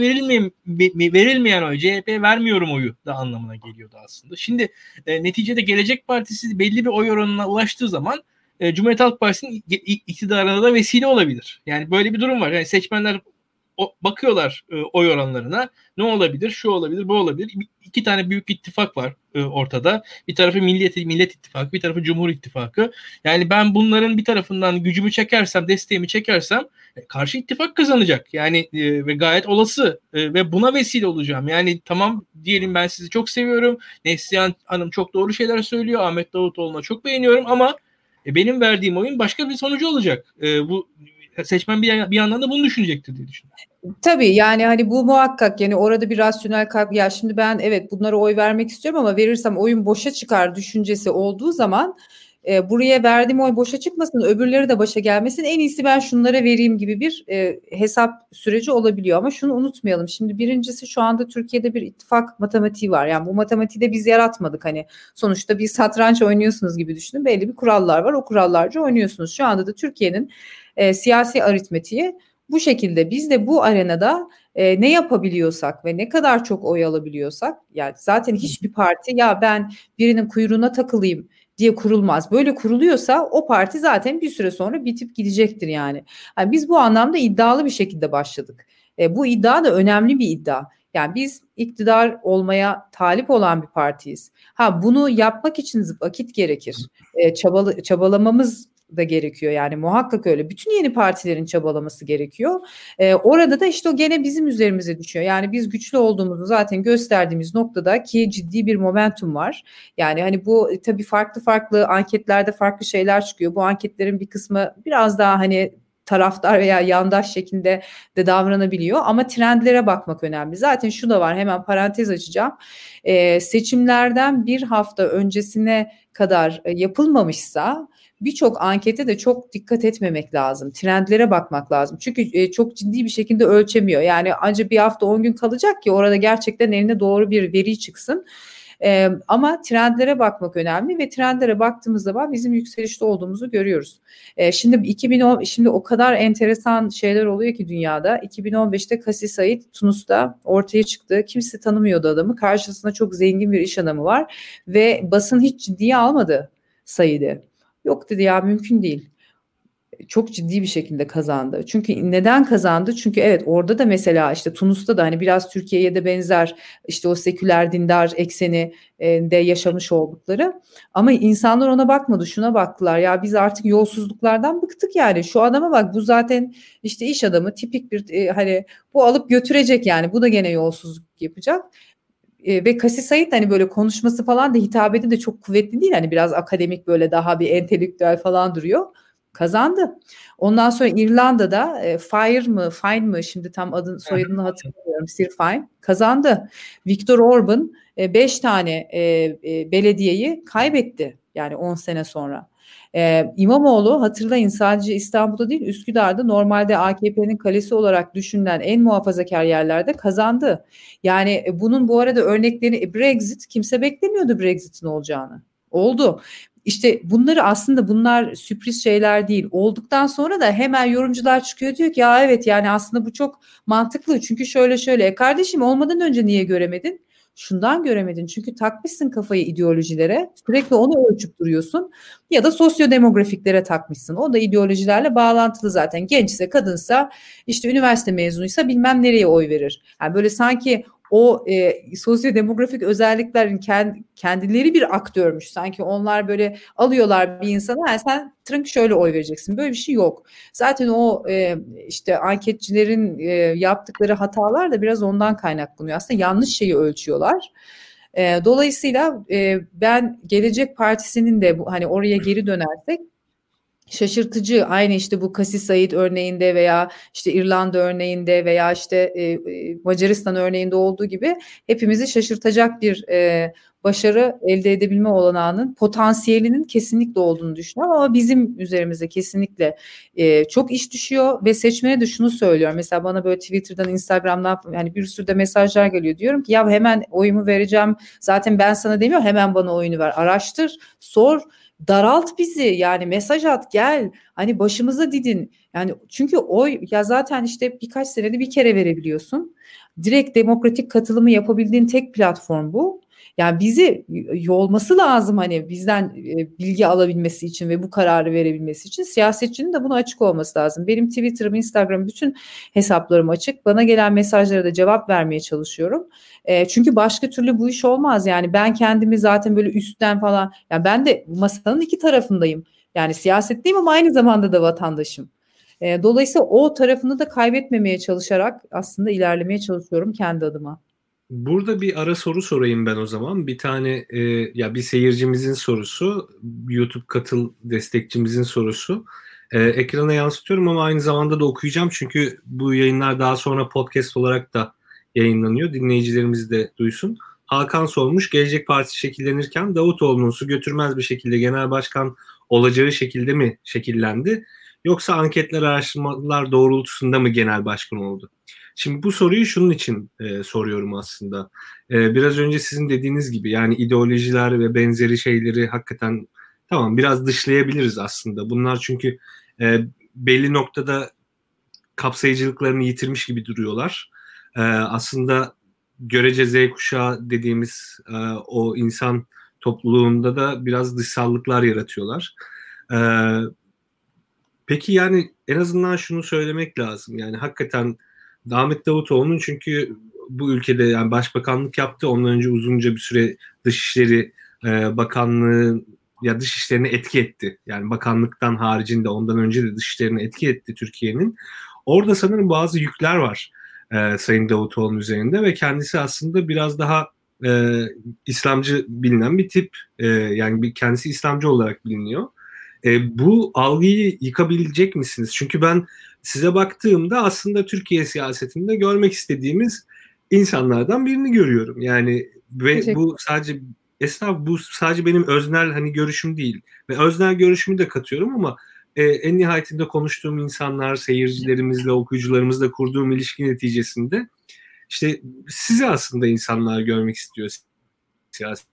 verilmeyen oy, CHP vermiyorum oyu da anlamına geliyordu aslında. Şimdi neticede Gelecek Partisi belli bir oy oranına ulaştığı zaman Cumhuriyet Halk Partisi'nin iktidarına da vesile olabilir. Yani böyle bir durum var. Yani seçmenler bakıyorlar oy oranlarına. Ne olabilir? Şu olabilir, bu olabilir. İki tane büyük ittifak var ortada. Bir tarafı Millet İttifakı, bir tarafı Cumhur İttifakı. Yani ben bunların bir tarafından gücümü çekersem, desteğimi çekersem karşı ittifak kazanacak. Yani ve gayet olası ve buna vesile olacağım. Yani tamam diyelim, ben sizi çok seviyorum. Neslihan Hanım çok doğru şeyler söylüyor. Ahmet Davutoğlu'na çok beğeniyorum ama benim verdiğim oyun başka bir sonucu olacak. Bu seçmen bir yandan da bunu düşünecektir diye düşünüyorum. Tabii yani hani bu muhakkak, yani orada bir rasyonel ya şimdi ben evet bunlara oy vermek istiyorum ama verirsem oyun boşa çıkar düşüncesi olduğu zaman buraya verdiğim oy boşa çıkmasın, öbürleri de başa gelmesin, en iyisi ben şunlara vereyim gibi bir hesap süreci olabiliyor. Ama şunu unutmayalım, şimdi birincisi şu anda Türkiye'de bir ittifak matematiği var. Yani bu matematiği de biz yaratmadık, hani sonuçta bir satranç oynuyorsunuz gibi düşünün, belli bir kurallar var, o kurallarca oynuyorsunuz. Şu anda da Türkiye'nin siyasi aritmetiği bu şekilde. Biz de bu arenada ne yapabiliyorsak ve ne kadar çok oy alabiliyorsak, yani zaten hiçbir parti ya ben birinin kuyruğuna takılayım diye kurulmaz. Böyle kuruluyorsa o parti zaten bir süre sonra bitip gidecektir yani. Yani biz bu anlamda iddialı bir şekilde başladık. Bu iddia da önemli bir iddia. Yani biz iktidar olmaya talip olan bir partiyiz. Bunu yapmak için vakit gerekir. Çabalamamız da gerekiyor, yani muhakkak öyle. Bütün yeni partilerin çabalaması gerekiyor. Orada da işte o gene bizim üzerimize düşüyor. Yani biz güçlü olduğumuzu zaten gösterdiğimiz noktada ki ciddi bir momentum var. Yani hani bu tabii farklı anketlerde farklı şeyler çıkıyor. Bu anketlerin bir kısmı biraz daha hani taraftar veya yandaş şeklinde de davranabiliyor ama trendlere bakmak önemli. Zaten şu da var, hemen parantez açacağım. Seçimlerden bir hafta öncesine kadar yapılmamışsa birçok ankete de çok dikkat etmemek lazım. Trendlere bakmak lazım. Çünkü çok ciddi bir şekilde ölçemiyor. Yani ancak bir hafta 10 gün kalacak ki orada gerçekten eline doğru bir veri çıksın. Ama trendlere bakmak önemli ve trendlere baktığımız zaman bizim yükselişte olduğumuzu görüyoruz. Şimdi o kadar enteresan şeyler oluyor ki dünyada. 2015'te Kasi Said Tunus'ta ortaya çıktı. Kimse tanımıyordu adamı. Karşısında çok zengin bir iş adamı var ve basın hiç ciddiye almadı Said'i. Yok dedi ya, mümkün değil. Çok ciddi bir şekilde kazandı. Çünkü neden kazandı? Çünkü evet, orada da mesela işte Tunus'ta da hani biraz Türkiye'ye de benzer, işte o seküler dindar ekseni de yaşamış oldukları. Ama insanlar ona bakmadı, şuna baktılar. Ya biz artık yolsuzluklardan bıktık yani. Şu adama bak, bu zaten işte iş adamı, tipik bir hani bu alıp götürecek yani. Bu da gene yolsuzluk yapacak. Ve Kasi Said hani böyle konuşması falan da, hitabeti de çok kuvvetli değil. Hani biraz akademik, böyle daha bir entelektüel falan duruyor. Kazandı. Ondan sonra İrlanda'da Fine mı şimdi tam soyadını hatırlamıyorum. Sir Fine kazandı. Viktor Orban 5 tane belediyeyi kaybetti. Yani 10 sene sonra. İmamoğlu hatırlayın sadece İstanbul'da değil Üsküdar'da normalde AKP'nin kalesi olarak düşünülen en muhafazakar yerlerde kazandı. Yani bunun bu arada örnekleri Brexit kimse beklemiyordu Brexit'in olacağını. Oldu. İşte bunlar sürpriz şeyler değil. Olduktan sonra da hemen yorumcular çıkıyor diyor ki ya evet yani aslında bu çok mantıklı. Çünkü şöyle kardeşim olmadan önce niye göremedin? Şundan göremedin. Çünkü takmışsın kafayı ideolojilere. Sürekli onu ölçüp duruyorsun. Ya da sosyodemografiklere takmışsın. O da ideolojilerle bağlantılı zaten. Gençse, kadınsa, işte üniversite mezunuysa bilmem nereye oy verir. Yani böyle sanki o sosyodemografik özelliklerin kendileri bir aktörmüş. Sanki onlar böyle alıyorlar bir insana. Yani sen tırnk şöyle oy vereceksin. Böyle bir şey yok. Zaten o işte anketçilerin yaptıkları hatalar da biraz ondan kaynaklanıyor. Aslında yanlış şeyi ölçüyorlar. Dolayısıyla ben Gelecek Partisi'nin de hani oraya geri dönersek şaşırtıcı aynı işte bu Kasis Said örneğinde veya işte İrlanda örneğinde veya işte Macaristan örneğinde olduğu gibi hepimizi şaşırtacak bir başarı elde edebilme olanağının potansiyelinin kesinlikle olduğunu düşünüyorum ama bizim üzerimize kesinlikle çok iş düşüyor ve seçmene de şunu söylüyorum. Mesela bana böyle Twitter'dan, Instagram'dan yani bir sürü de mesajlar geliyor. Diyorum ki ya hemen oyumu vereceğim. Zaten ben sana demiyorum hemen bana oyunu ver. Araştır, sor. Daralt bizi yani mesaj at gel hani başımıza didin yani çünkü oy ya zaten işte birkaç senede bir kere verebiliyorsun direkt demokratik katılımı yapabildiğin tek platform bu yani bizi yolması lazım hani bizden bilgi alabilmesi için ve bu kararı verebilmesi için siyasetçinin de buna açık olması lazım. Benim Twitter'ım, Instagram'ım bütün hesaplarım açık, bana gelen mesajlara da cevap vermeye çalışıyorum. Çünkü başka türlü bu iş olmaz yani ben kendimi zaten böyle üstten falan yani ben de masanın iki tarafındayım yani siyasetteyim ama aynı zamanda da vatandaşım. Dolayısıyla o tarafını da kaybetmemeye çalışarak aslında ilerlemeye çalışıyorum kendi adıma. Burada bir ara soru sorayım ben o zaman. Bir tane ya bir seyircimizin sorusu, YouTube katıl destekçimizin sorusu. Ekrana yansıtıyorum ama aynı zamanda da okuyacağım çünkü bu yayınlar daha sonra podcast olarak da yayınlanıyor. Dinleyicilerimiz de duysun. Hakan sormuş, Gelecek Partisi şekillenirken Davutoğlu'nun su götürmez bir şekilde genel başkan olacağı şekilde mi şekillendi? Yoksa anketler, araştırmalar doğrultusunda mı genel başkan oldu? Şimdi bu soruyu şunun için soruyorum aslında. Biraz önce sizin dediğiniz gibi yani ideolojiler ve benzeri şeyleri hakikaten tamam biraz dışlayabiliriz aslında. Bunlar çünkü belli noktada kapsayıcılıklarını yitirmiş gibi duruyorlar. Aslında görece Z kuşağı dediğimiz o insan topluluğunda da biraz dışsallıklar yaratıyorlar. Peki yani en azından şunu söylemek lazım. Yani hakikaten Ahmet Davutoğlu'nun çünkü bu ülkede yani başbakanlık yaptı. Ondan önce uzunca bir süre Dışişleri Bakanlığı ya dışişlerine etki etti. Yani bakanlıktan haricinde ondan önce de dışişlerine etki etti Türkiye'nin. Orada sanırım bazı yükler var Sayın Davutoğlu'nun üzerinde ve kendisi aslında biraz daha İslamcı bilinen bir tip. Yani kendisi İslamcı olarak biliniyor. Bu algıyı yıkabilecek misiniz? Çünkü ben size baktığımda aslında Türkiye siyasetinde görmek istediğimiz insanlardan birini görüyorum. Yani ve bu sadece bu sadece benim öznel hani görüşüm değil ve öznel görüşümü de katıyorum ama en nihayetinde konuştuğum insanlar, seyircilerimizle, okuyucularımızla kurduğum ilişki neticesinde işte sizi aslında insanlar görmek istiyor siyaset.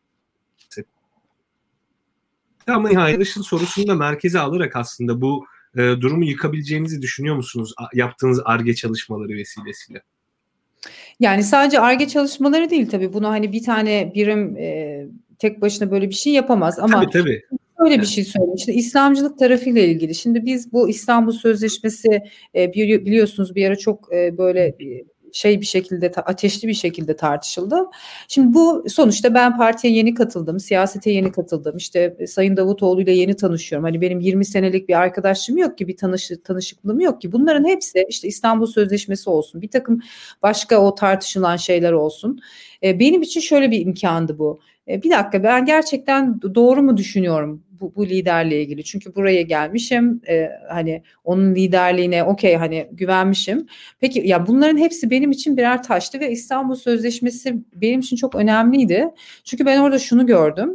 Ama nihayetinde sorusunu da merkeze alarak aslında bu durumu yıkabileceğinizi düşünüyor musunuz yaptığınız Ar-Ge çalışmaları vesilesiyle? Yani sadece Ar-Ge çalışmaları değil tabii. Bunu hani bir tane birim tek başına böyle bir şey yapamaz ama tabii. Öyle bir şey söyleyeyim. İşte İslamcılık tarafıyla ilgili. Şimdi biz bu İstanbul Sözleşmesi biliyorsunuz bir ara çok böyle bir şekilde ateşli bir şekilde tartışıldı. Şimdi bu sonuçta ben partiye yeni katıldım, siyasete yeni katıldım. İşte Sayın Davutoğlu ile yeni tanışıyorum. Hani benim 20 senelik bir arkadaşlığım yok ki, bir tanışıklığım yok ki. Bunların hepsi işte İstanbul Sözleşmesi olsun, bir takım başka o tartışılan şeyler olsun. Benim için şöyle bir imkandı bu. Bir dakika ben gerçekten doğru mu düşünüyorum? bu liderle ilgili. Çünkü buraya gelmişim, hani onun liderliğine okey, hani güvenmişim. Peki ya bunların hepsi benim için birer taştı ve İstanbul Sözleşmesi benim için çok önemliydi. Çünkü ben orada şunu gördüm.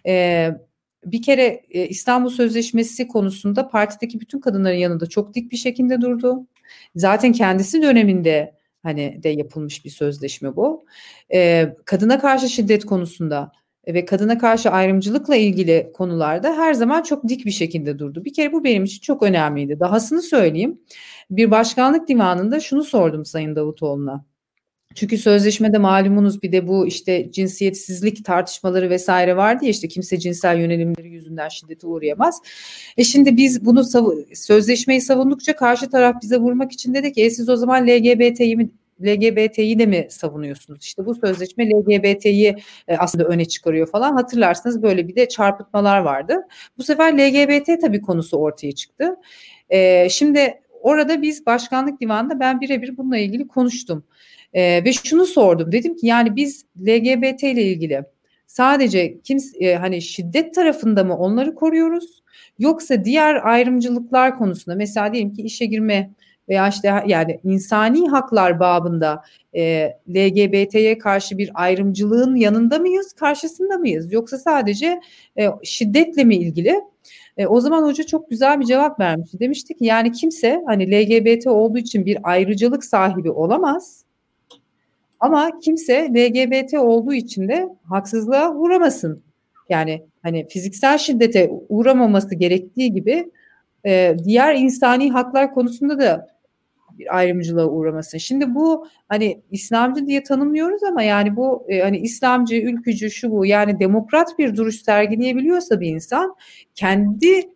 Bir kere İstanbul Sözleşmesi konusunda partideki bütün kadınların yanında çok dik bir şekilde durdu. Zaten kendisi döneminde hani de yapılmış bir sözleşme bu. Kadına karşı şiddet konusunda ve kadına karşı ayrımcılıkla ilgili konularda her zaman çok dik bir şekilde durdu. Bir kere bu benim için çok önemliydi. Dahasını söyleyeyim. Bir başkanlık divanında şunu sordum Sayın Davutoğlu'na. Çünkü sözleşmede malumunuz bir de bu işte cinsiyetsizlik tartışmaları vesaire vardı ya, işte kimse cinsel yönelimleri yüzünden şiddete uğrayamaz. Şimdi biz bunu sözleşmeyi savundukça karşı taraf bize vurmak için dedi ki siz o zaman LGBT'yi de mi savunuyorsunuz? İşte bu sözleşme LGBT'yi aslında öne çıkarıyor falan. Hatırlarsanız böyle bir de çarpıtmalar vardı. Bu sefer LGBT tabii konusu ortaya çıktı. Şimdi orada biz başkanlık divanında ben birebir bununla ilgili konuştum. Ve şunu sordum, dedim ki yani biz LGBT ile ilgili sadece hani şiddet tarafında mı onları koruyoruz, yoksa diğer ayrımcılıklar konusunda, mesela diyelim ki işe girme veya işte yani insani haklar babında LGBT'ye karşı bir ayrımcılığın yanında mıyız, karşısında mıyız, yoksa sadece şiddetle mi ilgili? O zaman hoca çok güzel bir cevap vermişti. Demişti ki yani kimse hani LGBT olduğu için bir ayrıcalık sahibi olamaz. Ama kimse LGBT olduğu için de haksızlığa uğramasın. Yani hani fiziksel şiddete uğramaması gerektiği gibi diğer insani haklar konusunda da bir ayrımcılığa uğramasın. Şimdi bu hani İslamcı diye tanımlıyoruz ama yani bu hani İslamcı, ülkücü, şu bu, yani demokrat bir duruş sergileyebiliyorsa bir insan kendi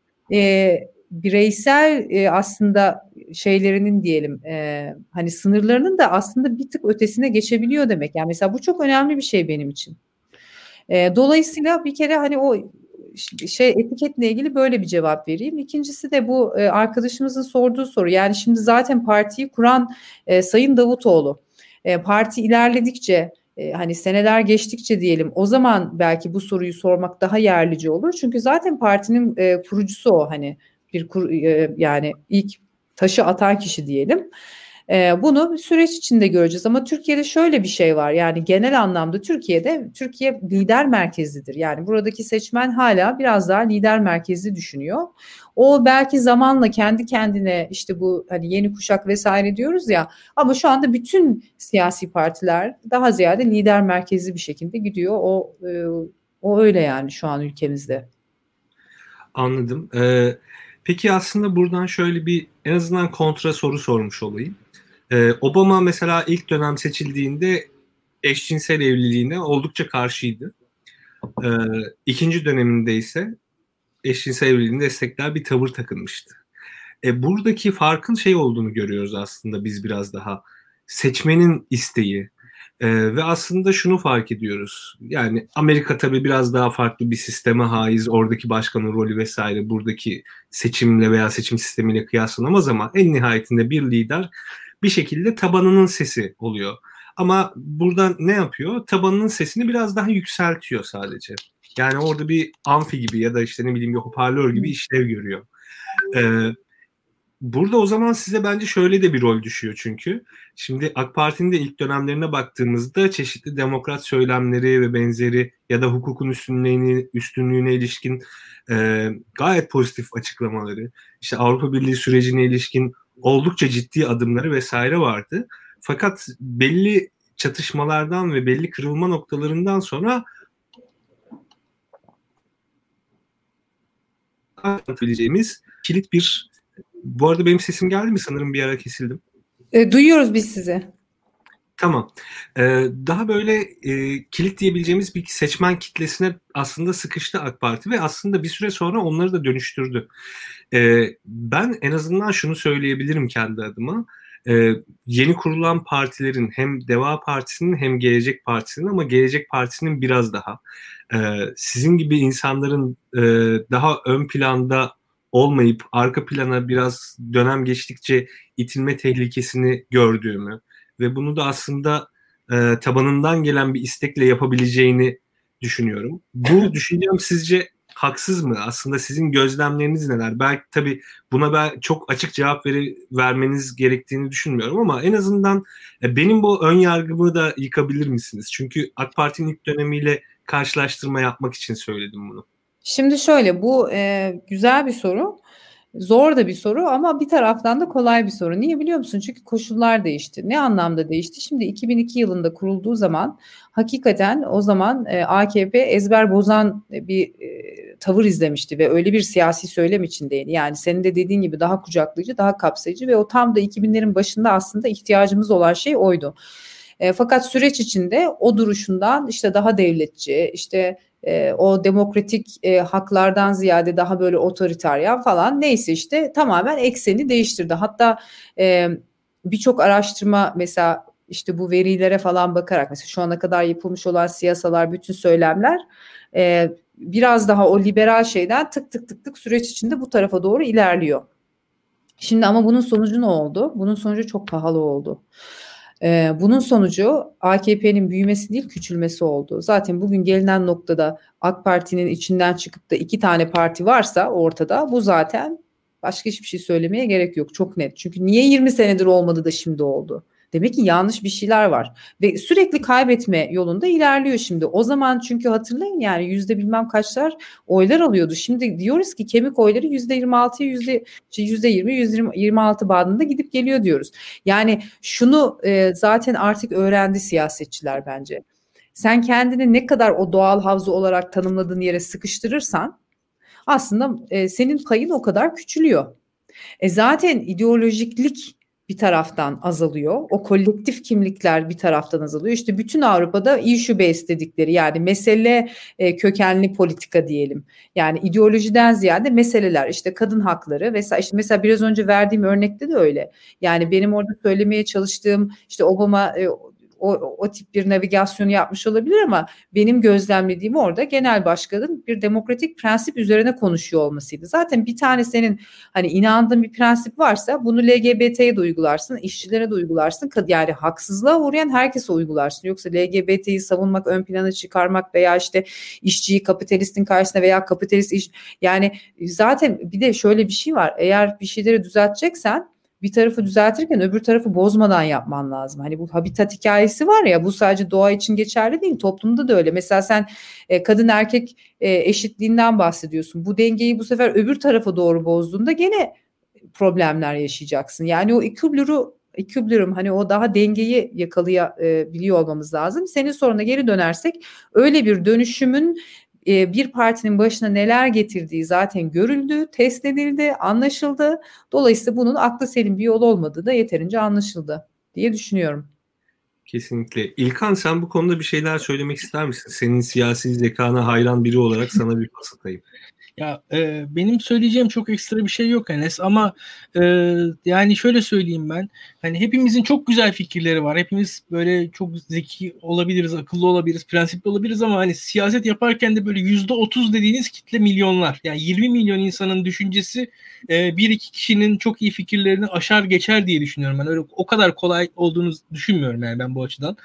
bireysel aslında şeylerinin diyelim hani sınırlarının da aslında bir tık ötesine geçebiliyor demek. Yani mesela bu çok önemli bir şey benim için. Dolayısıyla bir kere hani o etiketle ilgili böyle bir cevap vereyim. İkincisi de bu arkadaşımızın sorduğu soru. Yani şimdi zaten partiyi kuran Sayın Davutoğlu. Parti ilerledikçe hani seneler geçtikçe diyelim, o zaman belki bu soruyu sormak daha yerlice olur. Çünkü zaten partinin kurucusu o, hani yani ilk taşı atan kişi diyelim. Bunu süreç içinde göreceğiz ama Türkiye'de şöyle bir şey var, yani genel anlamda Türkiye lider merkezlidir. Yani buradaki seçmen hala biraz daha lider merkezli düşünüyor. O belki zamanla kendi kendine işte bu hani yeni kuşak vesaire diyoruz ya, ama şu anda bütün siyasi partiler daha ziyade lider merkezli bir şekilde gidiyor. O öyle yani şu an ülkemizde. Anladım. Peki aslında buradan şöyle bir en azından kontra soru sormuş olayım. Obama mesela ilk dönem seçildiğinde eşcinsel evliliğine oldukça karşıydı. İkinci döneminde ise eşcinsel evliliğini destekler bir tavır takınmıştı. Buradaki farkın şey olduğunu görüyoruz aslında biz biraz daha. Seçmenin isteği. Ve aslında şunu fark ediyoruz. Yani Amerika tabii biraz daha farklı bir sisteme haiz. Oradaki başkanın rolü vesaire buradaki seçimle veya seçim sistemiyle kıyaslanamaz ama en nihayetinde bir lider bir şekilde tabanının sesi oluyor. Ama buradan ne yapıyor? Tabanının sesini biraz daha yükseltiyor sadece. Yani orada bir amfi gibi ya da işte ne bileyim bir hoparlör gibi işlev görüyor. Burada o zaman size bence şöyle de bir rol düşüyor çünkü. Şimdi AK Parti'nin de ilk dönemlerine baktığımızda çeşitli demokrat söylemleri ve benzeri ya da hukukun üstünlüğüne ilişkin gayet pozitif açıklamaları, işte Avrupa Birliği sürecine ilişkin oldukça ciddi adımları vesaire vardı. Fakat belli çatışmalardan ve belli kırılma noktalarından sonra anlatabileceğimiz kilit bir... Bu arada benim sesim geldi mi? Sanırım bir ara kesildim. Duyuyoruz biz sizi. Tamam. Daha böyle kilit diyebileceğimiz bir seçmen kitlesine aslında sıkıştı AK Parti ve aslında bir süre sonra onları da dönüştürdü. Ben en azından şunu söyleyebilirim kendi adıma. Yeni kurulan partilerin hem Deva Partisi'nin hem Gelecek Partisi'nin, ama Gelecek Partisi'nin biraz daha sizin gibi insanların daha ön planda olmayıp arka plana biraz dönem geçtikçe itilme tehlikesini gördüğümü ve bunu da aslında tabanından gelen bir istekle yapabileceğini düşünüyorum. Bu düşüncem sizce haksız mı? Aslında sizin gözlemleriniz neler? Belki tabii buna ben çok açık cevap vermeniz gerektiğini düşünmüyorum ama en azından benim bu ön yargımı da yıkabilir misiniz? Çünkü AK Parti'nin ilk dönemiyle karşılaştırma yapmak için söyledim bunu. Şimdi şöyle, bu güzel bir soru. Zor da bir soru ama bir taraftan da kolay bir soru. Niye biliyor musun? Çünkü koşullar değişti. Ne anlamda değişti? Şimdi 2002 yılında kurulduğu zaman hakikaten o zaman AKP ezber bozan bir tavır izlemişti ve öyle bir siyasi söylem içindeydi. Yani senin de dediğin gibi daha kucaklayıcı, daha kapsayıcı ve o tam da 2000'lerin başında aslında ihtiyacımız olan şey oydu. Fakat süreç içinde o duruşundan işte daha devletçi, işte o demokratik haklardan ziyade daha böyle otoriteryen falan, neyse işte tamamen ekseni değiştirdi. Hatta birçok araştırma mesela işte bu verilere falan bakarak, mesela şu ana kadar yapılmış olan siyasalar, bütün söylemler biraz daha o liberal şeyden tık tık tık tık süreç içinde bu tarafa doğru ilerliyor. Şimdi ama bunun sonucu ne oldu? Bunun sonucu çok pahalı oldu. Bunun sonucu AKP'nin büyümesi değil, küçülmesi oldu. Zaten bugün gelinen noktada AK Parti'nin içinden çıkıp da 2 tane parti varsa ortada, bu zaten başka hiçbir şey söylemeye gerek yok. Çok net. Çünkü niye 20 senedir olmadı da şimdi oldu? Demek ki yanlış bir şeyler var ve sürekli kaybetme yolunda ilerliyor şimdi. O zaman çünkü hatırlayın, yani yüzde bilmem kaçlar oylar alıyordu. Şimdi diyoruz ki kemik oyları %26'ya %20, %26 bandında gidip geliyor diyoruz. Yani şunu zaten artık öğrendi siyasetçiler bence. Sen kendini ne kadar o doğal havza olarak tanımladığın yere sıkıştırırsan aslında senin payın o kadar küçülüyor. Zaten ideolojiklik bir taraftan azalıyor. O kolektif kimlikler bir taraftan azalıyor. İşte bütün Avrupa'da issue based dedikleri, yani mesele kökenli politika diyelim. Yani ideolojiden ziyade meseleler, işte kadın hakları vesaire. İşte mesela biraz önce verdiğim örnekte de öyle. Yani benim orada söylemeye çalıştığım işte Obama o tip bir navigasyonu yapmış olabilir ama benim gözlemlediğim orada genel başkanın bir demokratik prensip üzerine konuşuyor olmasıydı. Zaten bir tane senin hani inandığın bir prensip varsa bunu LGBT'ye de uygularsın, işçilere de uygularsın. Yani haksızlığa uğrayan herkese uygularsın. Yoksa LGBT'yi savunmak, ön plana çıkarmak veya işte işçiyi kapitalistin karşısına veya kapitalist iş, yani zaten bir de şöyle bir şey var. Eğer bir şeyleri düzelteceksen bir tarafı düzeltirken öbür tarafı bozmadan yapman lazım. Hani bu habitat hikayesi var ya, bu sadece doğa için geçerli değil, toplumda da öyle. Mesela sen kadın erkek eşitliğinden bahsediyorsun. Bu dengeyi bu sefer öbür tarafa doğru bozduğunda gene problemler yaşayacaksın. Yani o equilibrium, hani o daha dengeyi yakalayabiliyor olmamız lazım. Senin soruna geri dönersek, öyle bir dönüşümün bir partinin başına neler getirdiği zaten görüldü, test edildi, anlaşıldı. Dolayısıyla bunun aklı selim bir yol olmadığı da yeterince anlaşıldı diye düşünüyorum. Kesinlikle. İlkan, sen bu konuda bir şeyler söylemek ister misin? Senin siyasi zekana hayran biri olarak sana bir pas atayım. Ya benim söyleyeceğim çok ekstra bir şey yok Enes, ama yani şöyle söyleyeyim ben. Hani hepimizin çok güzel fikirleri var. Hepimiz böyle çok zeki olabiliriz, akıllı olabiliriz, prensipli olabiliriz ama hani siyaset yaparken de böyle %30 dediğiniz kitle milyonlar. Yani 20 milyon insanın düşüncesi bir iki kişinin çok iyi fikirlerini aşar geçer diye düşünüyorum. Ben öyle o kadar kolay olduğunu düşünmüyorum yani ben bu açıdan.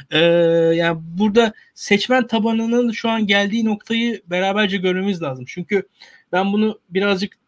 Yani burada seçmen tabanının şu an geldiği noktayı beraberce görmemiz lazım. Çünkü ben bunu birazcık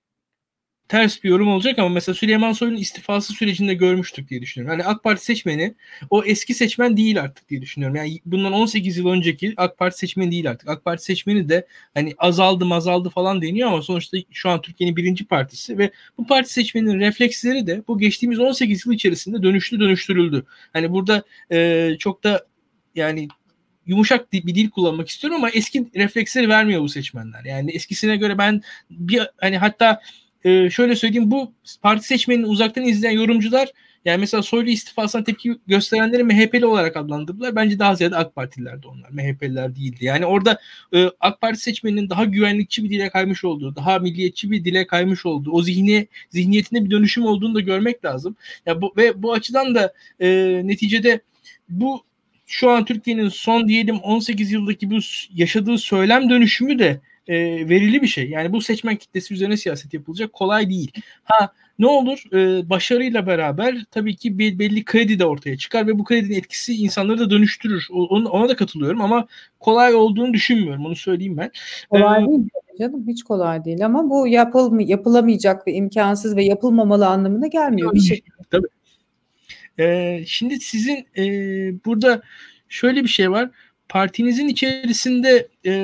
ters bir yorum olacak ama mesela Süleyman Soylu'nun istifası sürecinde görmüştük diye düşünüyorum. Hani AK Parti seçmeni o eski seçmen değil artık diye düşünüyorum. Yani bundan 18 yıl önceki AK Parti seçmeni değil artık. AK Parti seçmeni de hani azaldı falan deniyor ama sonuçta şu an Türkiye'nin birinci partisi ve bu parti seçmeninin refleksleri de bu geçtiğimiz 18 yıl içerisinde dönüştürüldü. Hani burada çok da yani yumuşak bir dil kullanmak istiyorum ama eski refleksleri vermiyor bu seçmenler. Yani eskisine göre ben bir hani hatta şöyle söyleyeyim, bu parti seçmenini uzaktan izleyen yorumcular yani mesela Soylu istifasına tepki gösterenleri MHP'li olarak adlandırdılar. Bence daha ziyade AK Partililerdi onlar. MHP'liler değildi. Yani orada AK Parti seçmeninin daha güvenlikçi bir dile kaymış olduğu, daha milliyetçi bir dile kaymış olduğu, o zihniyetinde bir dönüşüm olduğunu da görmek lazım. Ya bu açıdan da neticede bu şu an Türkiye'nin son diyelim 18 yıldaki bu yaşadığı söylem dönüşümü de verili bir şey. Yani bu seçmen kitlesi üzerine siyaset yapılacak, kolay değil. Ne olur? Başarıyla beraber tabii ki belli kredi de ortaya çıkar ve bu kredinin etkisi insanları da dönüştürür. Ona da katılıyorum ama kolay olduğunu düşünmüyorum. Onu söyleyeyim ben. Kolay değil canım, hiç kolay değil ama bu yapılamayacak ve imkansız ve yapılmamalı anlamına gelmiyor bir şey. Tabii. Şimdi sizin burada şöyle bir şey var. Partinizin içerisinde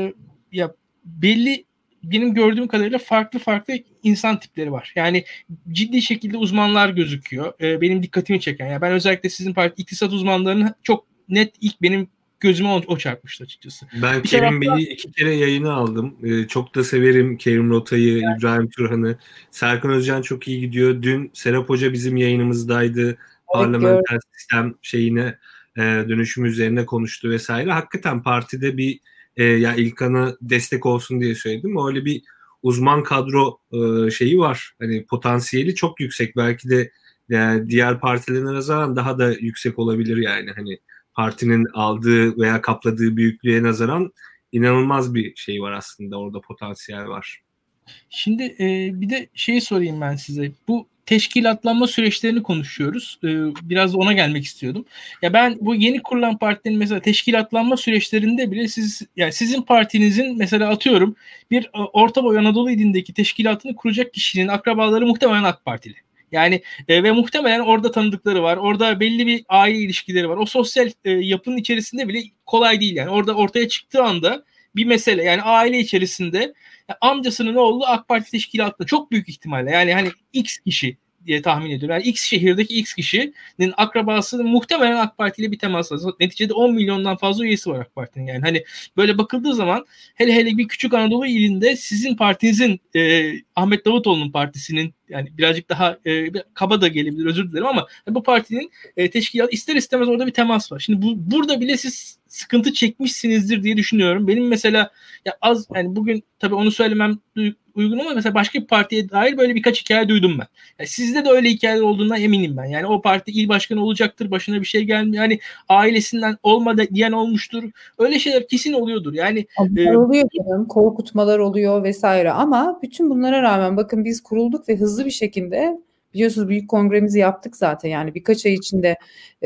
ya belli, benim gördüğüm kadarıyla farklı insan tipleri var. Yani ciddi şekilde uzmanlar gözüküyor. Benim dikkatimi çeken. Yani ben özellikle sizin parti iktisat uzmanlarının çok net ilk benim gözüme o çarpmıştı açıkçası. Ben Kerim Bey'i 2 kere yayına aldım. Çok da severim Kerim Rota'yı, evet. İbrahim Turhan'ı. Serkan Özcan çok iyi gidiyor. Dün Serap Hoca bizim yayınımızdaydı. Evet, parlamenter sistem şeyine dönüşüm üzerine konuştu vesaire. Hakikaten partide bir ya İlkan'a destek olsun diye söyledim. Öyle bir uzman kadro şeyi var. Hani potansiyeli çok yüksek. Belki de diğer partilerine nazaran daha da yüksek olabilir yani. Hani partinin aldığı veya kapladığı büyüklüğe nazaran inanılmaz bir şey var aslında. Orada potansiyel var. Şimdi bir de şeyi sorayım ben size. Bu teşkilatlanma süreçlerini konuşuyoruz. Biraz da ona gelmek istiyordum. Ya ben bu yeni kurulan partilerin mesela teşkilatlanma süreçlerinde bile sizin partinizin mesela atıyorum bir Orta Boy Anadolu ilindeki teşkilatını kuracak kişinin akrabaları muhtemelen AK Partili. Yani ve muhtemelen orada tanıdıkları var. Orada belli bir aile ilişkileri var. O sosyal yapının içerisinde bile kolay değil yani. Orada ortaya çıktığı anda bir mesele, yani aile içerisinde amcasının oğlu AK Parti teşkilatında çok büyük ihtimalle, yani hani X kişi diye tahmin ediyorum. Yani X şehirdeki X kişinin akrabası muhtemelen AK Parti ile bir temas var. Neticede 10 milyondan fazla üyesi var AK Parti'nin. Yani hani böyle bakıldığı zaman hele bir küçük Anadolu ilinde sizin partinizin Ahmet Davutoğlu'nun partisinin, yani birazcık daha kaba da gelebilir, özür dilerim, ama bu partinin teşkilat ister istemez orada bir temas var. Şimdi burada bile siz sıkıntı çekmişsinizdir diye düşünüyorum. Benim mesela yani bugün tabii onu söylemem uygun ama mesela başka bir partiye dair böyle birkaç hikaye duydum ben. Yani sizde de öyle hikayeler olduğundan eminim ben. Yani o parti il başkanı olacaktır, başına bir şey gelmiyor. Yani ailesinden olmadı diyen olmuştur. Öyle şeyler kesin oluyordur. Yani oluyor canım, korkutmalar oluyor vesaire ama bütün bunlara rağmen bakın biz kurulduk ve hızlı bir şekilde, biliyorsunuz büyük kongremizi yaptık zaten, yani birkaç ay içinde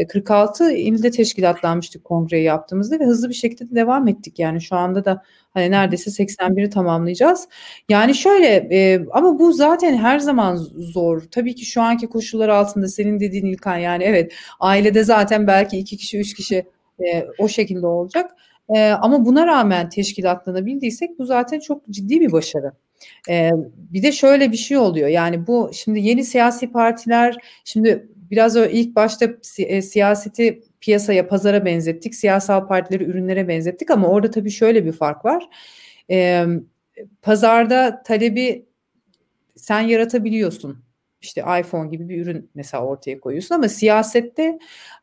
46 ilde teşkilatlanmıştık kongreyi yaptığımızda ve hızlı bir şekilde devam ettik. Yani şu anda da hani neredeyse 81'i tamamlayacağız. Yani şöyle ama bu zaten her zaman zor. Tabii ki şu anki koşullar altında senin dediğin İlkan, yani evet, ailede zaten belki 2 kişi 3 kişi o şekilde olacak. Ama buna rağmen teşkilatlanabildiysek bu zaten çok ciddi bir başarı. Bir de şöyle bir şey oluyor, yani bu şimdi yeni siyasi partiler, şimdi biraz ilk başta siyaseti piyasaya, pazara benzettik, siyasal partileri ürünlere benzettik ama orada tabii şöyle bir fark var. Pazarda talebi sen yaratabiliyorsun, işte iPhone gibi bir ürün mesela ortaya koyuyorsun ama siyasette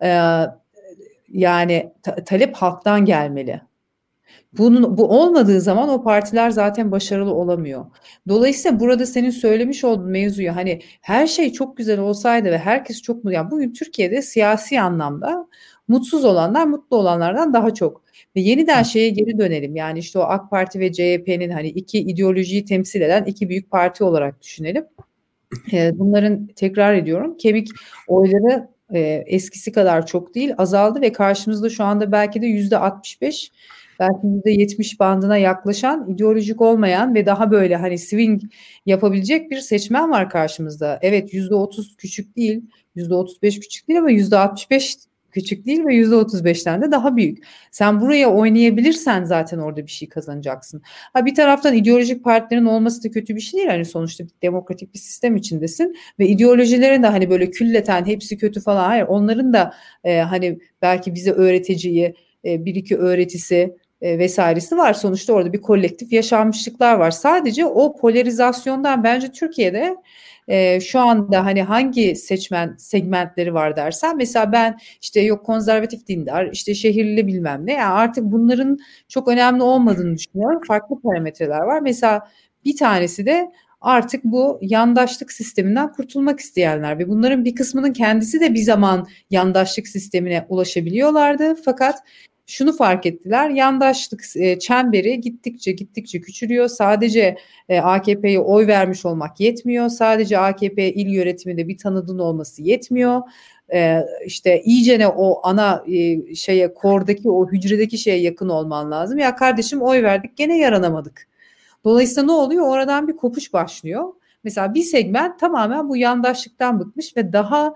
yani talep halktan gelmeli. Bu olmadığı zaman o partiler zaten başarılı olamıyor. Dolayısıyla burada senin söylemiş olduğun mevzuyu, hani her şey çok güzel olsaydı ve herkes çok mutlu, yani bugün Türkiye'de siyasi anlamda mutsuz olanlar mutlu olanlardan daha çok. Ve yeniden şeye geri dönelim, yani işte o AK Parti ve CHP'nin hani iki ideolojiyi temsil eden iki büyük parti olarak düşünelim. Bunların, tekrar ediyorum, kemik oyları eskisi kadar çok değil, azaldı ve karşımızda şu anda belki de %65, belki %70 bandına yaklaşan, ideolojik olmayan ve daha böyle hani swing yapabilecek bir seçmen var karşımızda. Evet, %30 küçük değil, %35 küçük değil ama %65 küçük değil ve %35'ten de daha büyük. Sen buraya oynayabilirsen zaten orada bir şey kazanacaksın. Bir taraftan ideolojik partilerin olması da kötü bir şey değil. Hani sonuçta demokratik bir sistem içindesin ve ideolojilerin de hani böyle külleten hepsi kötü falan. Hayır, onların da hani belki bize öğreteceği bir iki öğretisi vesairesi var. Sonuçta orada bir kolektif yaşanmışlıklar var. Sadece o polarizasyondan bence Türkiye'de şu anda hani hangi seçmen segmentleri var dersen, mesela ben işte yok konservatif dindar, işte şehirli bilmem ne, yani artık bunların çok önemli olmadığını düşünüyorum. Farklı parametreler var. Mesela bir tanesi de artık bu yandaşlık sisteminden kurtulmak isteyenler ve bunların bir kısmının kendisi de bir zaman yandaşlık sistemine ulaşabiliyorlardı. Fakat şunu fark ettiler. Yandaşlık çemberi gittikçe küçülüyor. Sadece AKP'ye oy vermiş olmak yetmiyor. Sadece AKP il yönetiminde bir tanıdığın olması yetmiyor. İşte iyicene o ana kordaki o hücredeki şeye yakın olman lazım. Ya kardeşim oy verdik gene yaranamadık. Dolayısıyla ne oluyor? Oradan bir kopuş başlıyor. Mesela bir segment tamamen bu yandaşlıktan bıkmış ve daha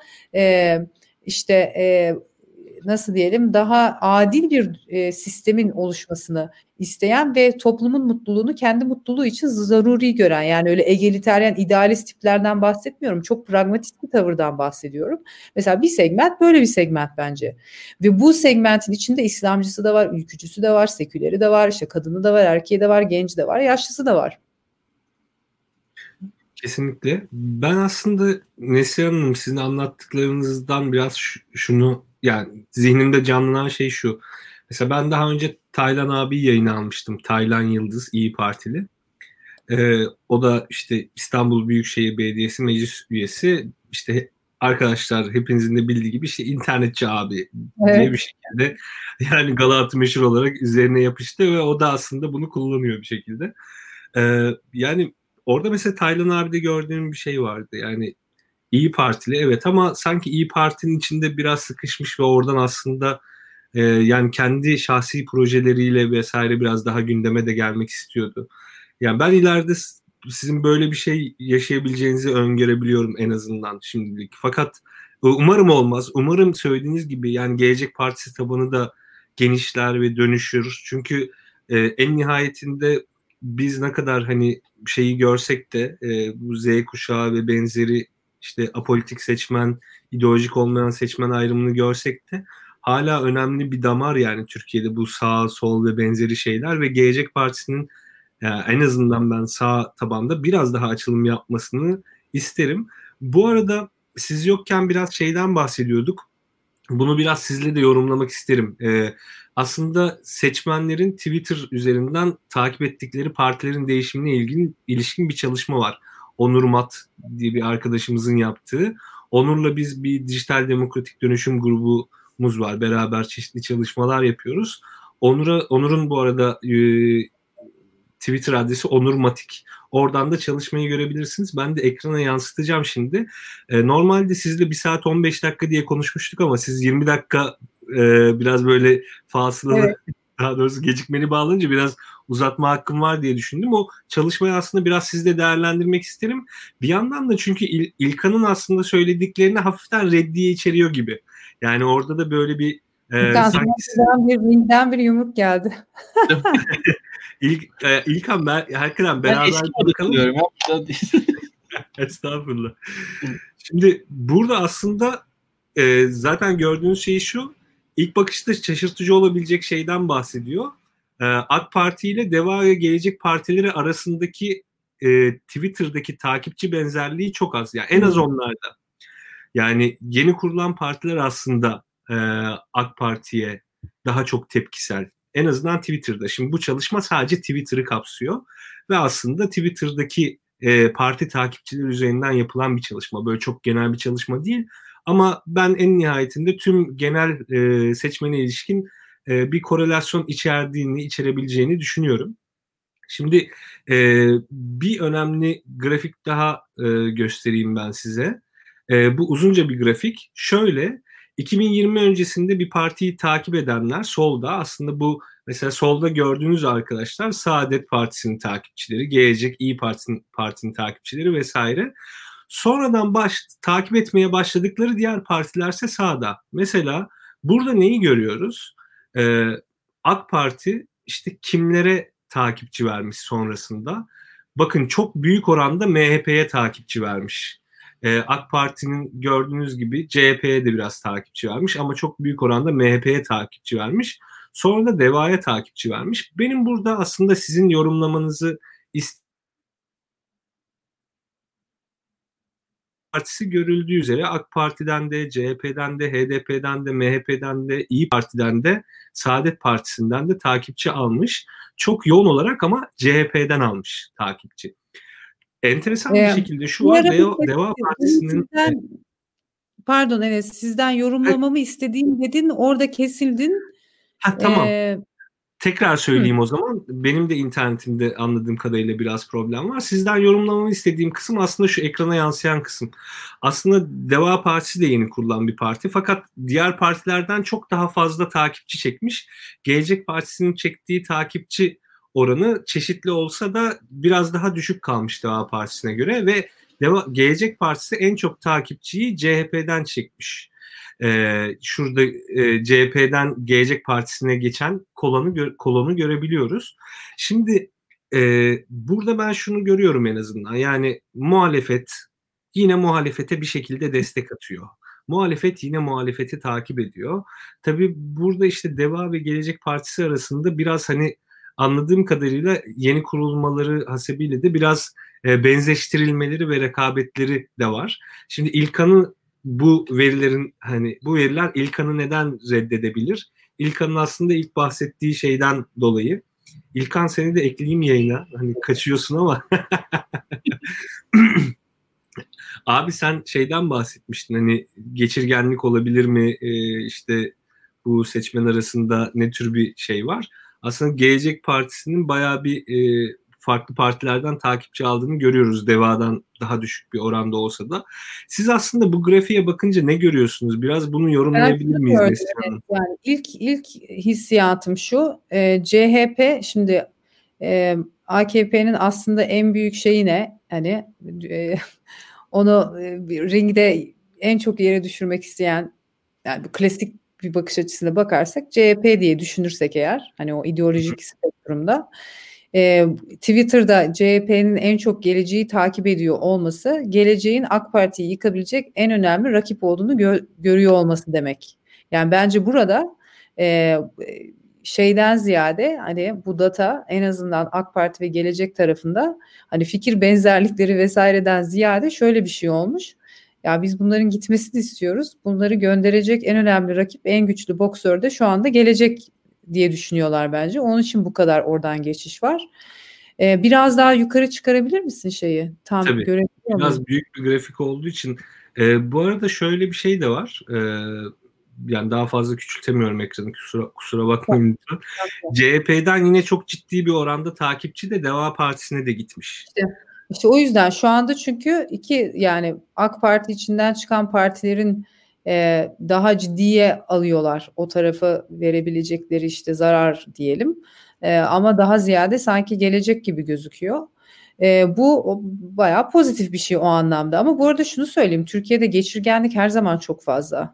nasıl diyelim, daha adil bir sistemin oluşmasını isteyen ve toplumun mutluluğunu kendi mutluluğu için zaruri gören, yani öyle egaliteryen idealist tiplerden bahsetmiyorum. Çok pragmatik bir tavırdan bahsediyorum. Mesela bir segment böyle bir segment bence. Ve bu segmentin içinde İslamcısı da var, ülkücüsü de var, seküleri de var, işte kadını da var, erkeği de var, genci de var, yaşlısı da var. Kesinlikle. Ben aslında Neslihan Hanım, sizin anlattıklarınızdan biraz şunu, yani zihnimde canlanan şey şu. Mesela ben daha önce Taylan abi yayına almıştım. Taylan Yıldız, İyi Partili. O da işte İstanbul Büyükşehir Belediyesi meclis üyesi. İşte arkadaşlar hepinizin de bildiği gibi işte internetçi abi diye bir şekilde, yani Galata meşhur olarak üzerine yapıştı ve o da aslında bunu kullanıyor bir şekilde. Yani orada mesela Taylan abi'de gördüğüm bir şey vardı. Yani İyi Partili evet, ama sanki İyi Parti'nin içinde biraz sıkışmış ve oradan aslında yani kendi şahsi projeleriyle vesaire biraz daha gündeme de gelmek istiyordu. Yani ben ileride sizin böyle bir şey yaşayabileceğinizi öngörebiliyorum en azından şimdilik. Fakat umarım olmaz. Umarım söylediğiniz gibi yani Gelecek Partisi tabanı da genişler ve dönüşür. Çünkü en nihayetinde biz ne kadar hani şeyi görsek de bu Z kuşağı ve benzeri işte apolitik seçmen, ideolojik olmayan seçmen ayrımını görsek de hala önemli bir damar yani Türkiye'de bu sağ, sol ve benzeri şeyler ve Gelecek Partisi'nin yani en azından ben sağ tabanda biraz daha açılım yapmasını isterim. Bu arada siz yokken biraz şeyden bahsediyorduk. Bunu biraz sizle de yorumlamak isterim. Aslında seçmenlerin Twitter üzerinden takip ettikleri partilerin değişimine ilişkin bir çalışma var. Onur Mat diye bir arkadaşımızın yaptığı. Onur'la biz bir dijital demokratik dönüşüm grubumuz var. Beraber çeşitli çalışmalar yapıyoruz. Onur'un bu arada Twitter adresi Onur Matik. Oradan da çalışmayı görebilirsiniz. Ben de ekrana yansıtacağım şimdi. Normalde sizle 1 saat 15 dakika diye konuşmuştuk ama siz 20 dakika biraz böyle fasılalı, evet. Daha doğrusu gecikmeli bağlanınca biraz uzatma hakkım var diye düşündüm. O çalışmayı aslında biraz sizle değerlendirmek isterim. Bir yandan da çünkü İlkan'ın aslında söylediklerini hafiften reddiye içeriyor gibi. Yani orada da böyle bir bir yumruk geldi. İlkan hakikaten beraber bakalım. Estağfurullah. Şimdi burada aslında zaten gördüğünüz şey şu. İlk bakışta şaşırtıcı olabilecek şeyden bahsediyor. AK Parti ile Deva ve Gelecek Partileri arasındaki Twitter'daki takipçi benzerliği çok az. Yani en az onlarda. Yani yeni kurulan partiler aslında AK Parti'ye daha çok tepkisel. En azından Twitter'da. Şimdi bu çalışma sadece Twitter'ı kapsıyor ve aslında Twitter'daki parti takipçileri üzerinden yapılan bir çalışma. Böyle çok genel bir çalışma değil. Ama ben en nihayetinde tüm genel seçmene ilişkin bir korelasyon içerebileceğini düşünüyorum. Şimdi bir önemli grafik daha göstereyim ben size. Bu uzunca bir grafik. Şöyle, 2020 öncesinde bir partiyi takip edenler solda, aslında bu mesela solda gördüğünüz arkadaşlar Saadet Partisi'nin takipçileri, Gelecek, İyi Parti'nin takipçileri vesaire. Sonradan takip etmeye başladıkları diğer partilerse sağda. Mesela burada neyi görüyoruz? AK Parti işte kimlere takipçi vermiş sonrasında? Bakın çok büyük oranda MHP'ye takipçi vermiş. AK Parti'nin gördüğünüz gibi CHP'ye de biraz takipçi vermiş ama çok büyük oranda MHP'ye takipçi vermiş. Sonra da DEVA'ya takipçi vermiş. Benim burada aslında sizin yorumlamanızı Partisi görüldüğü üzere AK Parti'den de, CHP'den de, HDP'den de, MHP'den de, İyi Parti'den de, Saadet Partisi'nden de takipçi almış. Çok yoğun olarak ama CHP'den almış takipçi. Enteresan bir şekilde şu var, Deva Partisi'nin... Pardon, evet, sizden yorumlamamı istediğim dedin, orada kesildin. Tamam. Ee, Tekrar söyleyeyim o zaman. Benim de internetimde anladığım kadarıyla biraz problem var. Sizden yorumlamamı istediğim kısım aslında şu ekrana yansıyan kısım. Aslında Deva Partisi de yeni kurulan bir parti. Fakat diğer partilerden çok daha fazla takipçi çekmiş. Gelecek Partisi'nin çektiği takipçi oranı çeşitli olsa da biraz daha düşük kalmış Deva Partisi'ne göre ve Gelecek Partisi en çok takipçiyi CHP'den çekmiş. Şurada CHP'den Gelecek Partisi'ne geçen kolonu görebiliyoruz. Şimdi burada ben şunu görüyorum en azından. Yani muhalefet yine muhalefete bir şekilde destek atıyor. Muhalefet yine muhalefeti takip ediyor. Tabii burada işte Deva ve Gelecek Partisi arasında biraz hani anladığım kadarıyla yeni kurulmaları hasebiyle de biraz benzeştirilmeleri ve rekabetleri de var. Şimdi İlkan'ı bu veriler İlkan'ı neden reddedebilir? İlkan'ın aslında ilk bahsettiği şeyden dolayı. İlkan seni de ekleyeyim yayına. Hani kaçıyorsun ama. Abi sen şeyden bahsetmiştin. Hani geçirgenlik olabilir mi? İşte bu seçmen arasında ne tür bir şey var? Aslında Gelecek Partisi'nin bayağı bir farklı partilerden takipçi aldığını görüyoruz. Deva'dan daha düşük bir oranda olsa da. Siz aslında bu grafiğe bakınca ne görüyorsunuz? Biraz bunu yorumlayabilir miyiz Neslihan Hanım? Yani ilk hissiyatım şu. CHP şimdi AKP'nin aslında en büyük şeyi ne? Hani onu ringde en çok yere düşürmek isteyen, yani bu klasik bir bakış açısına bakarsak CHP diye düşünürsek eğer, hani o ideolojik spektrumda Twitter'da CHP'nin en çok geleceği takip ediyor olması, geleceğin AK Parti'yi yıkabilecek en önemli rakip olduğunu görüyor olması demek. Yani bence burada şeyden ziyade hani bu data en azından AK Parti ve Gelecek tarafında hani fikir benzerlikleri vesaireden ziyade şöyle bir şey olmuş. Ya biz bunların gitmesini istiyoruz. Bunları gönderecek en önemli rakip, en güçlü boksör de şu anda Gelecek diye düşünüyorlar bence. Onun için bu kadar oradan geçiş var. Biraz daha yukarı çıkarabilir misin şeyi? Tam Tabii. görebiliyor Biraz muyum? büyük bir grafik olduğu için. Bu arada şöyle bir şey de var. Yani daha fazla küçültemiyorum ekranı. Kusura bakmayın lütfen. CHP'den yine çok ciddi bir oranda takipçi de Deva Partisi'ne de gitmiş. İşte o yüzden şu anda çünkü yani AK Parti içinden çıkan partilerin daha ciddiye alıyorlar o tarafı verebilecekleri işte zarar diyelim. Ama daha ziyade sanki Gelecek gibi gözüküyor. Bu bayağı pozitif bir şey o anlamda. Ama bu arada şunu söyleyeyim, Türkiye'de geçirgenlik her zaman çok fazla.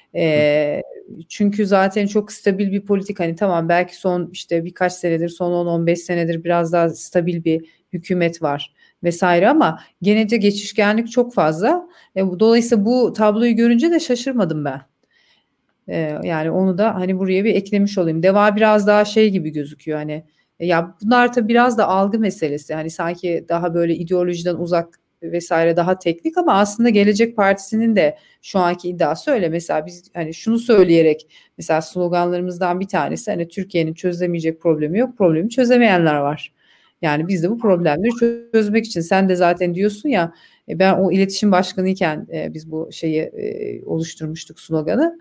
Çünkü zaten çok stabil bir politik, hani tamam belki son işte birkaç senedir, son 10-15 senedir biraz daha stabil bir hükümet var vesaire, ama gene de geçişkenlik çok fazla. Dolayısıyla bu tabloyu görünce de şaşırmadım ben. Yani onu da hani buraya bir eklemiş olayım. Deva biraz daha şey gibi gözüküyor hani. Ya bunlar tabii biraz da algı meselesi. Hani sanki daha böyle ideolojiden uzak vesaire, daha teknik, ama aslında Gelecek Partisi'nin de şu anki iddiası öyle. Mesela biz hani şunu söyleyerek, mesela sloganlarımızdan bir tanesi hani Türkiye'nin çözemeyecek problemi yok, problemi çözemeyenler var. Yani biz de bu problemleri çözmek için, sen de zaten diyorsun ya, ben o iletişim başkanıyken biz bu şeyi oluşturmuştuk, sloganı.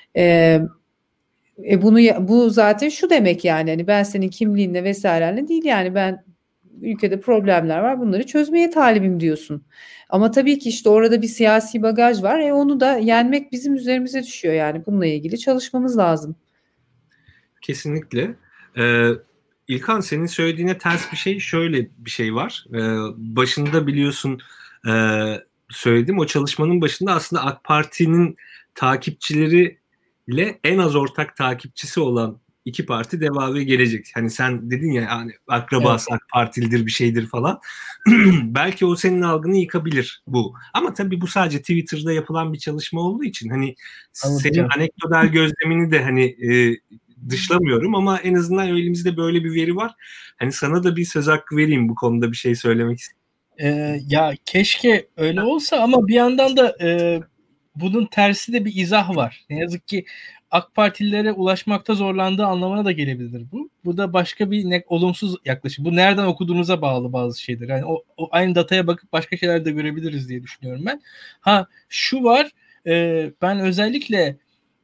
Bu zaten şu demek, yani hani ben senin kimliğinle vesairenle değil, yani ben ülkede problemler var, bunları çözmeye talibim diyorsun. Ama tabii ki işte orada bir siyasi bagaj var. Onu da yenmek bizim üzerimize düşüyor, yani bununla ilgili çalışmamız lazım. Kesinlikle. İlkan, senin söylediğine ters bir şey, şöyle bir şey var. Başında biliyorsun söyledim, o çalışmanın başında aslında AK Parti'nin takipçileriyle en az ortak takipçisi olan iki parti Deva ve Gelecek. Hani sen dedin ya, yani akrabası evet, AK Partilidir bir şeydir falan. Belki o senin algını yıkabilir bu. Ama tabii bu sadece Twitter'da yapılan bir çalışma olduğu için hani senin anekdotal gözlemini de hani dışlamıyorum, ama en azından elimizde böyle bir veri var. Hani sana da bir söz hakkı vereyim bu konuda bir şey söylemek istiyorum. Ya keşke öyle olsa, ama bir yandan da bunun tersi de bir izah var. Ne yazık ki AK Partililere ulaşmakta zorlandığı anlamına da gelebilir bu. Bu da başka bir olumsuz yaklaşım. Bu nereden okuduğunuza bağlı bazı şeyler. Yani o aynı dataya bakıp başka şeyler de görebiliriz diye düşünüyorum ben. Şu var, ben özellikle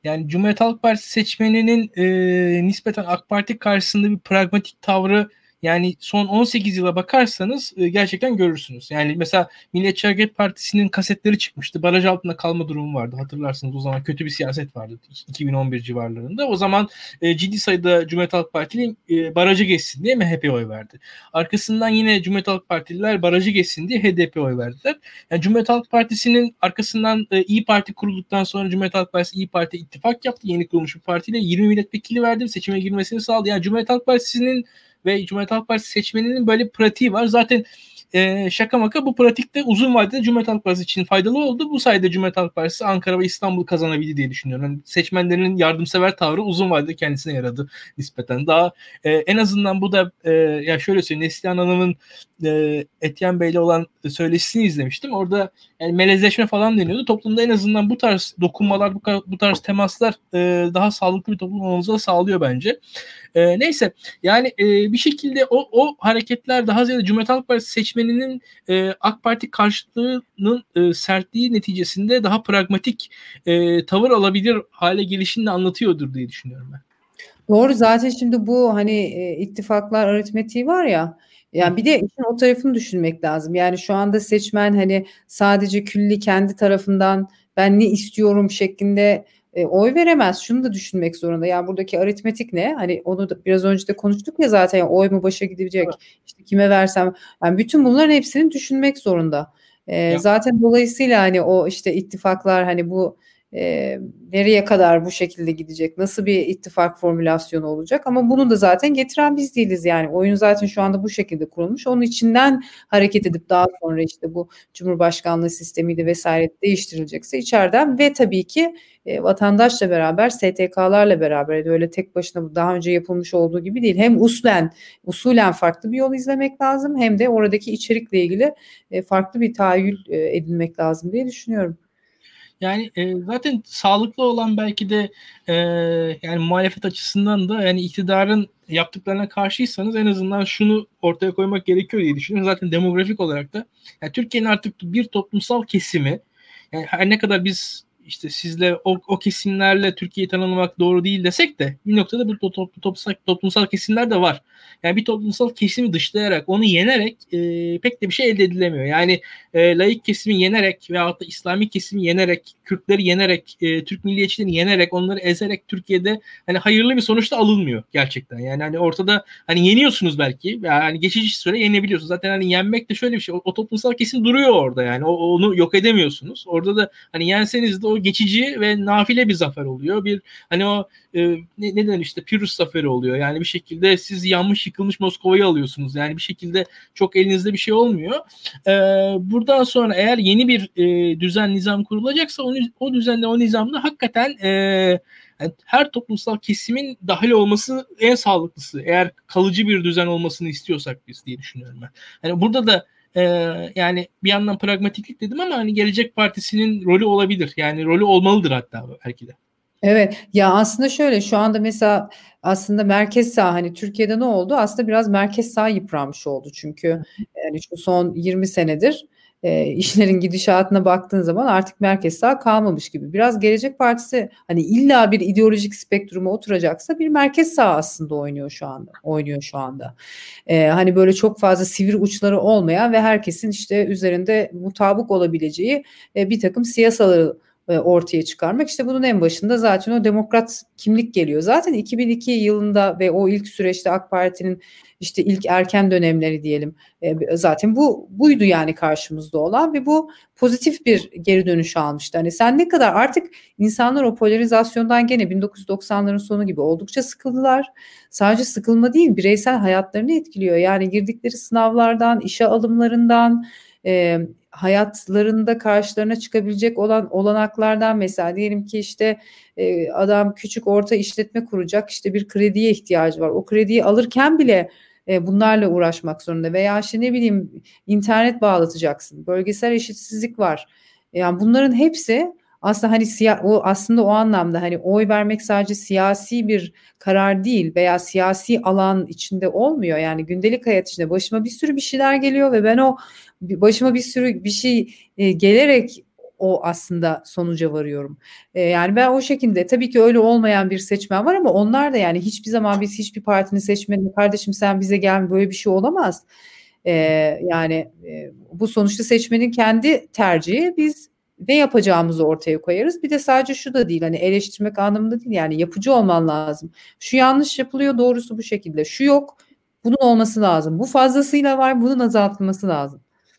Yani Cumhuriyet Halk Partisi seçmeninin nispeten AK Parti karşısında bir pragmatik tavrı, yani son 18 yıla bakarsanız gerçekten görürsünüz. Yani mesela Milliyetçi Hareket Partisi'nin kasetleri çıkmıştı. Baraj altında kalma durumu vardı. Hatırlarsınız, o zaman kötü bir siyaset vardı 2011 civarlarında. O zaman ciddi sayıda Cumhuriyet Halk Partili barajı geçsin diye MHP'ye oy verdi. Arkasından yine Cumhuriyet Halk Partililer barajı geçsin diye HDP'ye oy verdiler. Yani Cumhuriyet Halk Partisi'nin arkasından İyi Parti kurulduktan sonra Cumhuriyet Halk Partisi İyi Parti ittifak yaptı. Yeni kurulmuş bir partiyle 20 milletvekili verdi. Seçime girmesini sağladı. Yani Cumhuriyet Halk Partisi'nin ve Cumhuriyet Halk Partisi seçmeninin böyle pratiği var. Zaten şaka maka bu pratikte uzun vadede Cumhuriyet Halk Partisi için faydalı oldu. Bu sayede Cumhuriyet Halk Partisi Ankara ve İstanbul kazanabildi diye düşünüyorum. Yani seçmenlerinin yardımsever tavrı uzun vadede kendisine yaradı nispeten. Daha en azından bu da ya şöyle söyleyeyim, Neslihan Hanım'ın Etiyen Bey'le olan söyleşisini izlemiştim. Orada yani melezleşme falan deniyordu. Toplumda en azından bu tarz dokunmalar, bu tarz temaslar daha sağlıklı bir toplum olmamızı da sağlıyor bence. Neyse yani bir şekilde o hareketler daha ziyade Cumhuriyet Halk Partisi seçmeninin AK Parti karşıtlığının sertliği neticesinde daha pragmatik tavır alabilir hale gelişini de anlatıyordur diye düşünüyorum ben. Doğru, zaten şimdi bu hani ittifaklar aritmetiği var ya, yani bir de işin o tarafını düşünmek lazım. Yani şu anda seçmen hani sadece külli kendi tarafından ben ne istiyorum şeklinde oy veremez. Şunu da düşünmek zorunda. Yani buradaki aritmetik ne? Hani onu da biraz önce de konuştuk ya zaten, yani oy mu başa gidecek? İşte kime versem? Yani bütün bunların hepsini düşünmek zorunda. Zaten dolayısıyla hani o işte ittifaklar hani bu nereye kadar bu şekilde gidecek? Nasıl bir ittifak formülasyonu olacak? Ama bunu da zaten getiren biz değiliz yani. Oyun zaten şu anda bu şekilde kurulmuş. Onun içinden hareket edip daha sonra işte bu Cumhurbaşkanlığı sistemiyle vesaire değiştirilecekse içeriden ve tabii ki vatandaşla beraber, STK'larla beraber, yani öyle tek başına daha önce yapılmış olduğu gibi değil. Hem usulen farklı bir yol izlemek lazım, hem de oradaki içerikle ilgili farklı bir tahayyül edinmek lazım diye düşünüyorum. Yani zaten sağlıklı olan belki de yani muhalefet açısından da, yani iktidarın yaptıklarına karşıysanız en azından şunu ortaya koymak gerekiyor diye düşünüyorum. Zaten demografik olarak da yani Türkiye'nin artık bir toplumsal kesimi, yani her ne kadar biz işte sizle o kesimlerle Türkiye'yi tanımlamak doğru değil desek de bir noktada bu toplumsal kesimler de var. Yani bir toplumsal kesimi dışlayarak, onu yenerek pek de bir şey elde edilemiyor. Yani laik kesimi yenerek veyahut da İslami kesimi yenerek, Kürtleri yenerek, Türk milliyetçilerini yenerek, onları ezerek Türkiye'de hani hayırlı bir sonuç da alınmıyor gerçekten. Yani hani ortada hani yeniyorsunuz belki, yani geçici süre yenebiliyorsunuz. Zaten hani yenmek de şöyle bir şey. O toplumsal kesim duruyor orada yani. Onu yok edemiyorsunuz. Orada da hani yenseniz de o geçici ve nafile bir zafer oluyor. Bir hani o neden işte Pyrrhus zaferi oluyor. Yani bir şekilde siz yanmış yıkılmış Moskova'yı alıyorsunuz. Yani bir şekilde çok elinizde bir şey olmuyor. Buradan sonra eğer yeni bir düzen, nizam kurulacaksa o düzenle, o nizamda hakikaten yani her toplumsal kesimin dahil olması en sağlıklısı. Eğer kalıcı bir düzen olmasını istiyorsak biz diye düşünüyorum ben. Yani burada da yani bir yandan pragmatiklik dedim ama hani Gelecek Partisi'nin rolü olabilir. Yani rolü olmalıdır hatta belki de. Evet ya, aslında şöyle, şu anda mesela aslında merkez sağ, hani Türkiye'de ne oldu? Aslında biraz merkez sağ yıpranmış oldu çünkü yani şu son 20 senedir işlerin gidişatına baktığın zaman artık merkez sağ kalmamış gibi. Biraz Gelecek Partisi hani illa bir ideolojik spektruma oturacaksa bir merkez sağ aslında oynuyor şu anda. Hani böyle çok fazla sivri uçları olmayan ve herkesin işte üzerinde mutabık olabileceği bir takım siyasaları ortaya çıkarmak. İşte bunun en başında zaten o demokrat kimlik geliyor. Zaten 2002 yılında ve o ilk süreçte AK Parti'nin işte ilk erken dönemleri diyelim, zaten buydu yani karşımızda olan ve bu pozitif bir geri dönüş almıştı. Hani sen ne kadar artık insanlar o polarizasyondan gene 1990'ların sonu gibi oldukça sıkıldılar. Sadece sıkılma değil, bireysel hayatlarını etkiliyor. Yani girdikleri sınavlardan, işe alımlarından, hayatlarında karşılarına çıkabilecek olan olanaklardan, mesela diyelim ki işte adam küçük orta işletme kuracak, işte bir krediye ihtiyacı var. O krediyi alırken bile bunlarla uğraşmak zorunda, veya işte ne bileyim internet bağlatacaksın. Bölgesel eşitsizlik var. Yani bunların hepsi aslında hani aslında o anlamda hani oy vermek sadece siyasi bir karar değil veya siyasi alan içinde olmuyor. Yani gündelik hayat içinde başıma bir sürü bir şeyler geliyor ve ben başıma bir sürü bir şey gelerek o aslında sonuca varıyorum. Yani ben o şekilde, tabii ki öyle olmayan bir seçmen var ama onlar da yani hiçbir zaman biz hiçbir partinin seçmenine kardeşim sen bize gel, böyle bir şey olamaz. Yani bu sonuçta seçmenin kendi tercihi. Biz ne yapacağımızı ortaya koyarız. Bir de sadece şu da değil, hani eleştirmek anlamında değil, yani yapıcı olman lazım. Şu yanlış yapılıyor, doğrusu bu şekilde. Şu yok, bunun olması lazım. Bu fazlasıyla var, bunun azaltılması lazım.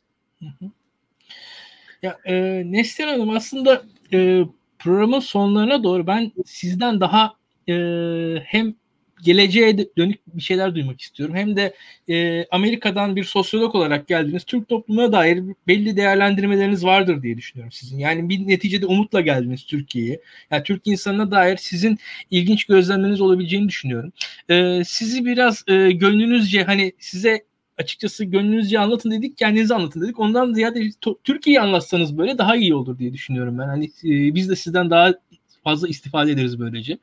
Ya Neslihan Hanım, aslında programın sonlarına doğru ben sizden daha hem geleceğe dönük bir şeyler duymak istiyorum. Hem de Amerika'dan bir sosyolog olarak geldiğiniz Türk toplumuna dair belli değerlendirmeleriniz vardır diye düşünüyorum sizin. Yani bir neticede umutla geldiniz Türkiye'ye. Yani Türk insanına dair sizin ilginç gözlemleriniz olabileceğini düşünüyorum. Sizi biraz gönlünüzce, hani size açıkçası gönlünüzce anlatın dedik, kendinizi anlatın dedik. Ondan ziyade Türkiye'yi anlatsanız böyle daha iyi olur diye düşünüyorum ben. Hani biz de sizden daha fazla istifade ederiz böylece.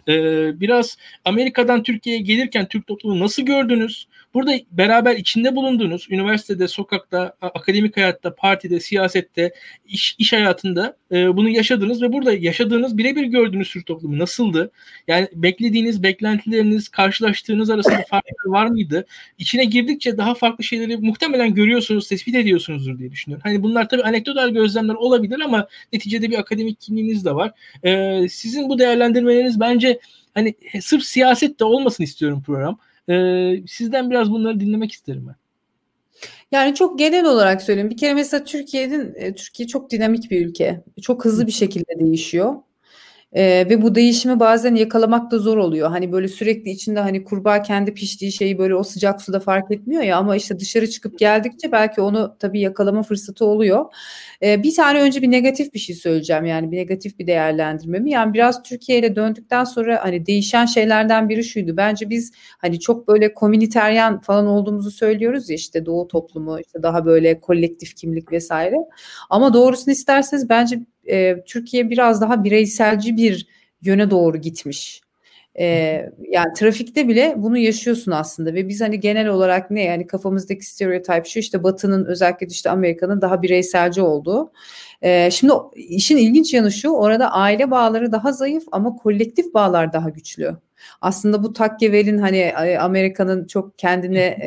Biraz Amerika'dan Türkiye'ye gelirken Türk toplumunu nasıl gördünüz? Burada beraber içinde bulunduğunuz, üniversitede, sokakta, akademik hayatta, partide, siyasette, iş hayatında bunu yaşadınız ve burada yaşadığınız, birebir gördüğünüz Türk toplumu nasıldı? Yani beklediğiniz, beklentileriniz, karşılaştığınız arasında farklar var mıydı? İçine girdikçe daha farklı şeyleri muhtemelen görüyorsunuz, tespit ediyorsunuzdur diye düşünüyorum. Hani bunlar tabii anekdotal gözlemler olabilir ama neticede bir akademik kimliğiniz de var. Sizin bu değerlendirmeleriniz bence hani sırf siyaset de olmasın istiyorum program. Sizden biraz bunları dinlemek isterim ben. Yani çok genel olarak söyleyeyim. Bir kere mesela Türkiye çok dinamik bir ülke. Çok hızlı bir şekilde değişiyor. Ve bu değişimi bazen yakalamak da zor oluyor. Hani böyle sürekli içinde, hani kurbağa kendi piştiği şeyi böyle o sıcak suda fark etmiyor ya, ama işte dışarı çıkıp geldikçe belki onu tabii yakalama fırsatı oluyor. Bir tane önce bir negatif bir şey söyleyeceğim, yani bir negatif bir değerlendirmemi. Yani biraz Türkiye ile döndükten sonra hani değişen şeylerden biri şuydu. Bence biz hani çok böyle komüniteryen falan olduğumuzu söylüyoruz ya, işte Doğu toplumu, işte daha böyle kolektif kimlik vesaire. Ama doğrusunu isterseniz bence Türkiye biraz daha bireyselci bir yöne doğru gitmiş. Yani trafikte bile bunu yaşıyorsun aslında ve biz hani genel olarak ne, yani kafamızdaki stereotip şu, işte Batı'nın, özellikle işte Amerika'nın daha bireyselci olduğu. Şimdi işin ilginç yanı şu, orada aile bağları daha zayıf ama kolektif bağlar daha güçlü. Aslında bu Tocqueville'in hani Amerika'nın çok kendine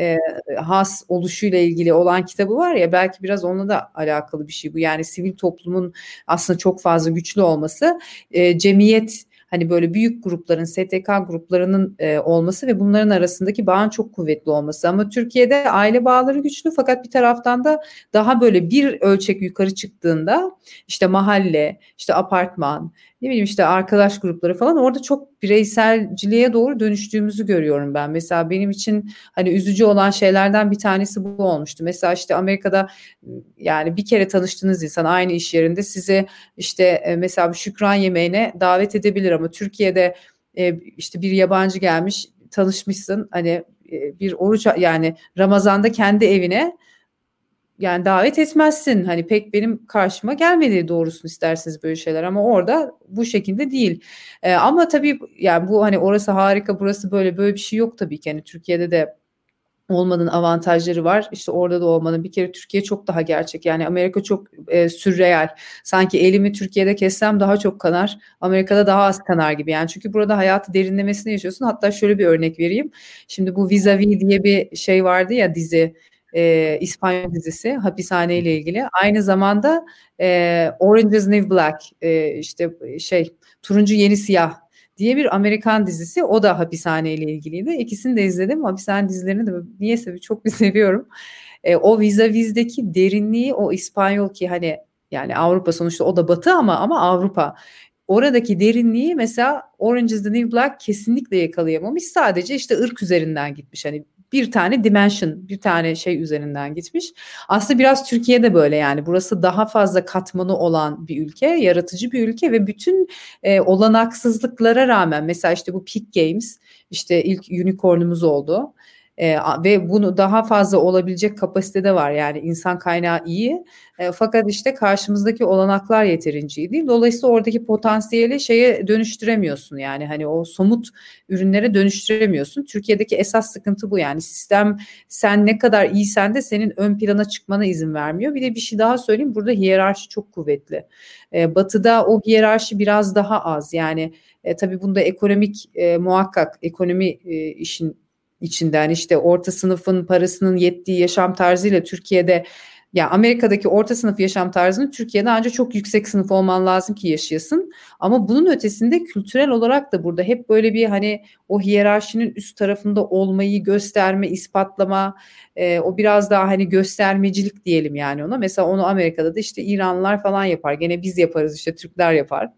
has oluşuyla ilgili olan kitabı var ya, belki biraz onunla da alakalı bir şey bu. Yani sivil toplumun aslında çok fazla güçlü olması, cemiyet, hani böyle büyük grupların, STK gruplarının olması ve bunların arasındaki bağın çok kuvvetli olması. Ama Türkiye'de aile bağları güçlü, fakat bir taraftan da daha böyle bir ölçek yukarı çıktığında işte mahalle, işte apartman, ne bileyim işte arkadaş grupları falan, orada çok bireyselciliğe doğru dönüştüğümüzü görüyorum ben. Mesela benim için hani üzücü olan şeylerden bir tanesi bu olmuştu. Mesela işte Amerika'da yani bir kere tanıştığınız insan aynı iş yerinde size işte mesela bir şükran yemeğine davet edebilir, ama Türkiye'de işte bir yabancı gelmiş, tanışmışsın, hani bir oruç, yani Ramazan'da kendi evine yani davet etmezsin. Hani pek benim karşıma gelmedi doğrusunu isterseniz böyle şeyler, ama orada bu şekilde değil. Ama tabii yani bu hani orası harika, burası böyle bir şey yok tabii ki. Hani Türkiye'de de olmanın avantajları var. İşte orada da olmanın, bir kere Türkiye çok daha gerçek. Yani Amerika çok sürreal. Sanki elimi Türkiye'de kessem daha çok kanar, Amerika'da daha az kanar gibi. Yani çünkü burada hayatı derinlemesine yaşıyorsun. Hatta şöyle bir örnek vereyim. Şimdi bu Vis-a-Vis diye bir şey vardı ya, dizi. İspanyol dizisi, hapishane ile ilgili. Aynı zamanda Orange is the New Black, işte Turuncu Yeni Siyah diye bir Amerikan dizisi. O da hapishane ile ilgiliydi. İkisini de izledim. Hapishane dizilerini de niyeyse çok seviyorum. O Vis-a-Vis'deki derinliği, o İspanyol ki hani yani Avrupa sonuçta, o da Batı ama Avrupa. Oradaki derinliği mesela Orange is the New Black kesinlikle yakalayamamış. Sadece işte ırk üzerinden gitmiş. Hani bir tane dimension, bir tane şey üzerinden gitmiş. Aslında biraz Türkiye'de böyle, yani burası daha fazla katmanı olan bir ülke, yaratıcı bir ülke ve bütün olanaksızlıklara rağmen mesela işte bu Peak Games, işte ilk unicornumuz oldu. Ve bunu daha fazla olabilecek kapasitede var. Yani insan kaynağı iyi. Fakat işte karşımızdaki olanaklar yeterince iyi değil. Dolayısıyla oradaki potansiyeli şeye dönüştüremiyorsun. Yani hani o somut ürünlere dönüştüremiyorsun. Türkiye'deki esas sıkıntı bu. Yani sistem sen ne kadar iyisen de senin ön plana çıkmana izin vermiyor. Bir de bir şey daha söyleyeyim. Burada hiyerarşi çok kuvvetli. Batı'da o hiyerarşi biraz daha az. Yani tabii bunda ekonomik muhakkak ekonomi işin içinden işte orta sınıfın parasının yettiği yaşam tarzıyla Türkiye'de ya Amerika'daki orta sınıf yaşam tarzını Türkiye'de ancak çok yüksek sınıf olman lazım ki yaşayasın. Ama bunun ötesinde kültürel olarak da burada hep böyle bir hani o hiyerarşinin üst tarafında olmayı gösterme, ispatlama, o biraz daha hani göstermecilik diyelim yani ona. Mesela onu Amerika'da da işte İranlılar falan yapar. Gene biz yaparız işte Türkler yapar.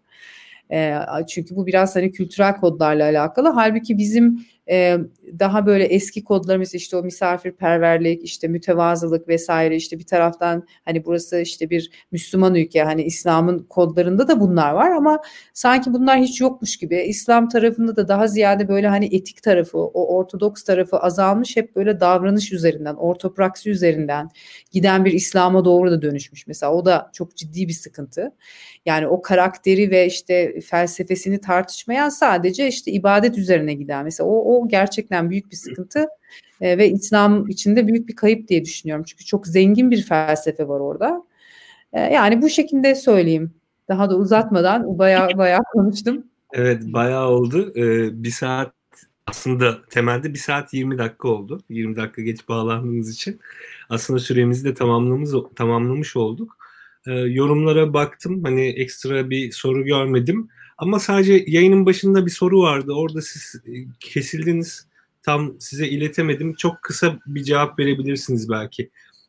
Çünkü bu biraz hani kültürel kodlarla alakalı. Halbuki bizim daha böyle eski kodlarımız işte o misafirperverlik, işte mütevazılık vesaire işte bir taraftan hani burası işte bir Müslüman ülke hani İslam'ın kodlarında da bunlar var ama sanki bunlar hiç yokmuş gibi. İslam tarafında da daha ziyade böyle hani etik tarafı, o ortodoks tarafı azalmış hep böyle davranış üzerinden, ortopraksi üzerinden giden bir İslam'a doğru da dönüşmüş. Mesela o da çok ciddi bir sıkıntı. Yani o karakteri ve işte felsefesini tartışmayan sadece işte ibadet üzerine giden mesela o gerçekten büyük bir sıkıntı ve İslam içinde büyük bir kayıp diye düşünüyorum. Çünkü çok zengin bir felsefe var orada. Yani bu şekilde söyleyeyim. Daha da uzatmadan bayağı konuştum. Evet, bayağı oldu. Bir saat aslında temelde 1 saat 20 dakika oldu. 20 dakika geç bağlandığımız için. Aslında süremizi de tamamlamış olduk. Yorumlara baktım. Hani ekstra bir soru görmedim. Ama sadece yayının başında bir soru vardı. Orada siz kesildiniz. Tam size iletemedim. Çok kısa bir cevap verebilirsiniz belki.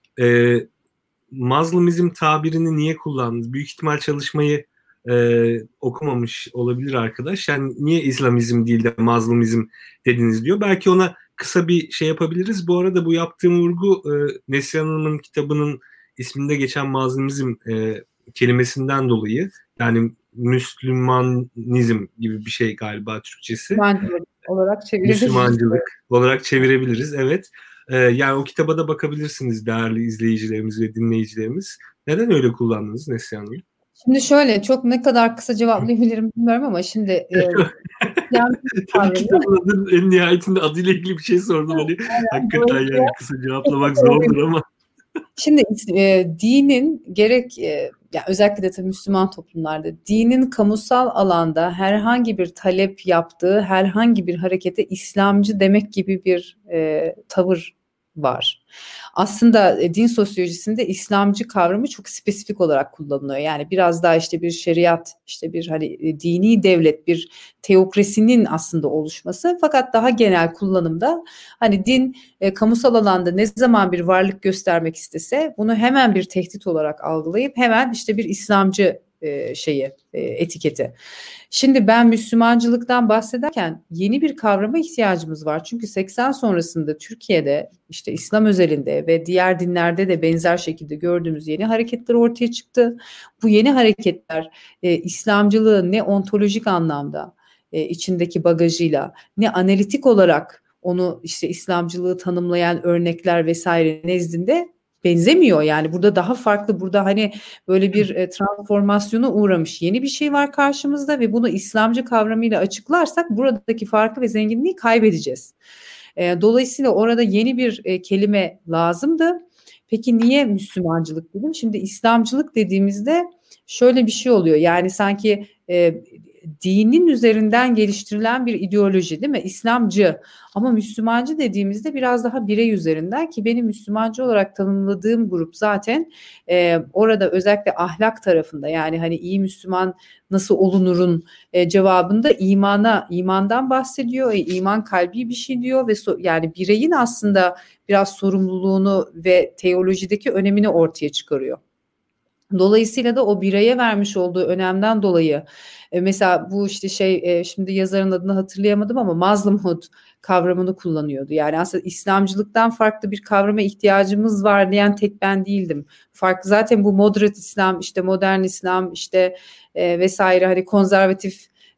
Mazlumizm tabirini niye kullandınız? Büyük ihtimal çalışmayı okumamış olabilir arkadaş. Yani niye İslamizm değil de Mazlumizm dediniz diyor. Belki ona kısa bir şey yapabiliriz. Bu arada bu yaptığım vurgu Neslihan Hanım'ın kitabının isminde geçen Mazlumizm kelimesinden dolayı. Yani Müslümanizm gibi bir şey galiba Türkçesi. Müslümancılık olarak çevirebiliriz. Müslümancılık olarak çevirebiliriz. Evet. Yani o kitaba da bakabilirsiniz değerli izleyicilerimiz ve dinleyicilerimiz. Neden öyle kullandınız Neslihan Hanım? Şimdi şöyle çok ne kadar kısa cevaplayabilirim bilmiyorum ama şimdi Tabii kitabın adının en nihayetinde adıyla ilgili bir şey sordum. Hani hakikaten yani kısa cevaplamak zordur ama. Şimdi dinin gerek ya özellikle de tabii Müslüman toplumlarda dinin kamusal alanda herhangi bir talep yaptığı herhangi bir harekete İslamcı demek gibi bir tavır var. Aslında din sosyolojisinde İslamcı kavramı çok spesifik olarak kullanılıyor. Yani biraz daha işte bir şeriat, işte bir hani dini devlet, bir teokrasinin aslında oluşması. Fakat daha genel kullanımda hani din kamusal alanda ne zaman bir varlık göstermek istese bunu hemen bir tehdit olarak algılayıp hemen işte bir İslamcı etiketi. Şimdi ben Müslümancılıktan bahsederken yeni bir kavrama ihtiyacımız var. Çünkü 80 sonrasında Türkiye'de işte İslam özelinde ve diğer dinlerde de benzer şekilde gördüğümüz yeni hareketler ortaya çıktı. Bu yeni hareketler İslamcılığı ne ontolojik anlamda içindeki bagajıyla ne analitik olarak onu işte İslamcılığı tanımlayan örnekler vesaire nezdinde benzemiyor. Yani burada daha farklı, burada hani böyle bir transformasyona uğramış yeni bir şey var karşımızda ve bunu İslamcı kavramıyla açıklarsak buradaki farkı ve zenginliği kaybedeceğiz. Dolayısıyla orada yeni bir kelime lazımdı. Peki niye Müslümancılık dedim? Şimdi İslamcılık dediğimizde şöyle bir şey oluyor. Yani sanki dinin üzerinden geliştirilen bir ideoloji değil mi? İslamcı ama Müslümancı dediğimizde biraz daha birey üzerinden ki benim Müslümancı olarak tanımladığım grup zaten orada özellikle ahlak tarafında yani hani iyi Müslüman nasıl olunurun cevabında imandan bahsediyor. İman kalbi bir şey diyor ve yani bireyin aslında biraz sorumluluğunu ve teolojideki önemini ortaya çıkarıyor. Dolayısıyla da o bireye vermiş olduğu önemden dolayı mesela bu işte şimdi yazarın adını hatırlayamadım ama Muslimhood kavramını kullanıyordu. Yani aslında İslamcılıktan farklı bir kavrama ihtiyacımız var diyen tek ben değildim. Farklı zaten bu moderate İslam işte modern İslam işte vesaire hani konservatif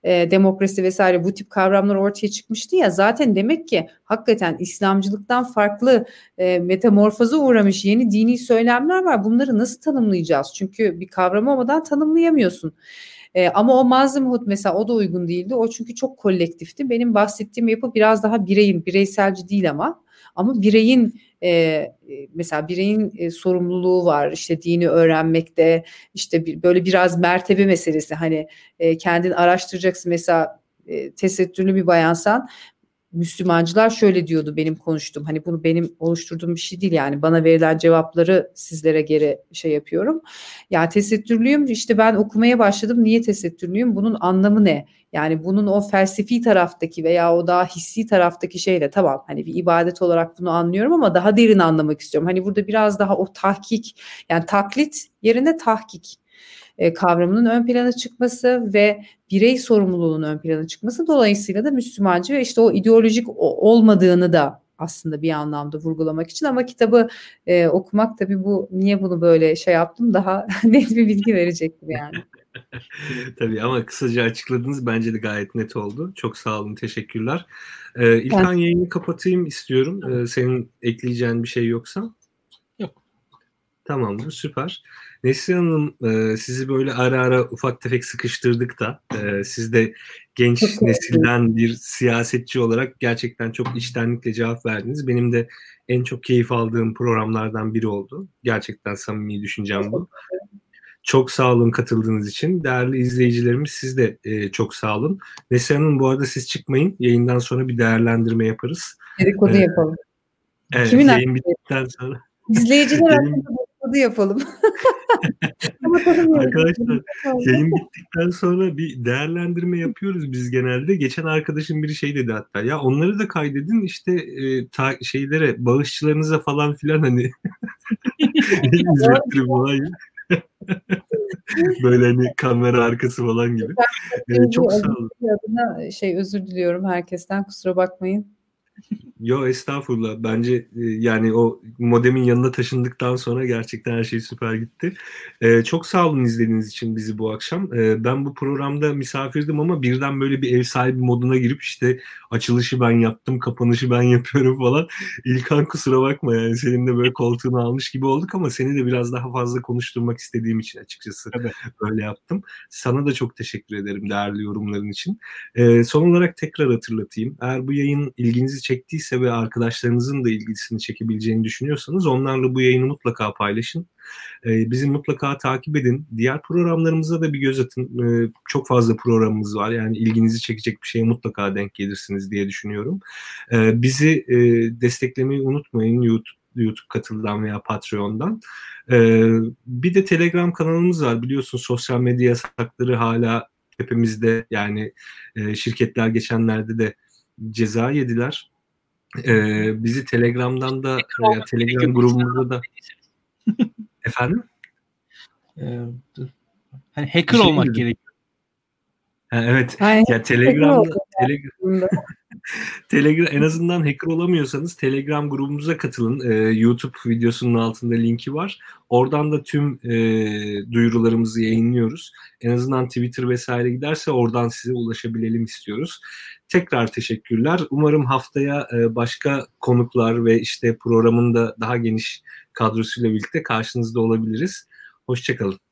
demokrasi vesaire bu tip kavramlar ortaya çıkmıştı ya, zaten demek ki hakikaten İslamcılıktan farklı metamorfoza uğramış yeni dini söylemler var. Bunları nasıl tanımlayacağız? Çünkü bir kavram olmadan tanımlayamıyorsun. Ama o Mazlumhut mesela, o da uygun değildi. O çünkü çok kolektifti. Benim bahsettiğim yapı biraz daha bireyselci değil ama bireyin mesela bireyin sorumluluğu var. İşte dini öğrenmekte, işte böyle biraz mertebe meselesi. Hani kendin araştıracaksın. Mesela tesettürlü bir bayansan, Müslümancılar şöyle diyordu benim konuştuğum. Hani bunu benim oluşturduğum bir şey değil, yani bana verilen cevapları sizlere geri yapıyorum. Ya tesettürlüyüm, işte ben okumaya başladım. Niye tesettürlüyüm? Bunun anlamı ne? Yani bunun o felsefi taraftaki veya o daha hissi taraftaki şeyle, tamam hani bir ibadet olarak bunu anlıyorum ama daha derin anlamak istiyorum. Hani burada biraz daha o tahkik, yani taklit yerine tahkik kavramının ön plana çıkması ve birey sorumluluğunun ön plana çıkması, dolayısıyla da Müslümancı ve işte o ideolojik olmadığını da aslında bir anlamda vurgulamak için. Ama kitabı okumak tabii, bu niye bunu böyle yaptım, daha net bir bilgi verecektir yani. Tabii ama kısaca açıkladınız, bence de gayet net oldu. Çok sağ olun, teşekkürler. İlkan, yayını kapatayım istiyorum. Senin ekleyeceğin bir şey yoksa? Yok. Tamamdır, süper. Neslihan Hanım, sizi böyle ara ara ufak tefek sıkıştırdık da siz de genç nesilden bir siyasetçi olarak gerçekten çok içtenlikle cevap verdiniz. Benim de en çok keyif aldığım programlardan biri oldu. Gerçekten samimi düşüncem bu. Çok sağ olun katıldığınız için. Değerli izleyicilerimiz, siz de çok sağ olun. Neslihan Hanım, bu arada siz çıkmayın. Yayından sonra bir değerlendirme yaparız. Dedikodu yapalım. Evet, Kimin yayın bittikten sonra. İzleyiciler hakkında dedikodu yapalım. Arkadaşlar, yayın bittikten sonra bir değerlendirme yapıyoruz biz genelde. Geçen arkadaşım biri şey dedi hatta, ya onları da kaydedin işte şeylere, bağışçılarınıza falan filan, hani izlettirip falan. Böyle hani kamera arkası falan gibi. Çok sağ olun. Adına özür diliyorum herkesten, kusura bakmayın. Yo, estağfurullah. Bence yani o modemin yanına taşındıktan sonra gerçekten her şey süper gitti. Çok sağ olun izlediğiniz için bizi bu akşam. Ben bu programda misafirdim ama birden böyle bir ev sahibi moduna girip işte açılışı ben yaptım, kapanışı ben yapıyorum falan. İlkan, kusura bakma, yani senin de böyle koltuğunu almış gibi olduk ama seni de biraz daha fazla konuşturmak istediğim için açıkçası öyle yaptım. Sana da çok teşekkür ederim değerli yorumların için. Son olarak tekrar hatırlatayım. Eğer bu yayın ilginizi çektiyse ve arkadaşlarınızın da ilgisini çekebileceğini düşünüyorsanız onlarla bu yayını mutlaka paylaşın. Bizi mutlaka takip edin. Diğer programlarımıza da bir göz atın. Çok fazla programımız var. Yani ilginizi çekecek bir şeye mutlaka denk gelirsiniz diye düşünüyorum. Bizi desteklemeyi unutmayın YouTube Katıl'dan veya Patreon'dan. Bir de Telegram kanalımız var. Biliyorsun, sosyal medya yasakları hala tepemizde. Yani şirketler geçenlerde de ceza yediler. Bizi Telegram'dan da Telegram grubumuzda da efendim? Hani hacker olmak gerekiyor. Evet. Ya Telegram en azından hacker olamıyorsanız Telegram grubumuza katılın. YouTube videosunun altında linki var. Oradan da tüm duyurularımızı yayınlıyoruz. En azından Twitter vesaire giderse oradan size ulaşabilelim istiyoruz. Tekrar teşekkürler. Umarım haftaya başka konuklar ve işte programın da daha geniş kadrosuyla birlikte karşınızda olabiliriz. Hoşça kalın.